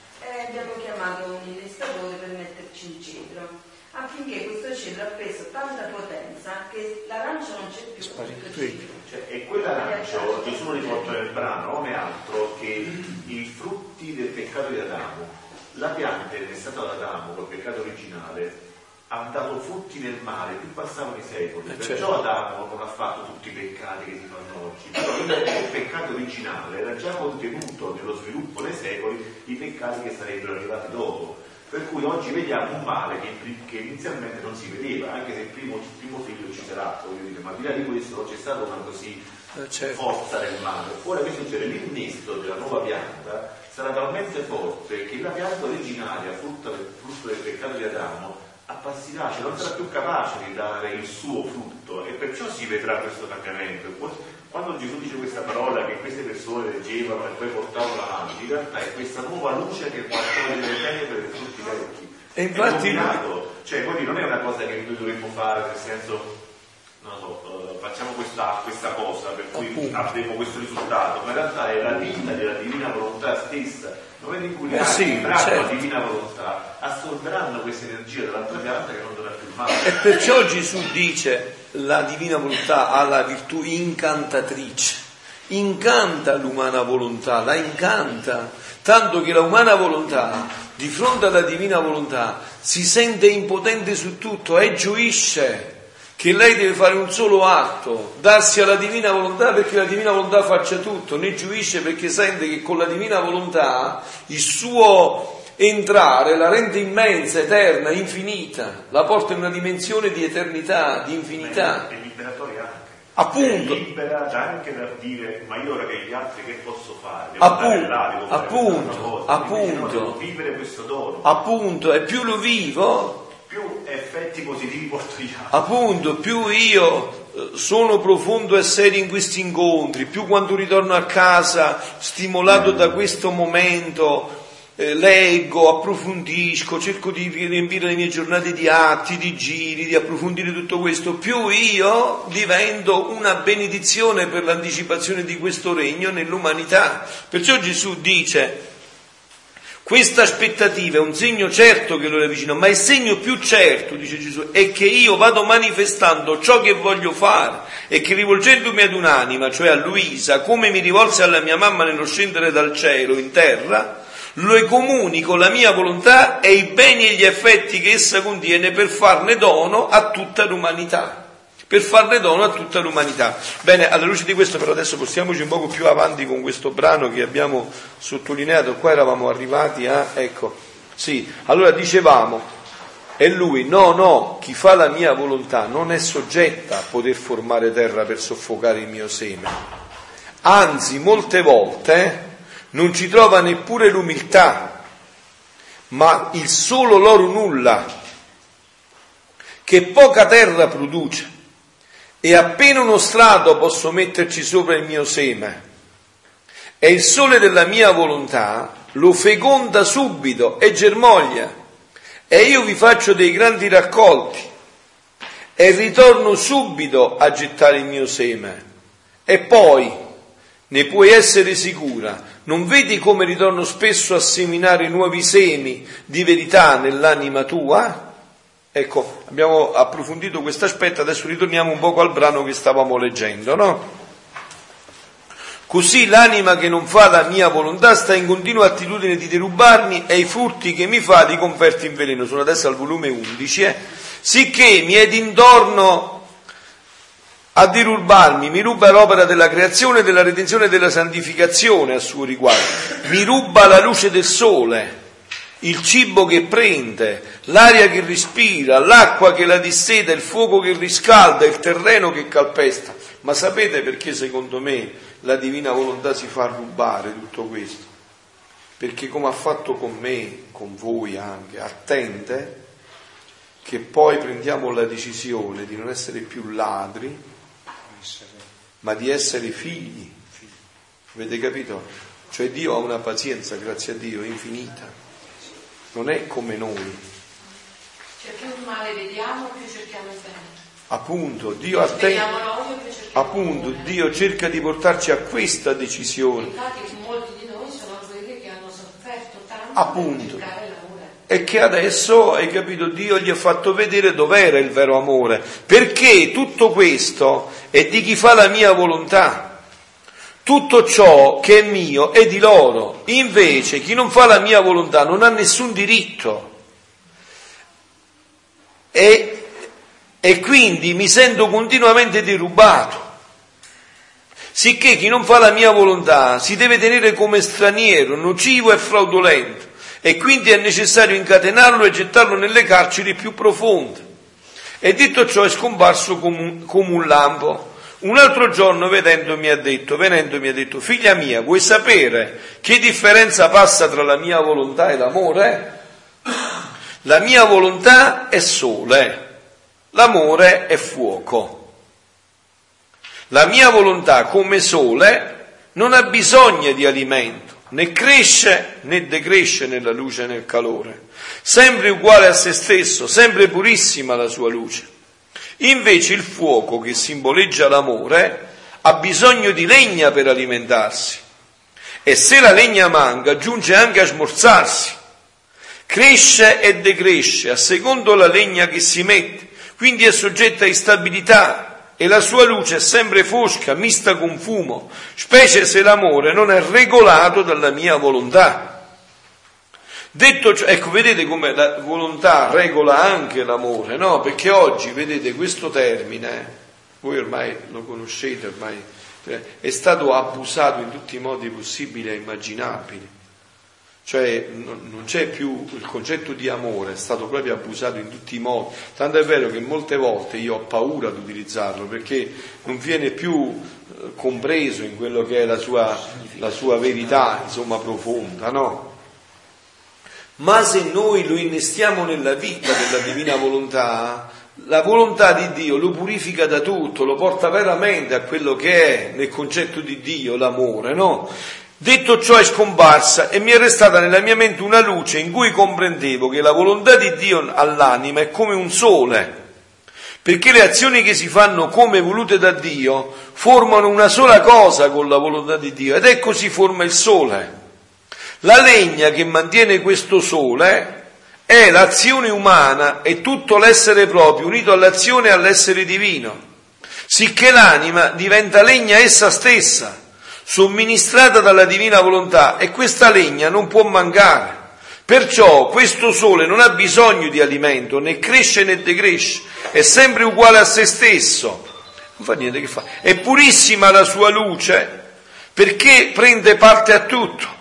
e abbiamo chiamato un innestatore per metterci un cedro, affinché questo cedro ha preso tanta potenza che l'arancio non c'è più. Cioè, e quell'arancio Gesù lo riporta nel brano, non è altro che i frutti del peccato di Adamo. La pianta è stata da Adamo col peccato originale, ha dato frutti nel male, più passavano i secoli, eh perciò certo. Adamo non ha fatto tutti i peccati che si fanno oggi, però il peccato originale era già contenuto nello sviluppo dei secoli, i peccati che sarebbero arrivati dopo, per cui oggi vediamo un male che, che inizialmente non si vedeva, anche se il primo, il primo figlio ucciderà, voglio dire, ma al di là di questo non c'è stata una così eh certo. forza del male. Ora che succede? L'innesto della nuova pianta sarà talmente forte che la pianta originaria, frutto del, frutto del peccato di Adamo, appassirà, cioè non sarà più capace di dare il suo frutto, e perciò si vedrà questo cambiamento. Quando Gesù dice questa parola che queste persone leggevano e poi portavano avanti, in realtà è questa nuova luce che fa togliere le tenebre dei frutti vecchi. E infatti, cioè, quindi non è una cosa che noi dovremmo fare, nel senso, non so, uh, facciamo questa, questa cosa per cui appunto. avremo questo risultato, ma in realtà è la vita della divina volontà stessa. Nel momento in cui le eh sì, certo. la divina volontà assorberanno questa energia dall'altra pianta che non dovrà più male. E perciò Gesù dice: la divina volontà ha la virtù incantatrice, incanta l'umana volontà, la incanta, tanto che la umana volontà di fronte alla divina volontà si sente impotente su tutto e gioisce che lei deve fare un solo atto, darsi alla divina volontà perché la divina volontà faccia tutto, ne giuisce perché sente che con la divina volontà il suo entrare la rende immensa, eterna, infinita, la porta in una dimensione di eternità, di infinità. È liberatoria anche. Appunto. È libera anche da dire, ma io ora che gli altri che posso fare? Devo appunto, là, devo fare appunto, cosa, appunto, no, devo vivere questo dono. Appunto, e più lo vivo, più effetti positivi porto io. Appunto, più io sono profondo e serio in questi incontri, più quando ritorno a casa, stimolato da questo momento, eh, leggo, approfondisco, cerco di riempire le mie giornate di atti, di giri, di approfondire tutto questo, più io divento una benedizione per l'anticipazione di questo regno nell'umanità. Perciò Gesù dice: questa aspettativa è un segno certo che lo è vicino, ma il segno più certo, dice Gesù, è che io vado manifestando ciò che voglio fare e che rivolgendomi ad un'anima, cioè a Luisa, come mi rivolse alla mia mamma nello scendere dal cielo in terra, le comunico la mia volontà e i beni e gli effetti che essa contiene per farne dono a tutta l'umanità. Per farne dono a tutta l'umanità. Bene, alla luce di questo però adesso possiamoci un poco più avanti con questo brano che abbiamo sottolineato. Qua eravamo arrivati a, ecco, sì, allora dicevamo, e lui, no, no, chi fa la mia volontà non è soggetta a poter formare terra per soffocare il mio seme. Anzi, molte volte non ci trova neppure l'umiltà, ma il solo loro nulla, che poca terra produce. E appena uno strato posso metterci sopra il mio seme, e il sole della mia volontà lo feconda subito e germoglia, e io vi faccio dei grandi raccolti, e ritorno subito a gettare il mio seme. E poi, ne puoi essere sicura, non vedi come ritorno spesso a seminare nuovi semi di verità nell'anima tua? Ecco, abbiamo approfondito questo aspetto, adesso ritorniamo un poco al brano che stavamo leggendo, no? Così l'anima che non fa la mia volontà sta in continua attitudine di derubarmi e i frutti che mi fa li converte in veleno. Sono adesso al volume undici, eh? Sicché mi è d'intorno a derubarmi, mi ruba l'opera della creazione, della redenzione e della santificazione a suo riguardo, mi ruba la luce del sole, il cibo che prende, l'aria che respira, l'acqua che la disseta, il fuoco che riscalda, il terreno che calpesta. Ma sapete perché secondo me la divina volontà si fa rubare tutto questo? Perché come ha fatto con me, con voi anche, attende che poi prendiamo la decisione di non essere più ladri, ma di essere figli. Avete capito? Cioè Dio ha una pazienza, grazie a Dio, infinita. Non è come noi. Cioè più male vediamo, più cerchiamo il bene. Appunto, Dio attende. Appunto, Dio cerca di portarci a questa decisione. Infatti molti di noi sono quelli che hanno sofferto tanto. Appunto. Per l'amore. E che adesso, hai capito, Dio gli ha fatto vedere dov'era il vero amore. Perché tutto questo è di chi fa la mia volontà. Tutto ciò che è mio è di loro, invece chi non fa la mia volontà non ha nessun diritto e, e quindi mi sento continuamente derubato. Sicché chi non fa la mia volontà si deve tenere come straniero, nocivo e fraudolento, e quindi è necessario incatenarlo e gettarlo nelle carceri più profonde. E detto ciò è scomparso come un, come un lampo. Un altro giorno vedendo mi ha detto, venendo mi ha detto, figlia mia, vuoi sapere che differenza passa tra la mia volontà e l'amore? La mia volontà è sole, l'amore è fuoco. La mia volontà come sole non ha bisogno di alimento, né cresce né decresce nella luce e nel calore, sempre uguale a se stesso, sempre purissima la sua luce. Invece il fuoco, che simboleggia l'amore, ha bisogno di legna per alimentarsi, e se la legna manca giunge anche a smorzarsi, cresce e decresce a secondo la legna che si mette, quindi è soggetta a instabilità e la sua luce è sempre fosca, mista con fumo, specie se l'amore non è regolato dalla mia volontà. Detto ciò, ecco, vedete come la volontà regola anche l'amore, no? Perché oggi, vedete, questo termine, voi ormai lo conoscete, ormai è stato abusato in tutti i modi possibili e immaginabili. Cioè non c'è più il concetto di amore, è stato proprio abusato in tutti i modi. Tanto è vero che molte volte io ho paura di utilizzarlo perché non viene più compreso in quello che è la sua, la sua verità, insomma, profonda, no? Ma se noi lo innestiamo nella vita della divina volontà, la volontà di Dio lo purifica da tutto, lo porta veramente a quello che è nel concetto di Dio l'amore, no? Detto ciò è scomparsa e mi è restata nella mia mente una luce in cui comprendevo che la volontà di Dio all'anima è come un sole, perché le azioni che si fanno come volute da Dio formano una sola cosa con la volontà di Dio, ed ecco si forma il sole. La legna che mantiene questo sole è l'azione umana e tutto l'essere proprio unito all'azione e all'essere divino, sicché l'anima diventa legna essa stessa, somministrata dalla divina volontà, e questa legna non può mancare. Perciò questo sole non ha bisogno di alimento, né cresce né decresce, è sempre uguale a se stesso, non fa niente che fa. È purissima la sua luce perché prende parte a tutto.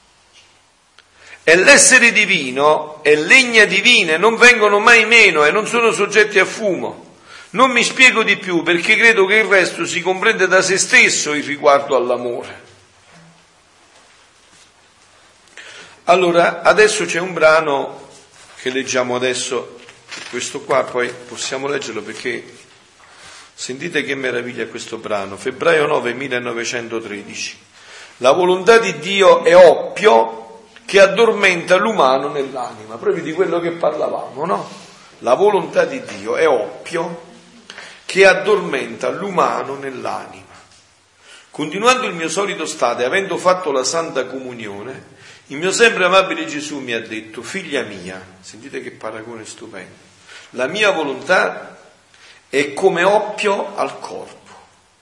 E l'essere divino e legna divine non vengono mai meno e non sono soggetti a fumo. Non mi spiego di più perché credo che il resto si comprende da se stesso in riguardo all'amore. Allora, adesso c'è un brano che leggiamo adesso, questo qua, poi possiamo leggerlo perché sentite che meraviglia questo brano. Febbraio nove millenovecentotredici. La volontà di Dio è oppio che addormenta l'umano nell'anima, proprio di quello che parlavamo, no? La volontà di Dio è oppio che addormenta l'umano nell'anima. Continuando il mio solito stato e avendo fatto la Santa Comunione, il mio sempre amabile Gesù mi ha detto: figlia mia, sentite che paragone stupendo, la mia volontà è come oppio al corpo.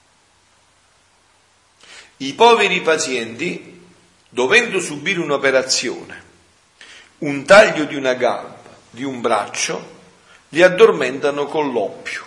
I poveri pazienti, dovendo subire un'operazione, un taglio di una gamba, di un braccio, li addormentano con l'oppio.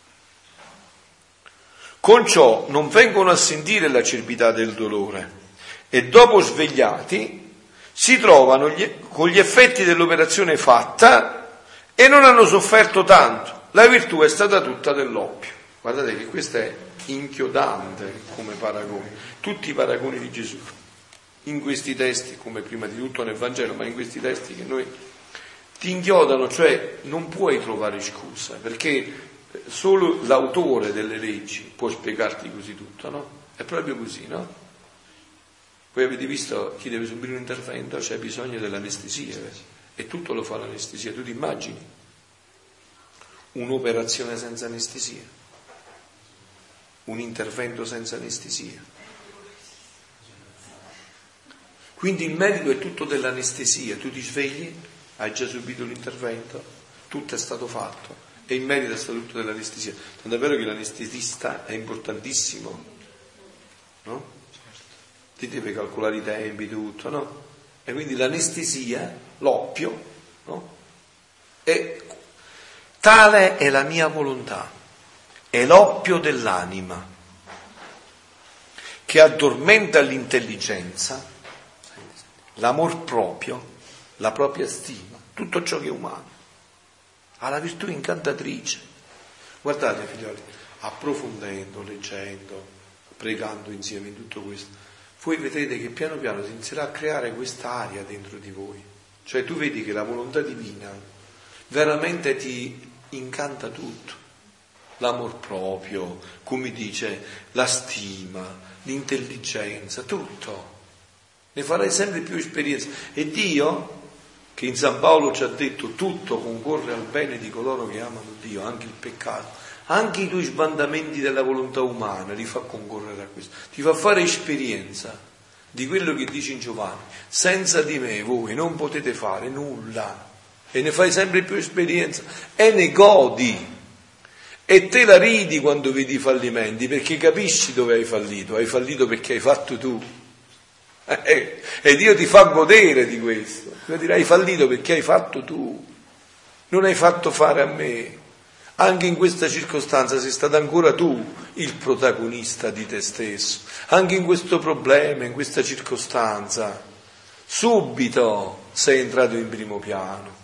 Con ciò non vengono a sentire l'acerbità del dolore e dopo svegliati si trovano gli, con gli effetti dell'operazione fatta e non hanno sofferto tanto. La virtù è stata tutta dell'oppio. Guardate che questo è inchiodante come paragone, tutti i paragoni di Gesù. In questi testi, come prima di tutto nel Vangelo, ma in questi testi che noi ti inchiodano, cioè non puoi trovare scusa, perché solo l'autore delle leggi può spiegarti così tutto, no? È proprio così, no? Voi avete visto chi deve subire un intervento, c'è bisogno dell'anestesia, e tutto lo fa l'anestesia. Tu ti immagini un'operazione senza anestesia? Un intervento senza anestesia? Quindi il merito è tutto dell'anestesia. Tu ti svegli, hai già subito l'intervento, tutto è stato fatto e il merito è stato tutto dell'anestesia. Tanto è vero che l'anestesista è importantissimo, no? Ti deve calcolare i tempi, tutto, no? E quindi l'anestesia, l'oppio, no? E tale è la mia volontà, è l'oppio dell'anima che addormenta l'intelligenza, l'amor proprio, la propria stima, tutto ciò che è umano, ha la virtù incantatrice. Guardate, figlioli, approfondendo, leggendo, pregando insieme in tutto questo, voi vedrete che piano piano si inizierà a creare questa aria dentro di voi. Cioè tu vedi che la volontà divina veramente ti incanta tutto, l'amor proprio, come dice, la stima, l'intelligenza, tutto. Ne farai sempre più esperienza. E Dio, che in San Paolo ci ha detto tutto concorre al bene di coloro che amano Dio, anche il peccato, anche i tuoi sbandamenti della volontà umana li fa concorrere a questo, ti fa fare esperienza di quello che dice in Giovanni: senza di me voi non potete fare nulla, e ne fai sempre più esperienza e ne godi e te la ridi quando vedi i fallimenti, perché capisci dove hai fallito, hai fallito perché hai fatto tu. Eh, e Dio ti fa godere di questo. Tu dirai: hai fallito perché hai fatto tu, non hai fatto fare a me. Anche in questa circostanza sei stato ancora tu il protagonista di te stesso. Anche in questo problema, in questa circostanza, subito sei entrato in primo piano.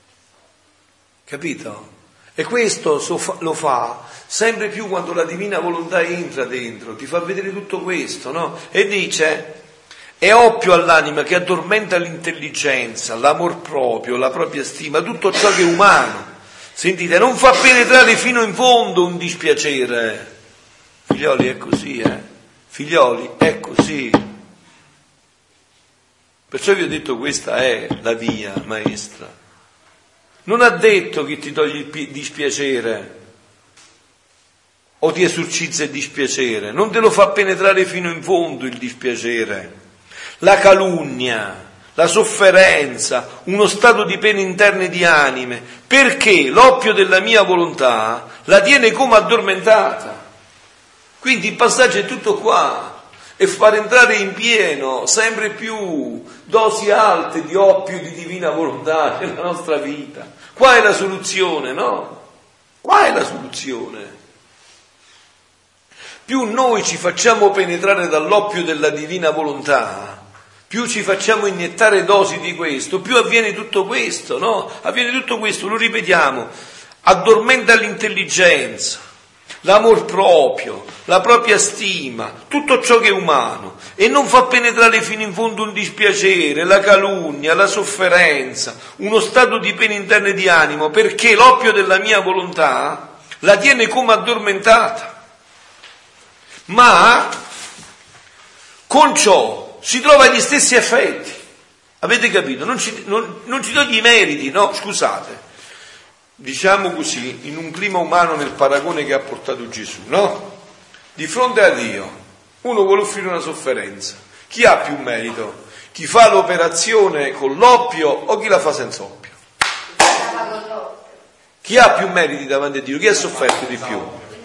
Capito? E questo lo fa sempre più quando la divina volontà entra dentro, ti fa vedere tutto questo, no? E dice: è oppio all'anima che addormenta l'intelligenza, l'amor proprio, la propria stima, tutto ciò che è umano. Sentite, non fa penetrare fino in fondo un dispiacere. Figlioli, è così, eh? Figlioli, è così. Perciò vi ho detto, questa è la via maestra. Non ha detto che ti toglie il dispiacere o ti esorcizza il dispiacere, non te lo fa penetrare fino in fondo il dispiacere. La calunnia, la sofferenza, uno stato di pene interne di anime, perché l'oppio della mia volontà la tiene come addormentata. Quindi il passaggio è tutto qua, e far entrare in pieno sempre più dosi alte di oppio di divina volontà nella nostra vita. Qua è la soluzione, no? Qua è la soluzione. Più noi ci facciamo penetrare dall'oppio della divina volontà, più ci facciamo iniettare dosi di questo, più avviene tutto questo, no? Avviene tutto questo, lo ripetiamo, addormenta l'intelligenza, l'amor proprio, la propria stima, tutto ciò che è umano, e non fa penetrare fino in fondo un dispiacere, la calunnia, la sofferenza, uno stato di pene interne di animo, perché l'oppio della mia volontà la tiene come addormentata. Ma con ciò si trova gli stessi effetti. Avete capito? Non ci, non, non ci toglie i meriti, no? Scusate. Diciamo così, in un clima umano, nel paragone che ha portato Gesù, no? Di fronte a Dio, uno vuole offrire una sofferenza. Chi ha più merito? Chi fa l'operazione con l'oppio o chi la fa senza oppio? Chi ha più meriti davanti a Dio? Chi ha sofferto di più?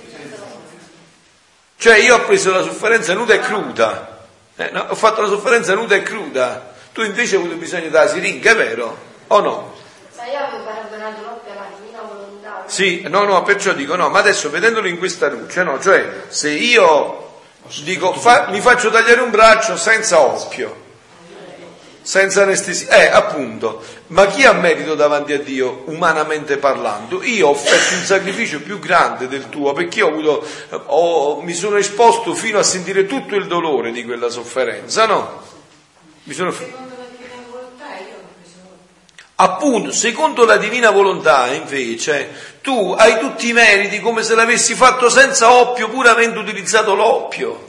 Cioè, io ho preso la sofferenza nuda e cruda, eh, no? Ho fatto la sofferenza nuda e cruda, tu invece hai avuto bisogno della siringa, è vero? O no? Ma io avevo paragonato l'oppio alla divina volontà. Sì, no, no, perciò dico no, ma adesso vedendolo in questa luce, no, cioè se io dico fa, mi faccio tagliare un braccio senza oppio, senza anestesia, eh, appunto, ma chi ha merito davanti a Dio, umanamente parlando? Io ho offerto un sacrificio più grande del tuo, perché ho avuto, ho, mi sono esposto fino a sentire tutto il dolore di quella sofferenza, no? Mi sono... Secondo la divina volontà io ho preso Appunto, secondo la divina volontà, invece, tu hai tutti i meriti come se l'avessi fatto senza oppio, pur avendo utilizzato l'oppio.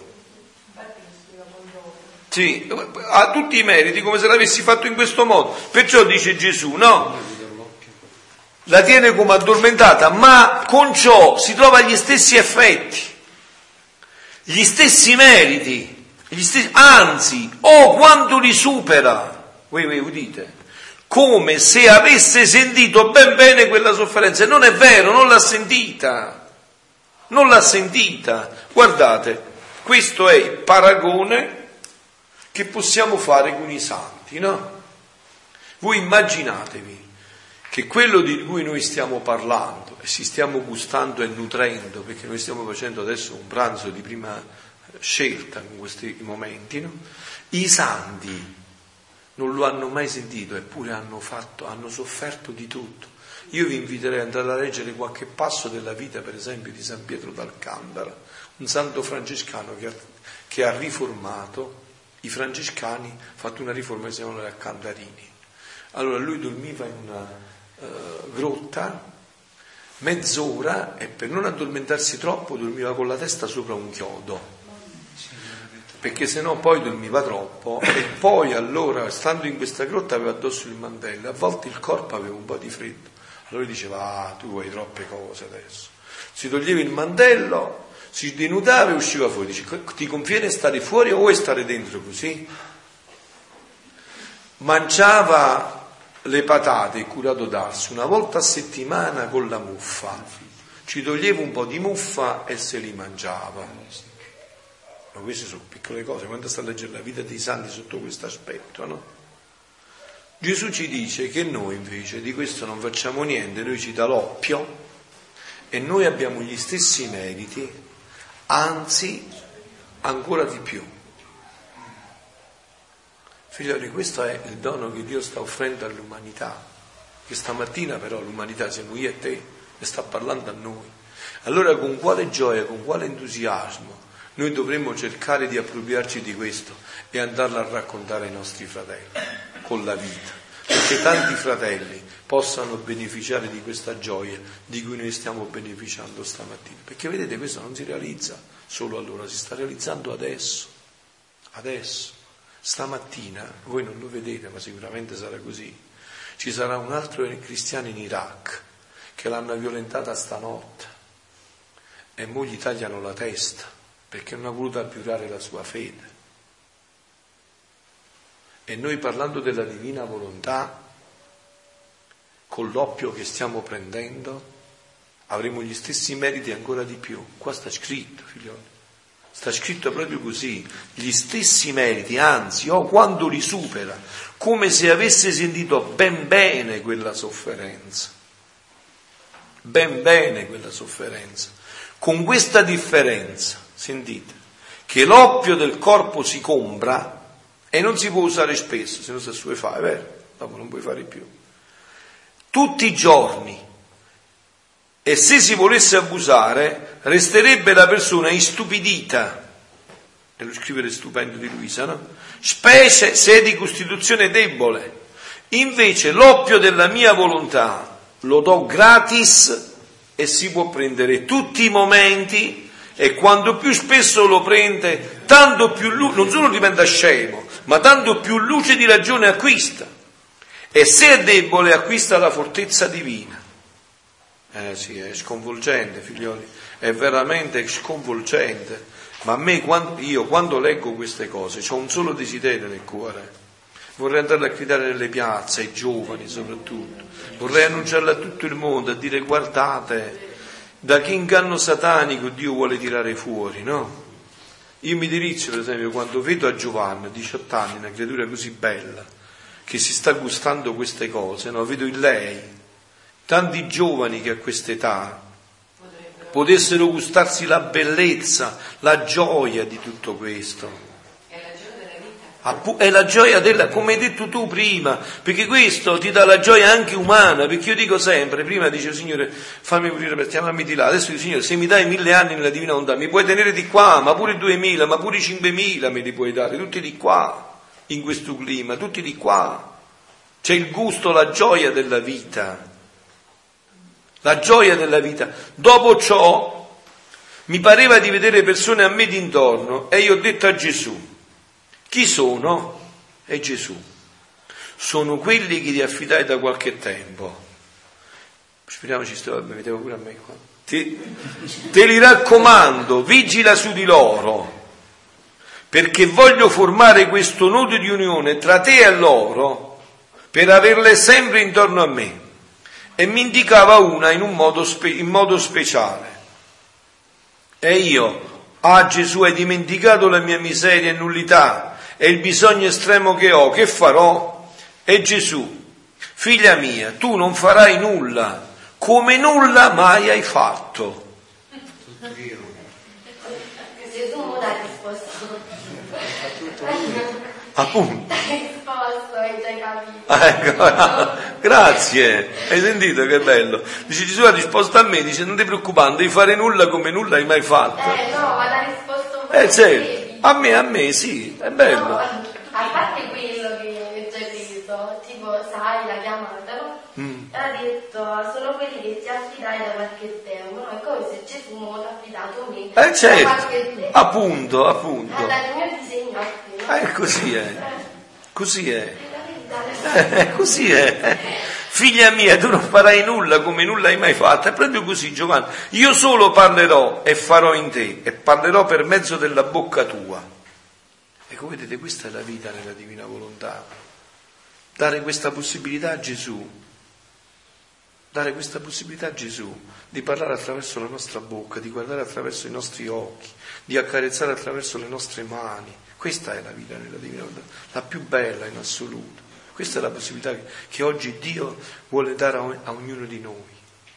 Sì, ha tutti i meriti come se l'avessi fatto in questo modo. Perciò dice Gesù, no? La tiene come addormentata, ma con ciò si trova gli stessi effetti, gli stessi meriti, gli stessi, anzi, oh quanto li supera. Voi, voi udite? Come se avesse sentito ben bene quella sofferenza. E non è vero, non l'ha sentita. Non l'ha sentita. Guardate, questo è il paragone che possiamo fare con i santi, no? Voi immaginatevi che quello di cui noi stiamo parlando e ci stiamo gustando e nutrendo, perché noi stiamo facendo adesso un pranzo di prima scelta in questi momenti, no? I santi non lo hanno mai sentito, eppure hanno fatto, hanno sofferto di tutto. Io vi inviterei ad andare a leggere qualche passo della vita, per esempio, di San Pietro d'Alcantara, un santo francescano che ha, che ha riformato i francescani, ha fatto una riforma che si chiamano gli Alcantarini. Allora lui dormiva in una uh, grotta mezz'ora e per non addormentarsi troppo dormiva con la testa sopra un chiodo, perché sennò poi dormiva troppo, e poi allora, stando in questa grotta, aveva addosso il mantello, a volte il corpo aveva un po' di freddo, allora diceva: ah, tu vuoi troppe cose adesso. Si toglieva il mantello, si denudava e usciva fuori. Dice: ti conviene stare fuori o vuoi stare dentro così? Mangiava le patate curato d'arso una volta a settimana con la muffa, ci toglieva un po' di muffa e se li mangiava. Ma queste sono piccole cose, quando sta a leggere la vita dei santi sotto questo aspetto, no? Gesù ci dice che noi invece di questo non facciamo niente, noi ci dà l'oppio e noi abbiamo gli stessi meriti, anzi ancora di più. Figlioli, questo è il dono che Dio sta offrendo all'umanità, che stamattina però l'umanità siamo io e te e sta parlando a noi. Allora con quale gioia, con quale entusiasmo noi dovremmo cercare di appropriarci di questo e andarlo a raccontare ai nostri fratelli con la vita, perché tanti fratelli possano beneficiare di questa gioia di cui noi stiamo beneficiando stamattina, perché vedete, questo non si realizza solo allora, si sta realizzando adesso, adesso, stamattina. Voi non lo vedete, ma sicuramente sarà così. Ci sarà un altro cristiano in Iraq che l'hanno violentata stanotte e mo gli tagliano la testa perché non ha voluto appurare la sua fede. E noi, parlando della divina volontà, con l'oppio che stiamo prendendo, avremo gli stessi meriti ancora di più. Qua sta scritto, figlioli, sta scritto proprio così, gli stessi meriti, anzi, o oh, quando li supera, come se avesse sentito ben bene quella sofferenza, ben bene quella sofferenza, con questa differenza, sentite, che l'oppio del corpo si compra e non si può usare spesso, se no si assuefà, è vero? Dopo non puoi fare più. Tutti i giorni, e se si volesse abusare, resterebbe la persona istupidita, è lo scrivere stupendo di Luisa, no? Specie se è di costituzione debole. Invece l'oppio della mia volontà lo do gratis e si può prendere tutti i momenti, e quando più spesso lo prende, tanto più luce, non solo diventa scemo, ma tanto più luce di ragione acquista. E se è debole acquista la fortezza divina. Eh sì, è sconvolgente, figlioli, è veramente sconvolgente. Ma a me, quando, io quando leggo queste cose, ho un solo desiderio nel cuore. Vorrei andare a gridare nelle piazze, ai giovani soprattutto. Vorrei annunciarle a tutto il mondo, a dire: guardate, da che inganno satanico Dio vuole tirare fuori, no? Io mi dirizio, per esempio, quando vedo a Giovanna, diciotto anni, una creatura così bella, che si sta gustando queste cose, no? Vedo in lei tanti giovani che a quest'età potessero gustarsi la bellezza, la gioia di tutto questo. È la gioia della, come hai detto tu prima, perché questo ti dà la gioia anche umana, perché io dico sempre, prima dice: Signore, fammi morire, chiamami di là, adesso dico: Signore, se mi dai mille anni nella divina volontà, mi puoi tenere di qua, ma pure duemila, ma pure cinquemila me li puoi dare, tutti di qua, in questo clima, tutti di qua. C'è il gusto, la gioia della vita, la gioia della vita. Dopo ciò mi pareva di vedere persone a me d'intorno e io ho detto a Gesù: chi sono? È Gesù. Sono quelli che ti affidai da qualche tempo. Speriamo ci stia, mi vedevo pure a me qua. Te, te li raccomando, vigila su di loro, perché voglio formare questo nodo di unione tra te e loro per averle sempre intorno a me. E mi indicava una in un modo, spe, in modo speciale. E io: ah, Gesù, hai dimenticato la mia miseria e nullità e il bisogno estremo che ho, che farò? E Gesù: figlia mia, tu non farai nulla, come nulla mai hai fatto. Gesù non ha risposto. Appunto. Hai risposto, hai già capito. Ecco, grazie, hai sentito che bello? Dice: Gesù ha risposto a me, dice: non ti preoccupare, non devi fare nulla come nulla hai mai fatto. Eh no, ma l'ha risposto Eh certo. A me, a me, sì, è bello. No, a parte quello che già detto, tipo, sai, la chiamata, no? Mm. Ha detto: sono quelli che ti affidai da qualche tempo, no? È come se Gesù mi ha affidato a me. Eh certo, appunto, appunto. Ha dato il mio disegno a te, no? Eh, così è, così è. Eh, così è. Figlia mia, tu non farai nulla come nulla hai mai fatto. È proprio così, Giovanni. Io solo parlerò e farò in te, e parlerò per mezzo della bocca tua. Ecco, vedete, questa è la vita nella divina volontà. Dare questa possibilità a Gesù. dare questa possibilità a Gesù di parlare attraverso la nostra bocca, di guardare attraverso i nostri occhi, di accarezzare attraverso le nostre mani. Questa è la vita nella divina volontà, la più bella in assoluto. Questa è la possibilità che, che oggi Dio vuole dare a, a ognuno di noi.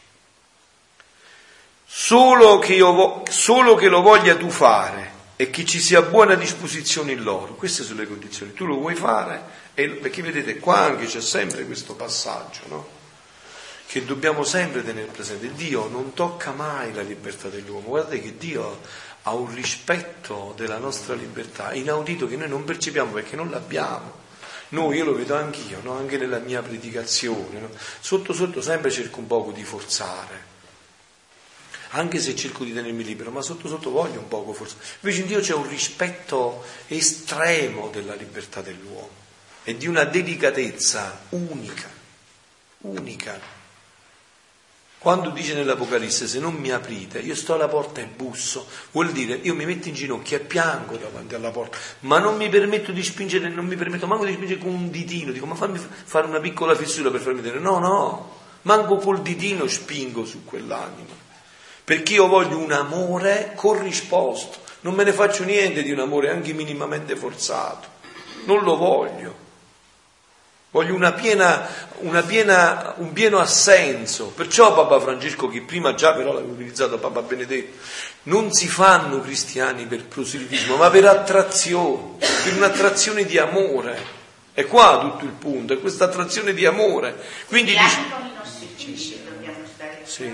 Solo che, io, solo che lo voglia tu fare e che ci sia buona disposizione in loro. Queste sono le condizioni. Tu lo vuoi fare, e, perché vedete qua anche c'è sempre questo passaggio, no? Che dobbiamo sempre tenere presente. Dio non tocca mai la libertà dell'uomo. Guardate che Dio ha un rispetto della nostra libertà inaudito che noi non percepiamo perché non l'abbiamo. Noi, io lo vedo anch'io, no? Anche nella mia predicazione, no? Sotto sotto sempre cerco un poco di forzare, anche se cerco di tenermi libero, ma sotto sotto voglio un poco forzare. Invece in Dio c'è un rispetto estremo della libertà dell'uomo e di una delicatezza unica, unica. Quando dice nell'Apocalisse, se non mi aprite, io sto alla porta e busso, vuol dire io mi metto in ginocchio e piango davanti alla porta, ma non mi permetto di spingere, non mi permetto manco di spingere con un ditino, dico ma fammi fare una piccola fessura per farmi vedere, no, no, manco col ditino spingo su quell'anima, perché io voglio un amore corrisposto, non me ne faccio niente di un amore anche minimamente forzato, non lo voglio. Voglio una piena, una piena, un pieno assenso. Perciò Papa Francesco, che prima già però l'aveva utilizzato Papa Benedetto, non si fanno cristiani per proselitismo, ma per attrazione, per un'attrazione di amore. È qua tutto il punto, è questa attrazione di amore. Quindi e dice, anche con i nostri figli dobbiamo stare sì.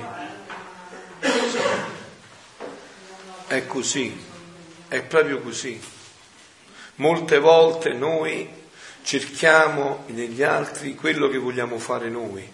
È così, è proprio così. Molte volte noi cerchiamo negli altri quello che vogliamo fare noi.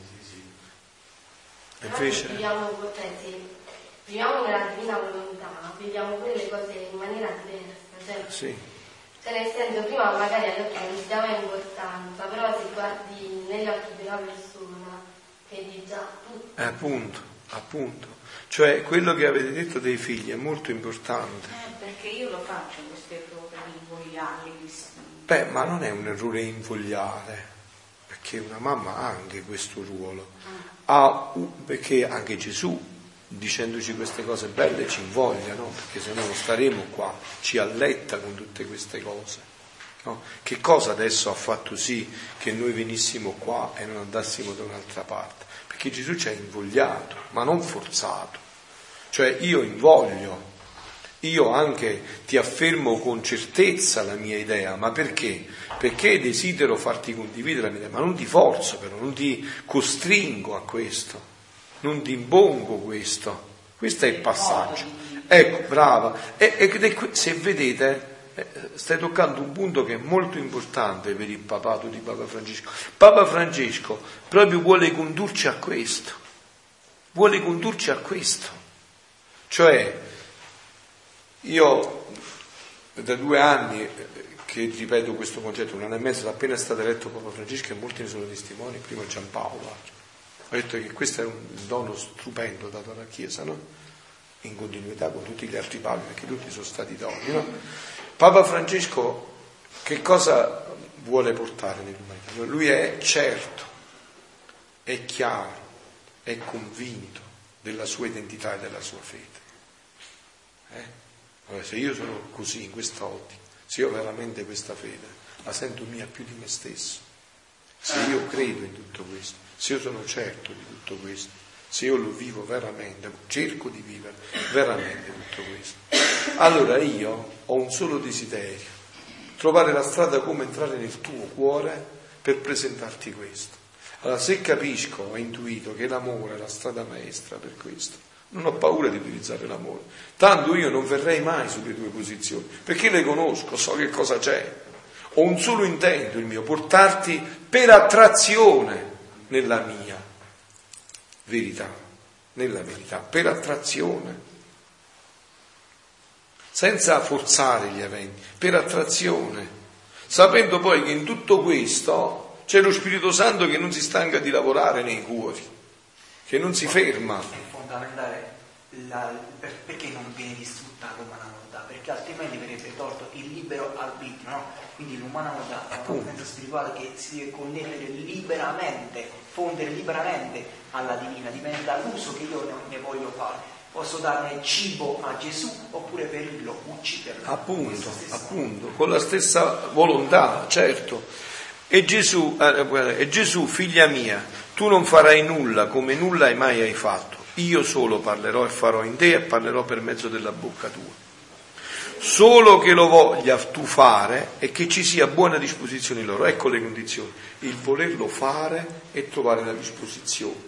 Invece viviamo, cioè, sì, viviamo nella divina volontà, viviamo pure le cose in maniera diversa. Cioè, sì. Cioè nel senso, prima magari agli occhi non si dava importanza, però se guardi negli occhi di una persona, vedi già tutto. Eh, appunto, appunto. Cioè quello che avete detto dei figli è molto importante. Eh, perché io lo faccio questo errore di invogliarli. Beh, ma non è un errore invogliare, perché una mamma ha anche questo ruolo, ha, perché anche Gesù, dicendoci queste cose belle, ci invoglia, no? Perché se no non staremo qua, ci alletta con tutte queste cose. No? Che cosa adesso ha fatto sì che noi venissimo qua e non andassimo da un'altra parte? Perché Gesù ci ha invogliato, ma non forzato. Cioè io invoglio. Io anche ti affermo con certezza la mia idea, ma perché? Perché desidero farti condividere la mia idea, ma non ti forzo però, non ti costringo a questo, non ti impongo questo. Questo è il passaggio. Ecco, brava. E, e se vedete, stai toccando un punto che è molto importante per il papato di Papa Francesco. Papa Francesco proprio vuole condurci a questo, vuole condurci a questo, cioè io da due anni che ripeto questo concetto, un anno e mezzo, appena è stato eletto Papa Francesco e molti ne sono testimoni, prima Giampaolo, ho detto che questo è un dono stupendo dato alla Chiesa, no? In continuità con tutti gli altri papi, perché tutti sono stati doni, no? Papa Francesco che cosa vuole portare nell'umanità? Lui è certo, è chiaro, è convinto della sua identità e della sua fede. Eh? Allora, se io sono così in quest'ottica, se io ho veramente questa fede, la sento mia più di me stesso, se io credo in tutto questo, se io sono certo di tutto questo, se io lo vivo veramente, cerco di vivere veramente tutto questo, allora io ho un solo desiderio, trovare la strada come entrare nel tuo cuore per presentarti questo. Allora se capisco, ho intuito che l'amore è la strada maestra per questo, non ho paura di utilizzare l'amore, tanto io non verrei mai sulle tue posizioni, perché le conosco, so che cosa c'è, ho un solo intento il mio, portarti per attrazione nella mia verità, nella verità, per attrazione, senza forzare gli eventi, per attrazione, sapendo poi che in tutto questo c'è lo Spirito Santo che non si stanca di lavorare nei cuori, che non si ferma. È fondamentale la, per, perché non viene distrutta l'umana volontà? Perché altrimenti verrebbe tolto il libero arbitrio, no? Quindi l'umana volontà è una potenza spirituale che si deve connettere liberamente, fondere liberamente alla divina, dipende dall'uso che io ne, ne voglio fare. Posso darne cibo a Gesù oppure ferirlo, ucciderlo. Appunto, appunto, con la stessa volontà, certo. E Gesù, eh, e Gesù, figlia mia, tu non farai nulla come nulla mai hai fatto. Io solo parlerò e farò in te e parlerò per mezzo della bocca tua. Solo che lo voglia tu fare e che ci sia buona disposizione in loro. Ecco le condizioni: il volerlo fare e trovare la disposizione.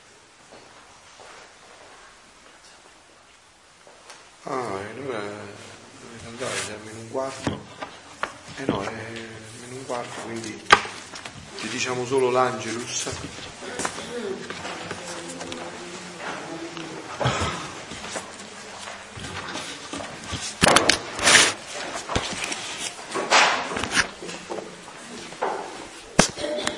Ah, e allora dovete andare, è almeno un quarto. Eh no, è almeno un quarto, quindi ti diciamo solo l'Angelus.